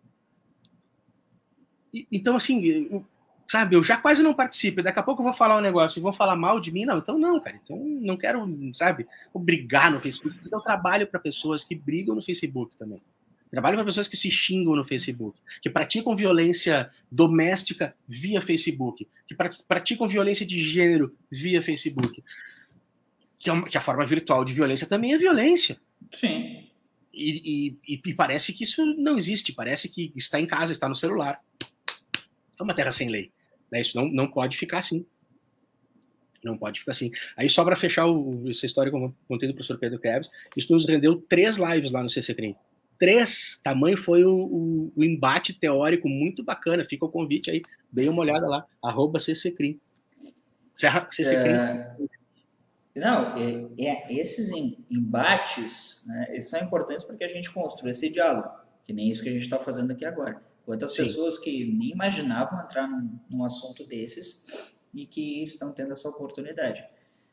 Então, assim... Sabe, eu já quase não participo, daqui a pouco eu vou falar um negócio e vão falar mal de mim, então não, cara, então não quero, sabe, brigar no Facebook, porque eu trabalho para pessoas que brigam no Facebook também. Trabalho para pessoas que se xingam no Facebook, que praticam violência doméstica via Facebook, que praticam violência de gênero via Facebook. Que a forma virtual de violência também é violência. Sim. E parece que isso não existe, parece que está em casa, está no celular. É uma terra sem lei. Né? Isso não pode ficar assim. Não pode ficar assim. Aí, só para fechar essa história que eu contei do professor Pedro Krebs, isso nos rendeu 3 lives lá no CCCrim. 3. Tamanho foi o embate teórico muito bacana. Fica o convite aí. Dê uma olhada lá. @CCCrim. CCCrim. Não, esses embates, né, eles são importantes para que a gente construa esse diálogo, que nem isso que a gente está fazendo aqui agora. Quantas pessoas que nem imaginavam entrar num assunto desses e que estão tendo essa oportunidade.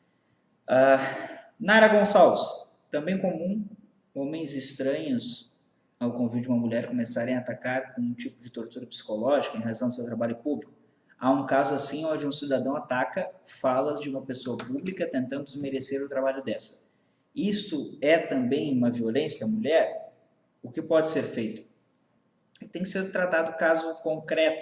Nara Gonçalves, também comum homens estranhos ao convite de uma mulher começarem a atacar com um tipo de tortura psicológica em razão do seu trabalho público. Há um caso assim onde um cidadão ataca falas de uma pessoa pública tentando desmerecer o trabalho dessa. Isto é também uma violência à mulher? O que pode ser feito? Tem que ser tratado caso concreto,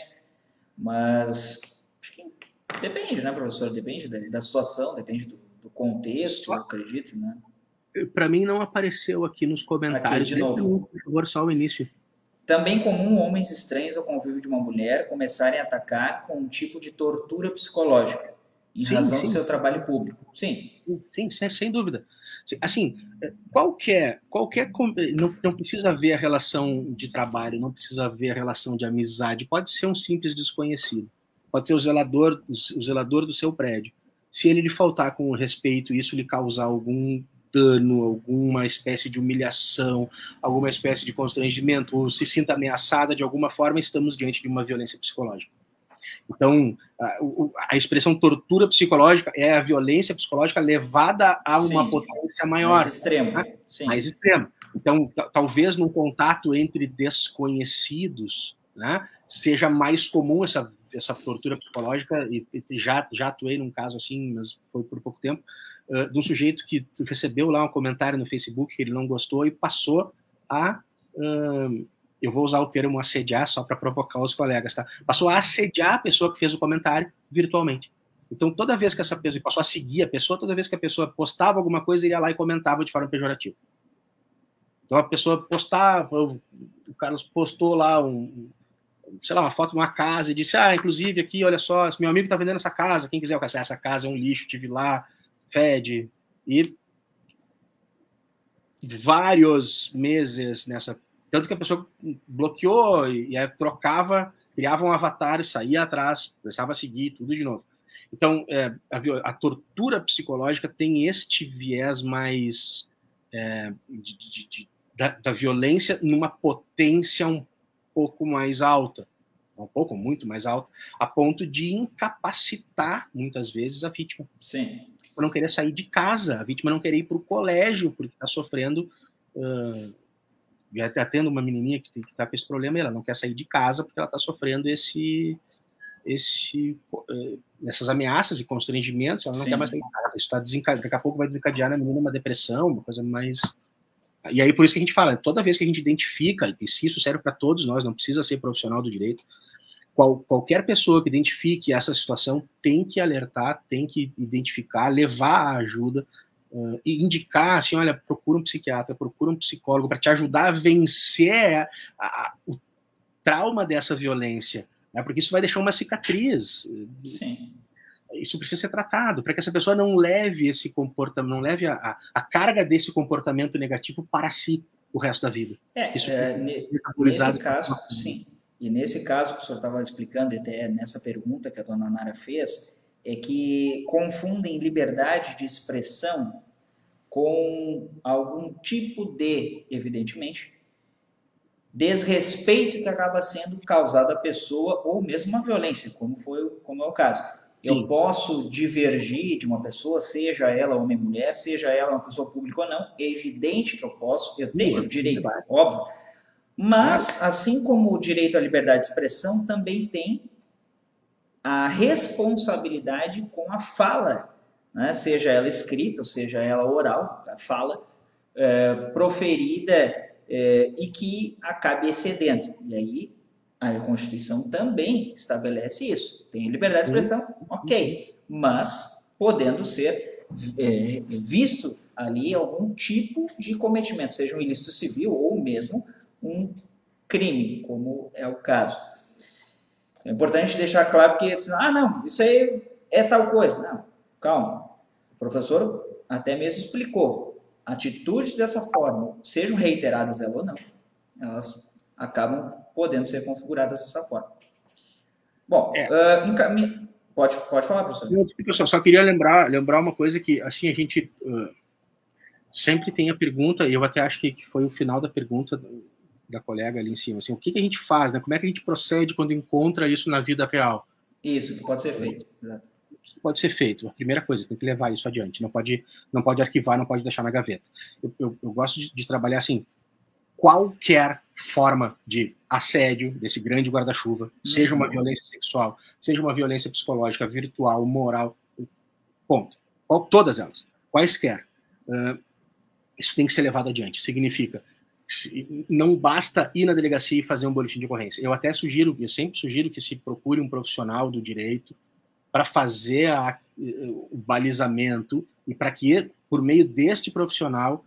mas acho que depende, né, professor? Depende da situação, depende do contexto, eu acredito, né? Para mim não apareceu aqui nos comentários. Aqui, de novo. Por favor, só o início. Também comum homens estranhos ao convívio de uma mulher começarem a atacar com um tipo de tortura psicológica, em razão do seu trabalho público. Sim. Sim, sem dúvida. Assim, qualquer não precisa haver a relação de trabalho, não precisa haver a relação de amizade, pode ser um simples desconhecido, pode ser o zelador do seu prédio. Se ele lhe faltar com respeito e isso lhe causar algum dano, alguma espécie de humilhação, alguma espécie de constrangimento, ou se sinta ameaçada de alguma forma, estamos diante de uma violência psicológica. Então, a expressão tortura psicológica é a violência psicológica levada a uma potência maior. Mais extremo. Né? Mais extremo. Então, talvez num contato entre desconhecidos, né, seja mais comum essa tortura psicológica, e já atuei num caso assim, mas foi por pouco tempo, de um sujeito que recebeu lá um comentário no Facebook que ele não gostou e passou a... eu vou usar o termo assediar só para provocar os colegas, tá? Passou a assediar a pessoa que fez o comentário virtualmente. Então, toda vez que essa pessoa passou a seguir a pessoa, toda vez que a pessoa postava alguma coisa, ele ia lá e comentava de forma pejorativa. Então, a pessoa postava, o Carlos postou lá uma foto de uma casa e disse, inclusive aqui, olha só, meu amigo tá vendendo essa casa, quem quiser, essa casa é um lixo, tive lá, fede, e vários meses nessa... Tanto que a pessoa bloqueou e aí trocava, criava um avatar e saía atrás, começava a seguir, tudo de novo. Então, a tortura psicológica tem este viés mais da violência numa potência um pouco mais alta, muito mais alta, a ponto de incapacitar, muitas vezes, a vítima. Sim. Por não querer sair de casa, a vítima não querer ir para o colégio, porque está sofrendo... já está tendo uma menininha que está com esse problema, ela não quer sair de casa porque ela está sofrendo essas ameaças e constrangimentos, ela não quer mais sair de casa. Isso daqui a pouco vai desencadear na menina uma depressão, uma coisa mais... E aí, por isso que a gente fala, toda vez que a gente identifica, e se isso serve para todos nós, não precisa ser profissional do direito, qualquer pessoa que identifique essa situação tem que alertar, tem que identificar, levar a ajuda, e indicar, assim, olha, procura um psiquiatra, procura um psicólogo para te ajudar a vencer o trauma dessa violência, né? Porque isso vai deixar uma cicatriz. Sim. Isso precisa ser tratado, para que essa pessoa não leve esse comportamento, não leve a carga desse comportamento negativo para si o resto da vida. Nesse caso, sim. E nesse caso que o senhor estava explicando, até nessa pergunta que a dona Nara fez, é que confundem liberdade de expressão com algum tipo de, evidentemente, desrespeito que acaba sendo causado à pessoa ou mesmo uma violência, como é o caso. Eu posso divergir de uma pessoa, seja ela homem ou mulher, seja ela uma pessoa pública ou não, é evidente que eu posso, eu tenho o direito, óbvio, mas, assim como o direito à liberdade de expressão, também tem a responsabilidade com a fala, né? Seja ela escrita, ou seja ela oral, a fala proferida e que acabe excedendo. E aí a Constituição também estabelece isso. Tem liberdade de expressão, ok, mas podendo ser visto ali algum tipo de cometimento, seja um ilícito civil ou mesmo um crime, como é o caso. É importante deixar claro que, não, isso aí é tal coisa. Não, calma. O professor até mesmo explicou. Atitudes dessa forma, sejam reiteradas ela ou não, elas acabam podendo ser configuradas dessa forma. Bom, pode falar, professor. Eu só queria lembrar uma coisa que, assim, a gente sempre tem a pergunta, e eu até acho que foi o final da pergunta da colega ali em cima, assim, o que a gente faz, né? Como é que a gente procede quando encontra isso na vida real? Isso, que pode ser feito. Exato. Pode ser feito. A primeira coisa, tem que levar isso adiante. Não pode arquivar, não pode deixar na gaveta. Eu gosto de trabalhar assim, qualquer forma de assédio desse grande guarda-chuva, seja uma violência sexual, seja uma violência psicológica, virtual, moral, ponto. Todas elas, quaisquer. Isso tem que ser levado adiante. Significa, não basta ir na delegacia e fazer um boletim de ocorrência. Eu sempre sugiro que se procure um profissional do direito para fazer o balizamento e para que, por meio deste profissional,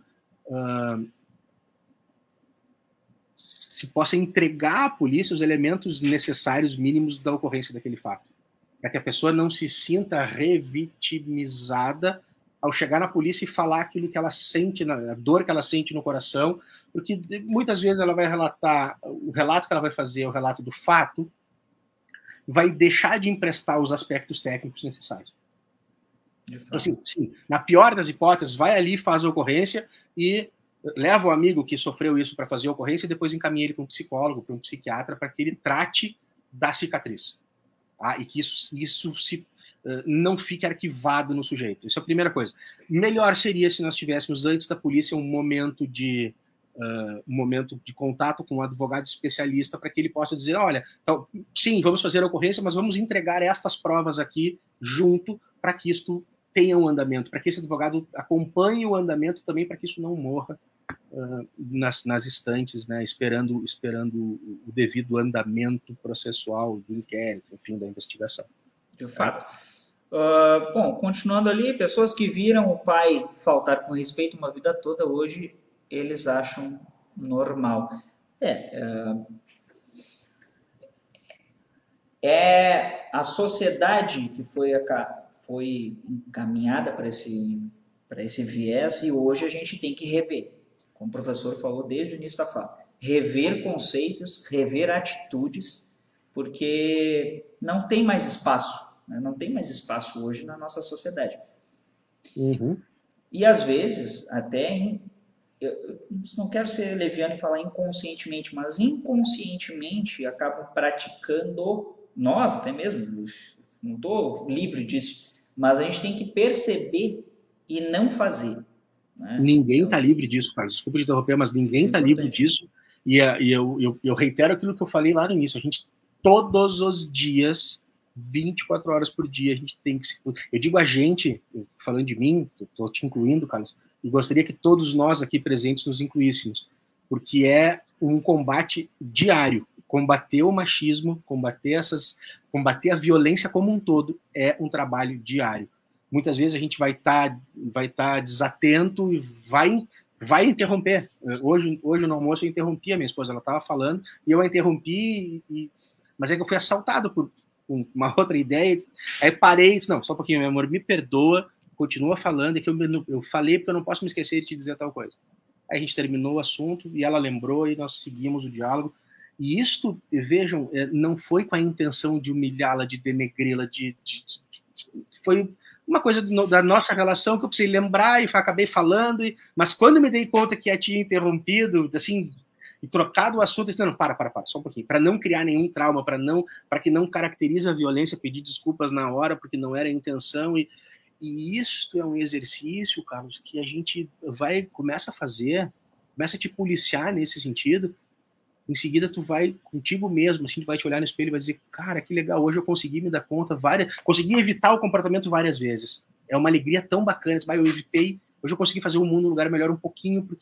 se possa entregar à polícia os elementos necessários mínimos da ocorrência daquele fato. Para que a pessoa não se sinta revitimizada ao chegar na polícia e falar aquilo que ela sente, a dor que ela sente no coração, porque muitas vezes ela vai relatar, o relato que ela vai fazer, o relato do fato, vai deixar de emprestar os aspectos técnicos necessários. Então, assim, sim, na pior das hipóteses, vai ali, faz a ocorrência e leva o amigo que sofreu isso para fazer a ocorrência e depois encaminha ele para um psicólogo, para um psiquiatra, para que ele trate da cicatriz. Tá? E que isso não fique arquivado no sujeito. Essa é a primeira coisa. Melhor seria se nós tivéssemos, antes da polícia, um momento de contato com um advogado especialista para que ele possa dizer, olha, então, sim, vamos fazer a ocorrência, mas vamos entregar estas provas aqui junto para que isto tenha um andamento, para que esse advogado acompanhe o andamento também, para que isso não morra nas estantes, né, esperando o devido andamento processual do inquérito, enfim, da investigação. De fato. Bom, continuando ali, pessoas que viram o pai faltar com respeito uma vida toda, hoje eles acham normal. É a sociedade que foi encaminhada para esse viés e hoje a gente tem que rever. Como o professor falou desde o início da fala, rever conceitos, rever atitudes, porque não tem mais espaço, né? Não tem mais espaço hoje na nossa sociedade. Uhum. E às vezes, até eu não quero ser leviano e falar inconscientemente, mas inconscientemente acabam praticando, nós até mesmo, não estou livre disso, mas a gente tem que perceber e não fazer. Né? Ninguém está livre disso, Carlos. Desculpa te interromper, mas ninguém está livre disso. E eu reitero aquilo que eu falei lá no início. A gente, todos os dias, 24 horas por dia, a gente tem que se... Eu digo a gente, falando de mim, estou te incluindo, Carlos, e gostaria que todos nós aqui presentes nos incluíssemos, porque é um combate diário. Combater o machismo, combater a violência como um todo é um trabalho diário. Muitas vezes a gente vai estar desatento e vai interromper. Hoje no almoço eu interrompi a minha esposa, ela estava falando, e eu a interrompi, mas é que eu fui assaltado por uma outra ideia, aí parei e disse, não, só um pouquinho, meu amor, me perdoa, continua falando, é que eu falei porque eu não posso me esquecer de te dizer tal coisa. Aí a gente terminou o assunto, e ela lembrou, e nós seguimos o diálogo. E isto, vejam, não foi com a intenção de humilhá-la, de denegri-la, foi uma coisa da nossa relação que eu precisei lembrar e acabei falando, mas quando me dei conta que a tinha interrompido, assim, e trocado o assunto, eu disse, não, para, só um pouquinho, para não criar nenhum trauma, para que não caracterize a violência, pedir desculpas na hora, porque não era a intenção, e isto é um exercício, Carlos, que a gente começa a fazer, começa a te policiar nesse sentido. Em seguida tu vai contigo mesmo, assim, tu vai te olhar no espelho e vai dizer, cara, que legal, hoje eu consegui me dar conta, consegui evitar o comportamento várias vezes. É uma alegria tão bacana, eu evitei, hoje eu consegui fazer o mundo um lugar melhor um pouquinho, porque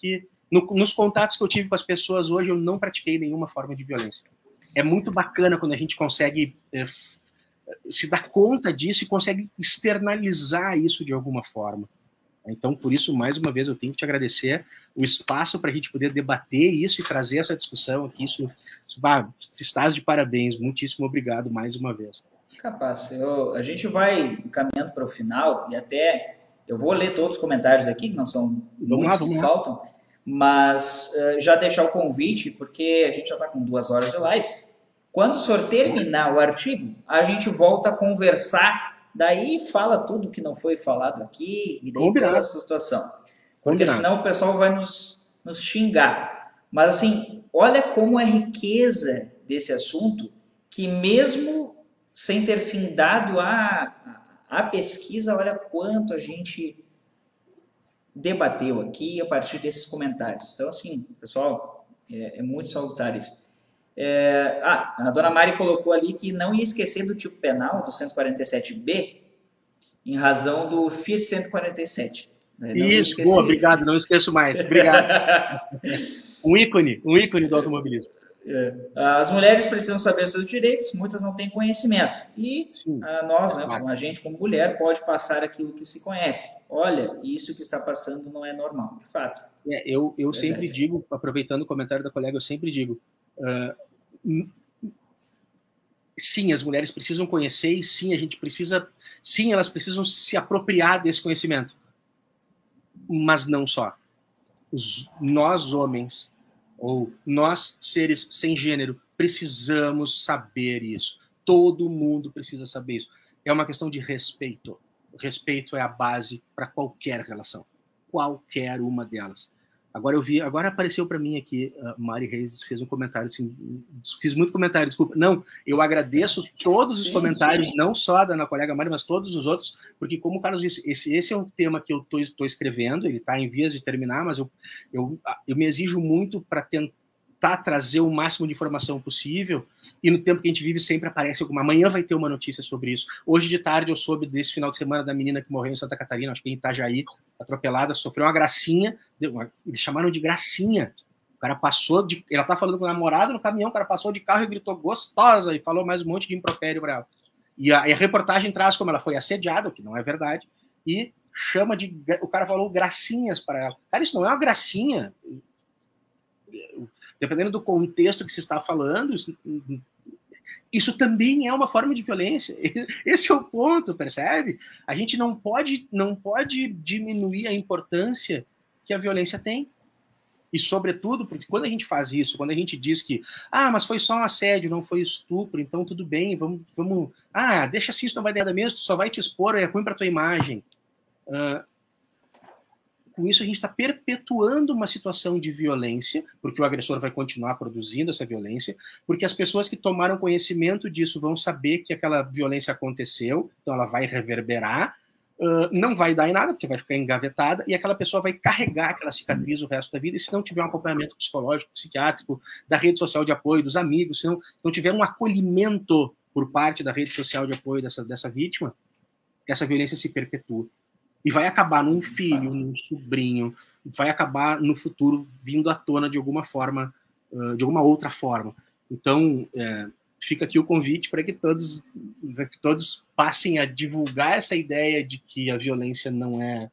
Nos contatos que eu tive com as pessoas hoje, eu não pratiquei nenhuma forma de violência. É muito bacana quando a gente consegue se dar conta disso e consegue externalizar isso de alguma forma. Então, por isso, mais uma vez, eu tenho que te agradecer o espaço para a gente poder debater isso e trazer essa discussão aqui. Estás de parabéns. Muitíssimo obrigado mais uma vez. Capaz. A gente vai caminhando para o final e até eu vou ler todos os comentários aqui, que não são muitos que faltam, mas já deixar o convite, porque a gente já está com 2 horas de live. Quando o senhor terminar o artigo, a gente volta a conversar. Daí fala tudo que não foi falado aqui e daí toda essa situação. Porque senão o pessoal vai nos xingar. Mas assim, olha como é riqueza desse assunto, que mesmo sem ter findado a pesquisa, olha quanto a gente debateu aqui a partir desses comentários. Então assim, pessoal, é muito salutar isso. A dona Mari colocou ali que não ia esquecer do tipo penal do 147B em razão do Fiat 147. Isso, boa, obrigado, não esqueço mais. Obrigado. um ícone do automobilismo. As mulheres precisam saber seus direitos, muitas não têm conhecimento. E nós, né, a gente como mulher, pode passar aquilo que se conhece. Olha, isso que está passando não é normal, de fato. Eu sempre digo, aproveitando o comentário da colega, eu sempre digo... sim, as mulheres precisam conhecer e sim, elas precisam se apropriar desse conhecimento. Mas não só. Nós, homens, ou nós, seres sem gênero, precisamos saber isso. Todo mundo precisa saber isso. É uma questão de respeito. Respeito é a base para qualquer relação. Qualquer uma delas. Agora apareceu para mim aqui, a Mari Reis fez um comentário, assim, fiz muito comentário, desculpa. Não, eu agradeço todos os comentários, não só da colega Mari, mas todos os outros, porque como o Carlos disse, esse é um tema que eu estou escrevendo, ele está em vias de terminar, mas eu me exijo muito para tentar trazer o máximo de informação possível, e no tempo que a gente vive sempre aparece alguma. Amanhã vai ter uma notícia sobre isso. Hoje de tarde eu soube desse final de semana da menina que morreu em Santa Catarina, acho que em Itajaí, atropelada, sofreu uma gracinha, eles chamaram de gracinha. O cara passou ela tá falando com o namorado no caminhão, o cara passou de carro e gritou gostosa e falou mais um monte de impropério para ela. E a reportagem traz como ela foi assediada, o que não é verdade, e o cara falou gracinhas para ela. Cara, isso não é uma gracinha. Dependendo do contexto que se está falando, isso também é uma forma de violência. Esse é o ponto, percebe? A gente não pode diminuir a importância que a violência tem. E, sobretudo, porque quando a gente faz isso, quando a gente diz que mas foi só um assédio, não foi estupro, então tudo bem, vamos deixa assim, isso não vai dar nada mesmo, tu só vai te expor, é ruim para tua imagem. Com isso, a gente está perpetuando uma situação de violência, porque o agressor vai continuar produzindo essa violência, porque as pessoas que tomaram conhecimento disso vão saber que aquela violência aconteceu, então ela vai reverberar, não vai dar em nada, porque vai ficar engavetada, e aquela pessoa vai carregar aquela cicatriz o resto da vida, e se não tiver um acompanhamento psicológico, psiquiátrico, da rede social de apoio, dos amigos, se não tiver um acolhimento por parte da rede social de apoio dessa vítima, essa violência se perpetua. E vai acabar num filho, num sobrinho, vai acabar no futuro vindo à tona de alguma forma, de alguma outra forma. Então, fica aqui o convite para que todos passem a divulgar essa ideia de que a violência não é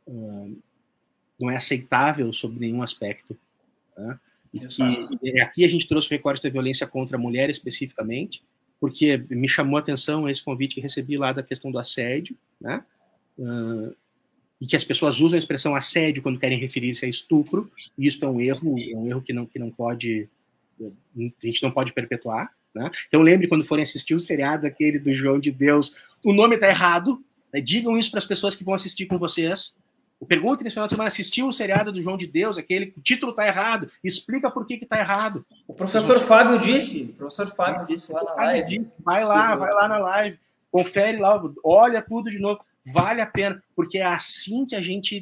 aceitável sob nenhum aspecto. Né? E que aqui a gente trouxe o recorte da violência contra a mulher especificamente, porque me chamou a atenção esse convite que recebi lá da questão do assédio, né? E que as pessoas usam a expressão assédio quando querem referir-se a estupro, e isso é um erro que não pode, a gente não pode perpetuar, né? Então lembre quando forem assistir o seriado aquele do João de Deus, o nome está errado, né? Digam isso para as pessoas que vão assistir com vocês, perguntem nesse final de semana, assistiu o seriado do João de Deus, o título está errado, explica por que está errado. O professor Fábio disse lá na live. Vai lá na live, confere lá, olha tudo de novo. Vale a pena, porque é assim que a gente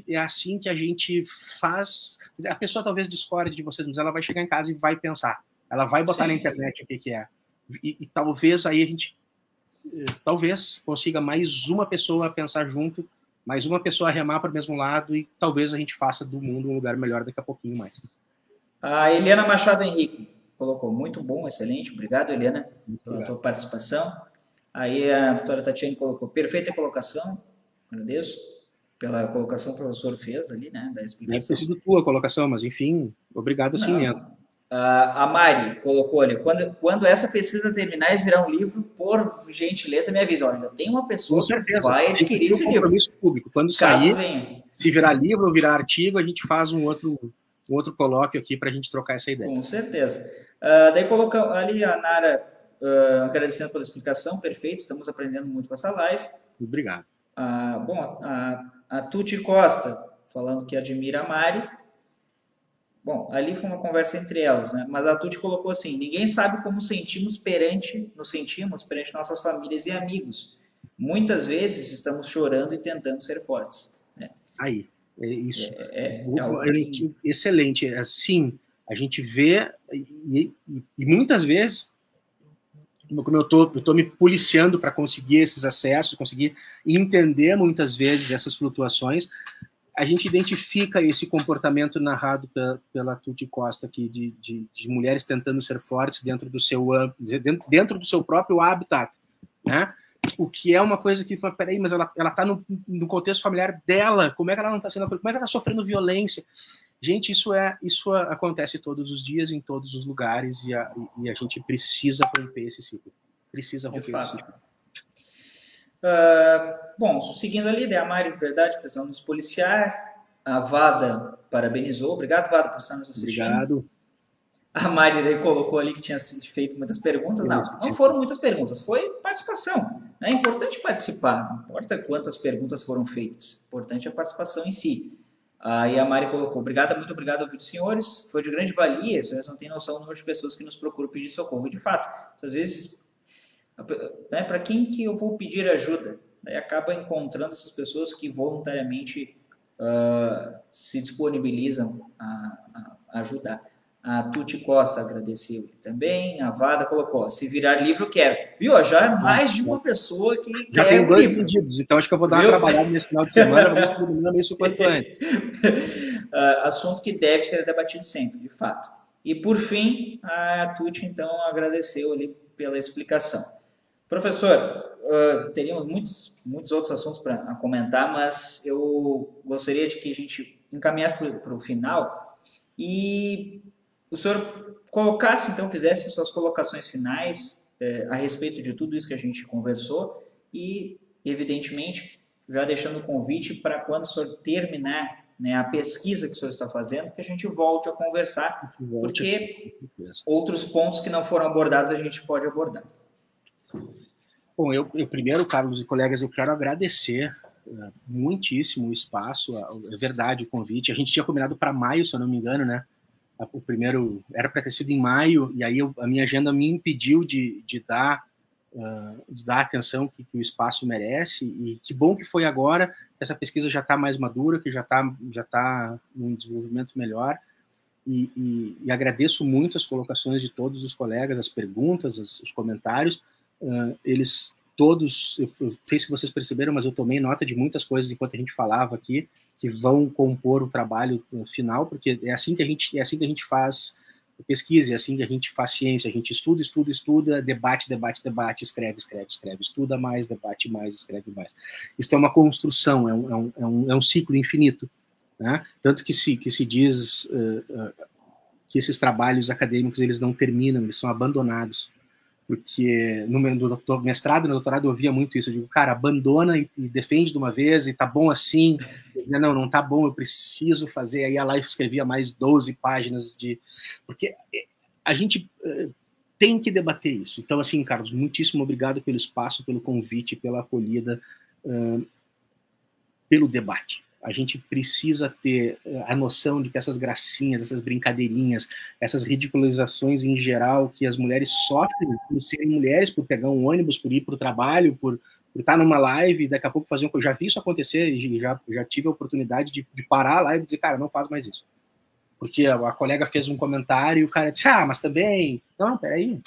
faz. A pessoa talvez discorde de vocês, mas ela vai chegar em casa e vai pensar. Ela vai botar na internet o que é. E talvez aí a gente talvez consiga mais uma pessoa a pensar junto mas uma pessoa remar para o mesmo lado e talvez a gente faça do mundo um lugar melhor daqui a pouquinho mais. A Eliana Machado Henrique colocou, muito bom, excelente, obrigado, Eliana, pela tua participação. Aí a doutora Tatiane colocou, perfeita colocação, agradeço pela colocação que o professor fez ali, né, da explicação. Deve ter sido tua colocação, mas enfim, obrigado assim mesmo. A Mari colocou ali, quando essa pesquisa terminar e virar um livro, por gentileza, me avisa. Olha, tem uma pessoa que vai adquirir esse livro. Público. Quando sair, se virar livro ou virar artigo, a gente faz um outro colóquio aqui para a gente trocar essa ideia. Com certeza. Daí colocamos ali a Nara agradecendo pela explicação, perfeito, estamos aprendendo muito com essa live. Obrigado. Bom, a Tuti Costa falando que admira a Mari. Bom, ali foi uma conversa entre elas, né? Mas a Tuti colocou assim, ninguém sabe como nos sentimos perante nossas famílias e amigos. Muitas vezes estamos chorando e tentando ser fortes. Né? Aí, isso. Excelente. Assim, a gente vê, e muitas vezes, como eu tô me policiando para conseguir esses acessos, conseguir entender muitas vezes essas flutuações, a gente identifica esse comportamento narrado pela Tuti Costa aqui, de mulheres tentando ser fortes dentro do seu próprio habitat, né? O que é uma coisa que, peraí, mas ela está no contexto familiar dela, como é que ela não está sendo, como é que ela está sofrendo violência? Gente, isso acontece todos os dias, em todos os lugares, e a gente precisa romper esse ciclo. Precisa romper esse ciclo. Bom, seguindo ali, a Mari, verdade, precisamos nos policiar. A Vada parabenizou. Obrigado, Vada, por estar nos assistindo. Obrigado. A Mari daí colocou ali que tinha feito muitas perguntas. Não foram muitas perguntas, foi participação. É importante participar, não importa quantas perguntas foram feitas. O importante é a participação em si. Aí a Mari colocou, muito obrigado, ouvidos senhores. Foi de grande valia, os senhores não têm noção do número de pessoas que nos procuram pedir socorro. E de fato, às vezes, né, para quem que eu vou pedir ajuda? Daí acaba encontrando essas pessoas que voluntariamente se disponibilizam a ajudar. A Tuti Costa agradeceu também. A Vada colocou, se virar livro, eu quero. Viu? Já é mais de uma pessoa que já quer tem dois livro. pedidos, então acho que eu vou dar uma trabalhada nesse final de semana, vamos terminar isso quanto antes. Assunto que deve ser debatido sempre, de fato. E, por fim, a Tuti, então, agradeceu ali pela explicação. Professor, teríamos muitos outros assuntos para comentar, mas eu gostaria de que a gente encaminhasse para o final e o senhor colocasse, então, fizesse suas colocações finais a respeito de tudo isso que a gente conversou e, evidentemente, já deixando o convite para quando o senhor terminar, né, a pesquisa que o senhor está fazendo, que a gente volte a conversar, porque outros pontos que não foram abordados a gente pode abordar. Bom, eu primeiro, Carlos e colegas, eu quero agradecer muitíssimo o espaço, é verdade o convite. A gente tinha combinado para maio, se eu não me engano, né? O primeiro era para ter sido em maio, e aí a minha agenda me impediu de dar a atenção que o espaço merece, e que bom que foi agora, essa pesquisa já está mais madura, que já tá num desenvolvimento melhor, e agradeço muito as colocações de todos os colegas, as perguntas, os comentários. Eles todos, eu não sei se vocês perceberam, mas eu tomei nota de muitas coisas enquanto a gente falava aqui, que vão compor o trabalho final, porque é assim que a gente faz pesquisa, é assim que a gente faz ciência, a gente estuda, debate, escreve, estuda mais, debate mais, escreve mais. Isso é uma construção, é um ciclo infinito, né? Tanto que se diz que esses trabalhos acadêmicos eles não terminam, eles são abandonados. Porque no mestrado e no doutorado eu ouvia muito isso. Eu digo, cara, abandona e defende de uma vez, e tá bom assim. Não tá bom, eu preciso fazer. Aí a Life escrevia mais 12 páginas porque a gente tem que debater isso. Então, assim, Carlos, muitíssimo obrigado pelo espaço, pelo convite, pela acolhida, pelo debate. A gente precisa ter a noção de que essas gracinhas, essas brincadeirinhas, essas ridicularizações em geral que as mulheres sofrem por serem mulheres, por pegar um ônibus, por ir para o trabalho, por estar numa live e daqui a pouco fazer um... Eu já vi isso acontecer e já tive a oportunidade de parar a live e dizer, cara, não faz mais isso. Porque a colega fez um comentário e o cara disse, mas também... Não, peraí,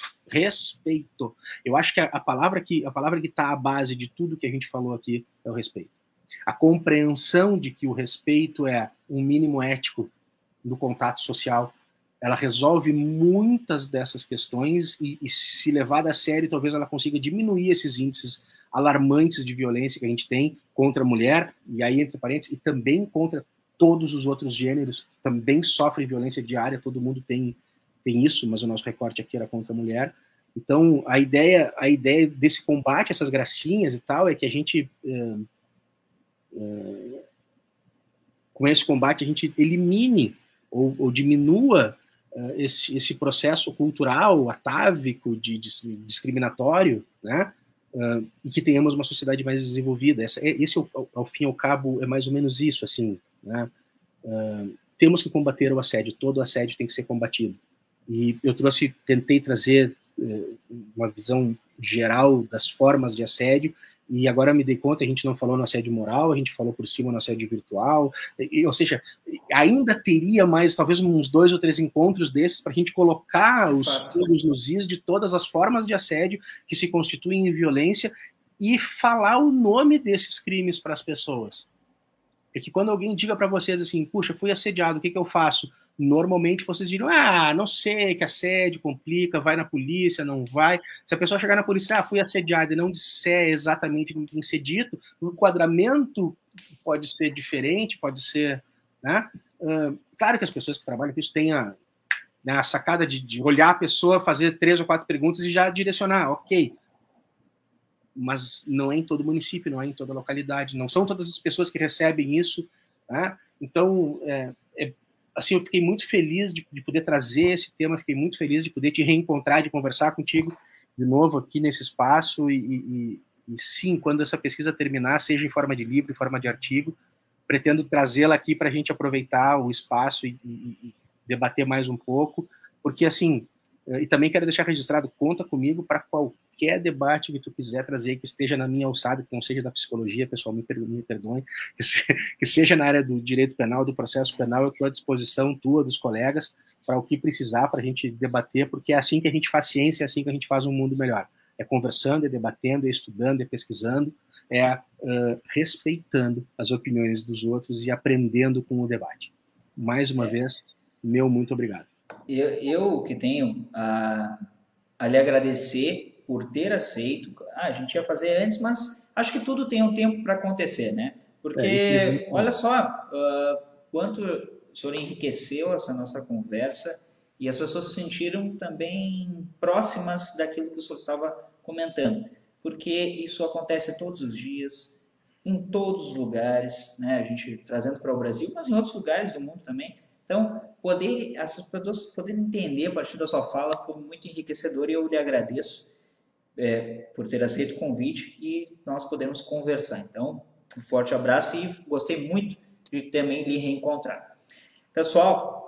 respeito. Eu acho que a palavra que está à base de tudo que a gente falou aqui é o respeito. A compreensão de que o respeito é um mínimo ético do contato social, ela resolve muitas dessas questões e se levada a sério, talvez ela consiga diminuir esses índices alarmantes de violência que a gente tem contra a mulher, e aí, entre parênteses, e também contra todos os outros gêneros, que também sofrem violência diária, todo mundo tem isso, mas o nosso recorte aqui era contra a mulher. Então, a ideia desse combate, essas gracinhas e tal, é que a gente, com esse combate, a gente elimine ou diminua esse processo cultural, atávico, discriminatório, né? E que tenhamos uma sociedade mais desenvolvida. Esse, ao fim e ao cabo, é mais ou menos isso, assim, né? Temos que combater o assédio, todo assédio tem que ser combatido. E eu tentei trazer uma visão geral das formas de assédio, e agora me dei conta, a gente não falou no assédio moral, a gente falou por cima no assédio virtual, ou seja, ainda teria mais, talvez uns 2 ou 3 encontros desses para a gente colocar os pulos nos is de todas as formas de assédio que se constituem em violência e falar o nome desses crimes para as pessoas. Porque quando alguém diga para vocês assim, puxa, fui assediado, o que eu faço? Normalmente vocês dirão, não sei, que assédio complica, vai na polícia, não vai. Se a pessoa chegar na polícia, fui assediada, e não disser exatamente o que tem que ser dito, o enquadramento pode ser diferente, pode ser, né? Claro que as pessoas que trabalham com isso têm a sacada de olhar a pessoa, fazer 3 ou 4 perguntas e já direcionar, ok. Mas não é em todo município, não é em toda localidade, não são todas as pessoas que recebem isso, né? Então, assim, eu fiquei muito feliz de poder trazer esse tema, fiquei muito feliz de poder te reencontrar, de conversar contigo de novo aqui nesse espaço e sim, quando essa pesquisa terminar, seja em forma de livro, em forma de artigo, pretendo trazê-la aqui para a gente aproveitar o espaço e debater mais um pouco, porque assim, e também quero deixar registrado, conta comigo para qualquer debate que tu quiser trazer, que esteja na minha alçada, que não seja da psicologia, pessoal, me perdoem, que seja na área do direito penal, do processo penal, eu estou à disposição tua, dos colegas, para o que precisar, para a gente debater, porque é assim que a gente faz ciência, é assim que a gente faz um mundo melhor. É conversando, é debatendo, é estudando, é pesquisando, respeitando as opiniões dos outros e aprendendo com o debate. Mais uma vez, meu muito obrigado. Eu que tenho a lhe agradecer por ter aceito. A gente ia fazer antes, mas acho que tudo tem um tempo para acontecer, né? Porque, olha só, quanto o senhor enriqueceu essa nossa conversa e as pessoas se sentiram também próximas daquilo que o senhor estava comentando. Porque isso acontece todos os dias, em todos os lugares, né? A gente trazendo para o Brasil, mas em outros lugares do mundo também. Então, as pessoas poderem entender a partir da sua fala foi muito enriquecedor e eu lhe agradeço por ter aceito o convite e nós podemos conversar. Então, um forte abraço e gostei muito de também lhe reencontrar. Pessoal,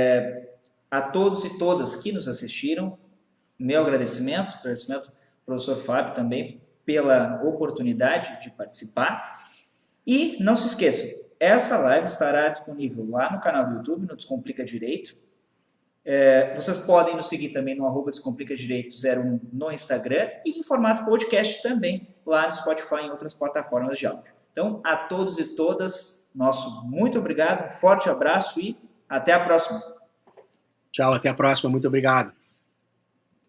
a todos e todas que nos assistiram, meu agradecimento ao professor Fábio também pela oportunidade de participar. E não se esqueçam, essa live estará disponível lá no canal do YouTube, no Descomplica Direito. Vocês podem nos seguir também no @DescomplicaDireito01 no Instagram e em formato podcast também, lá no Spotify e em outras plataformas de áudio. Então, a todos e todas, nosso muito obrigado, um forte abraço e até a próxima. Tchau, até a próxima, muito obrigado.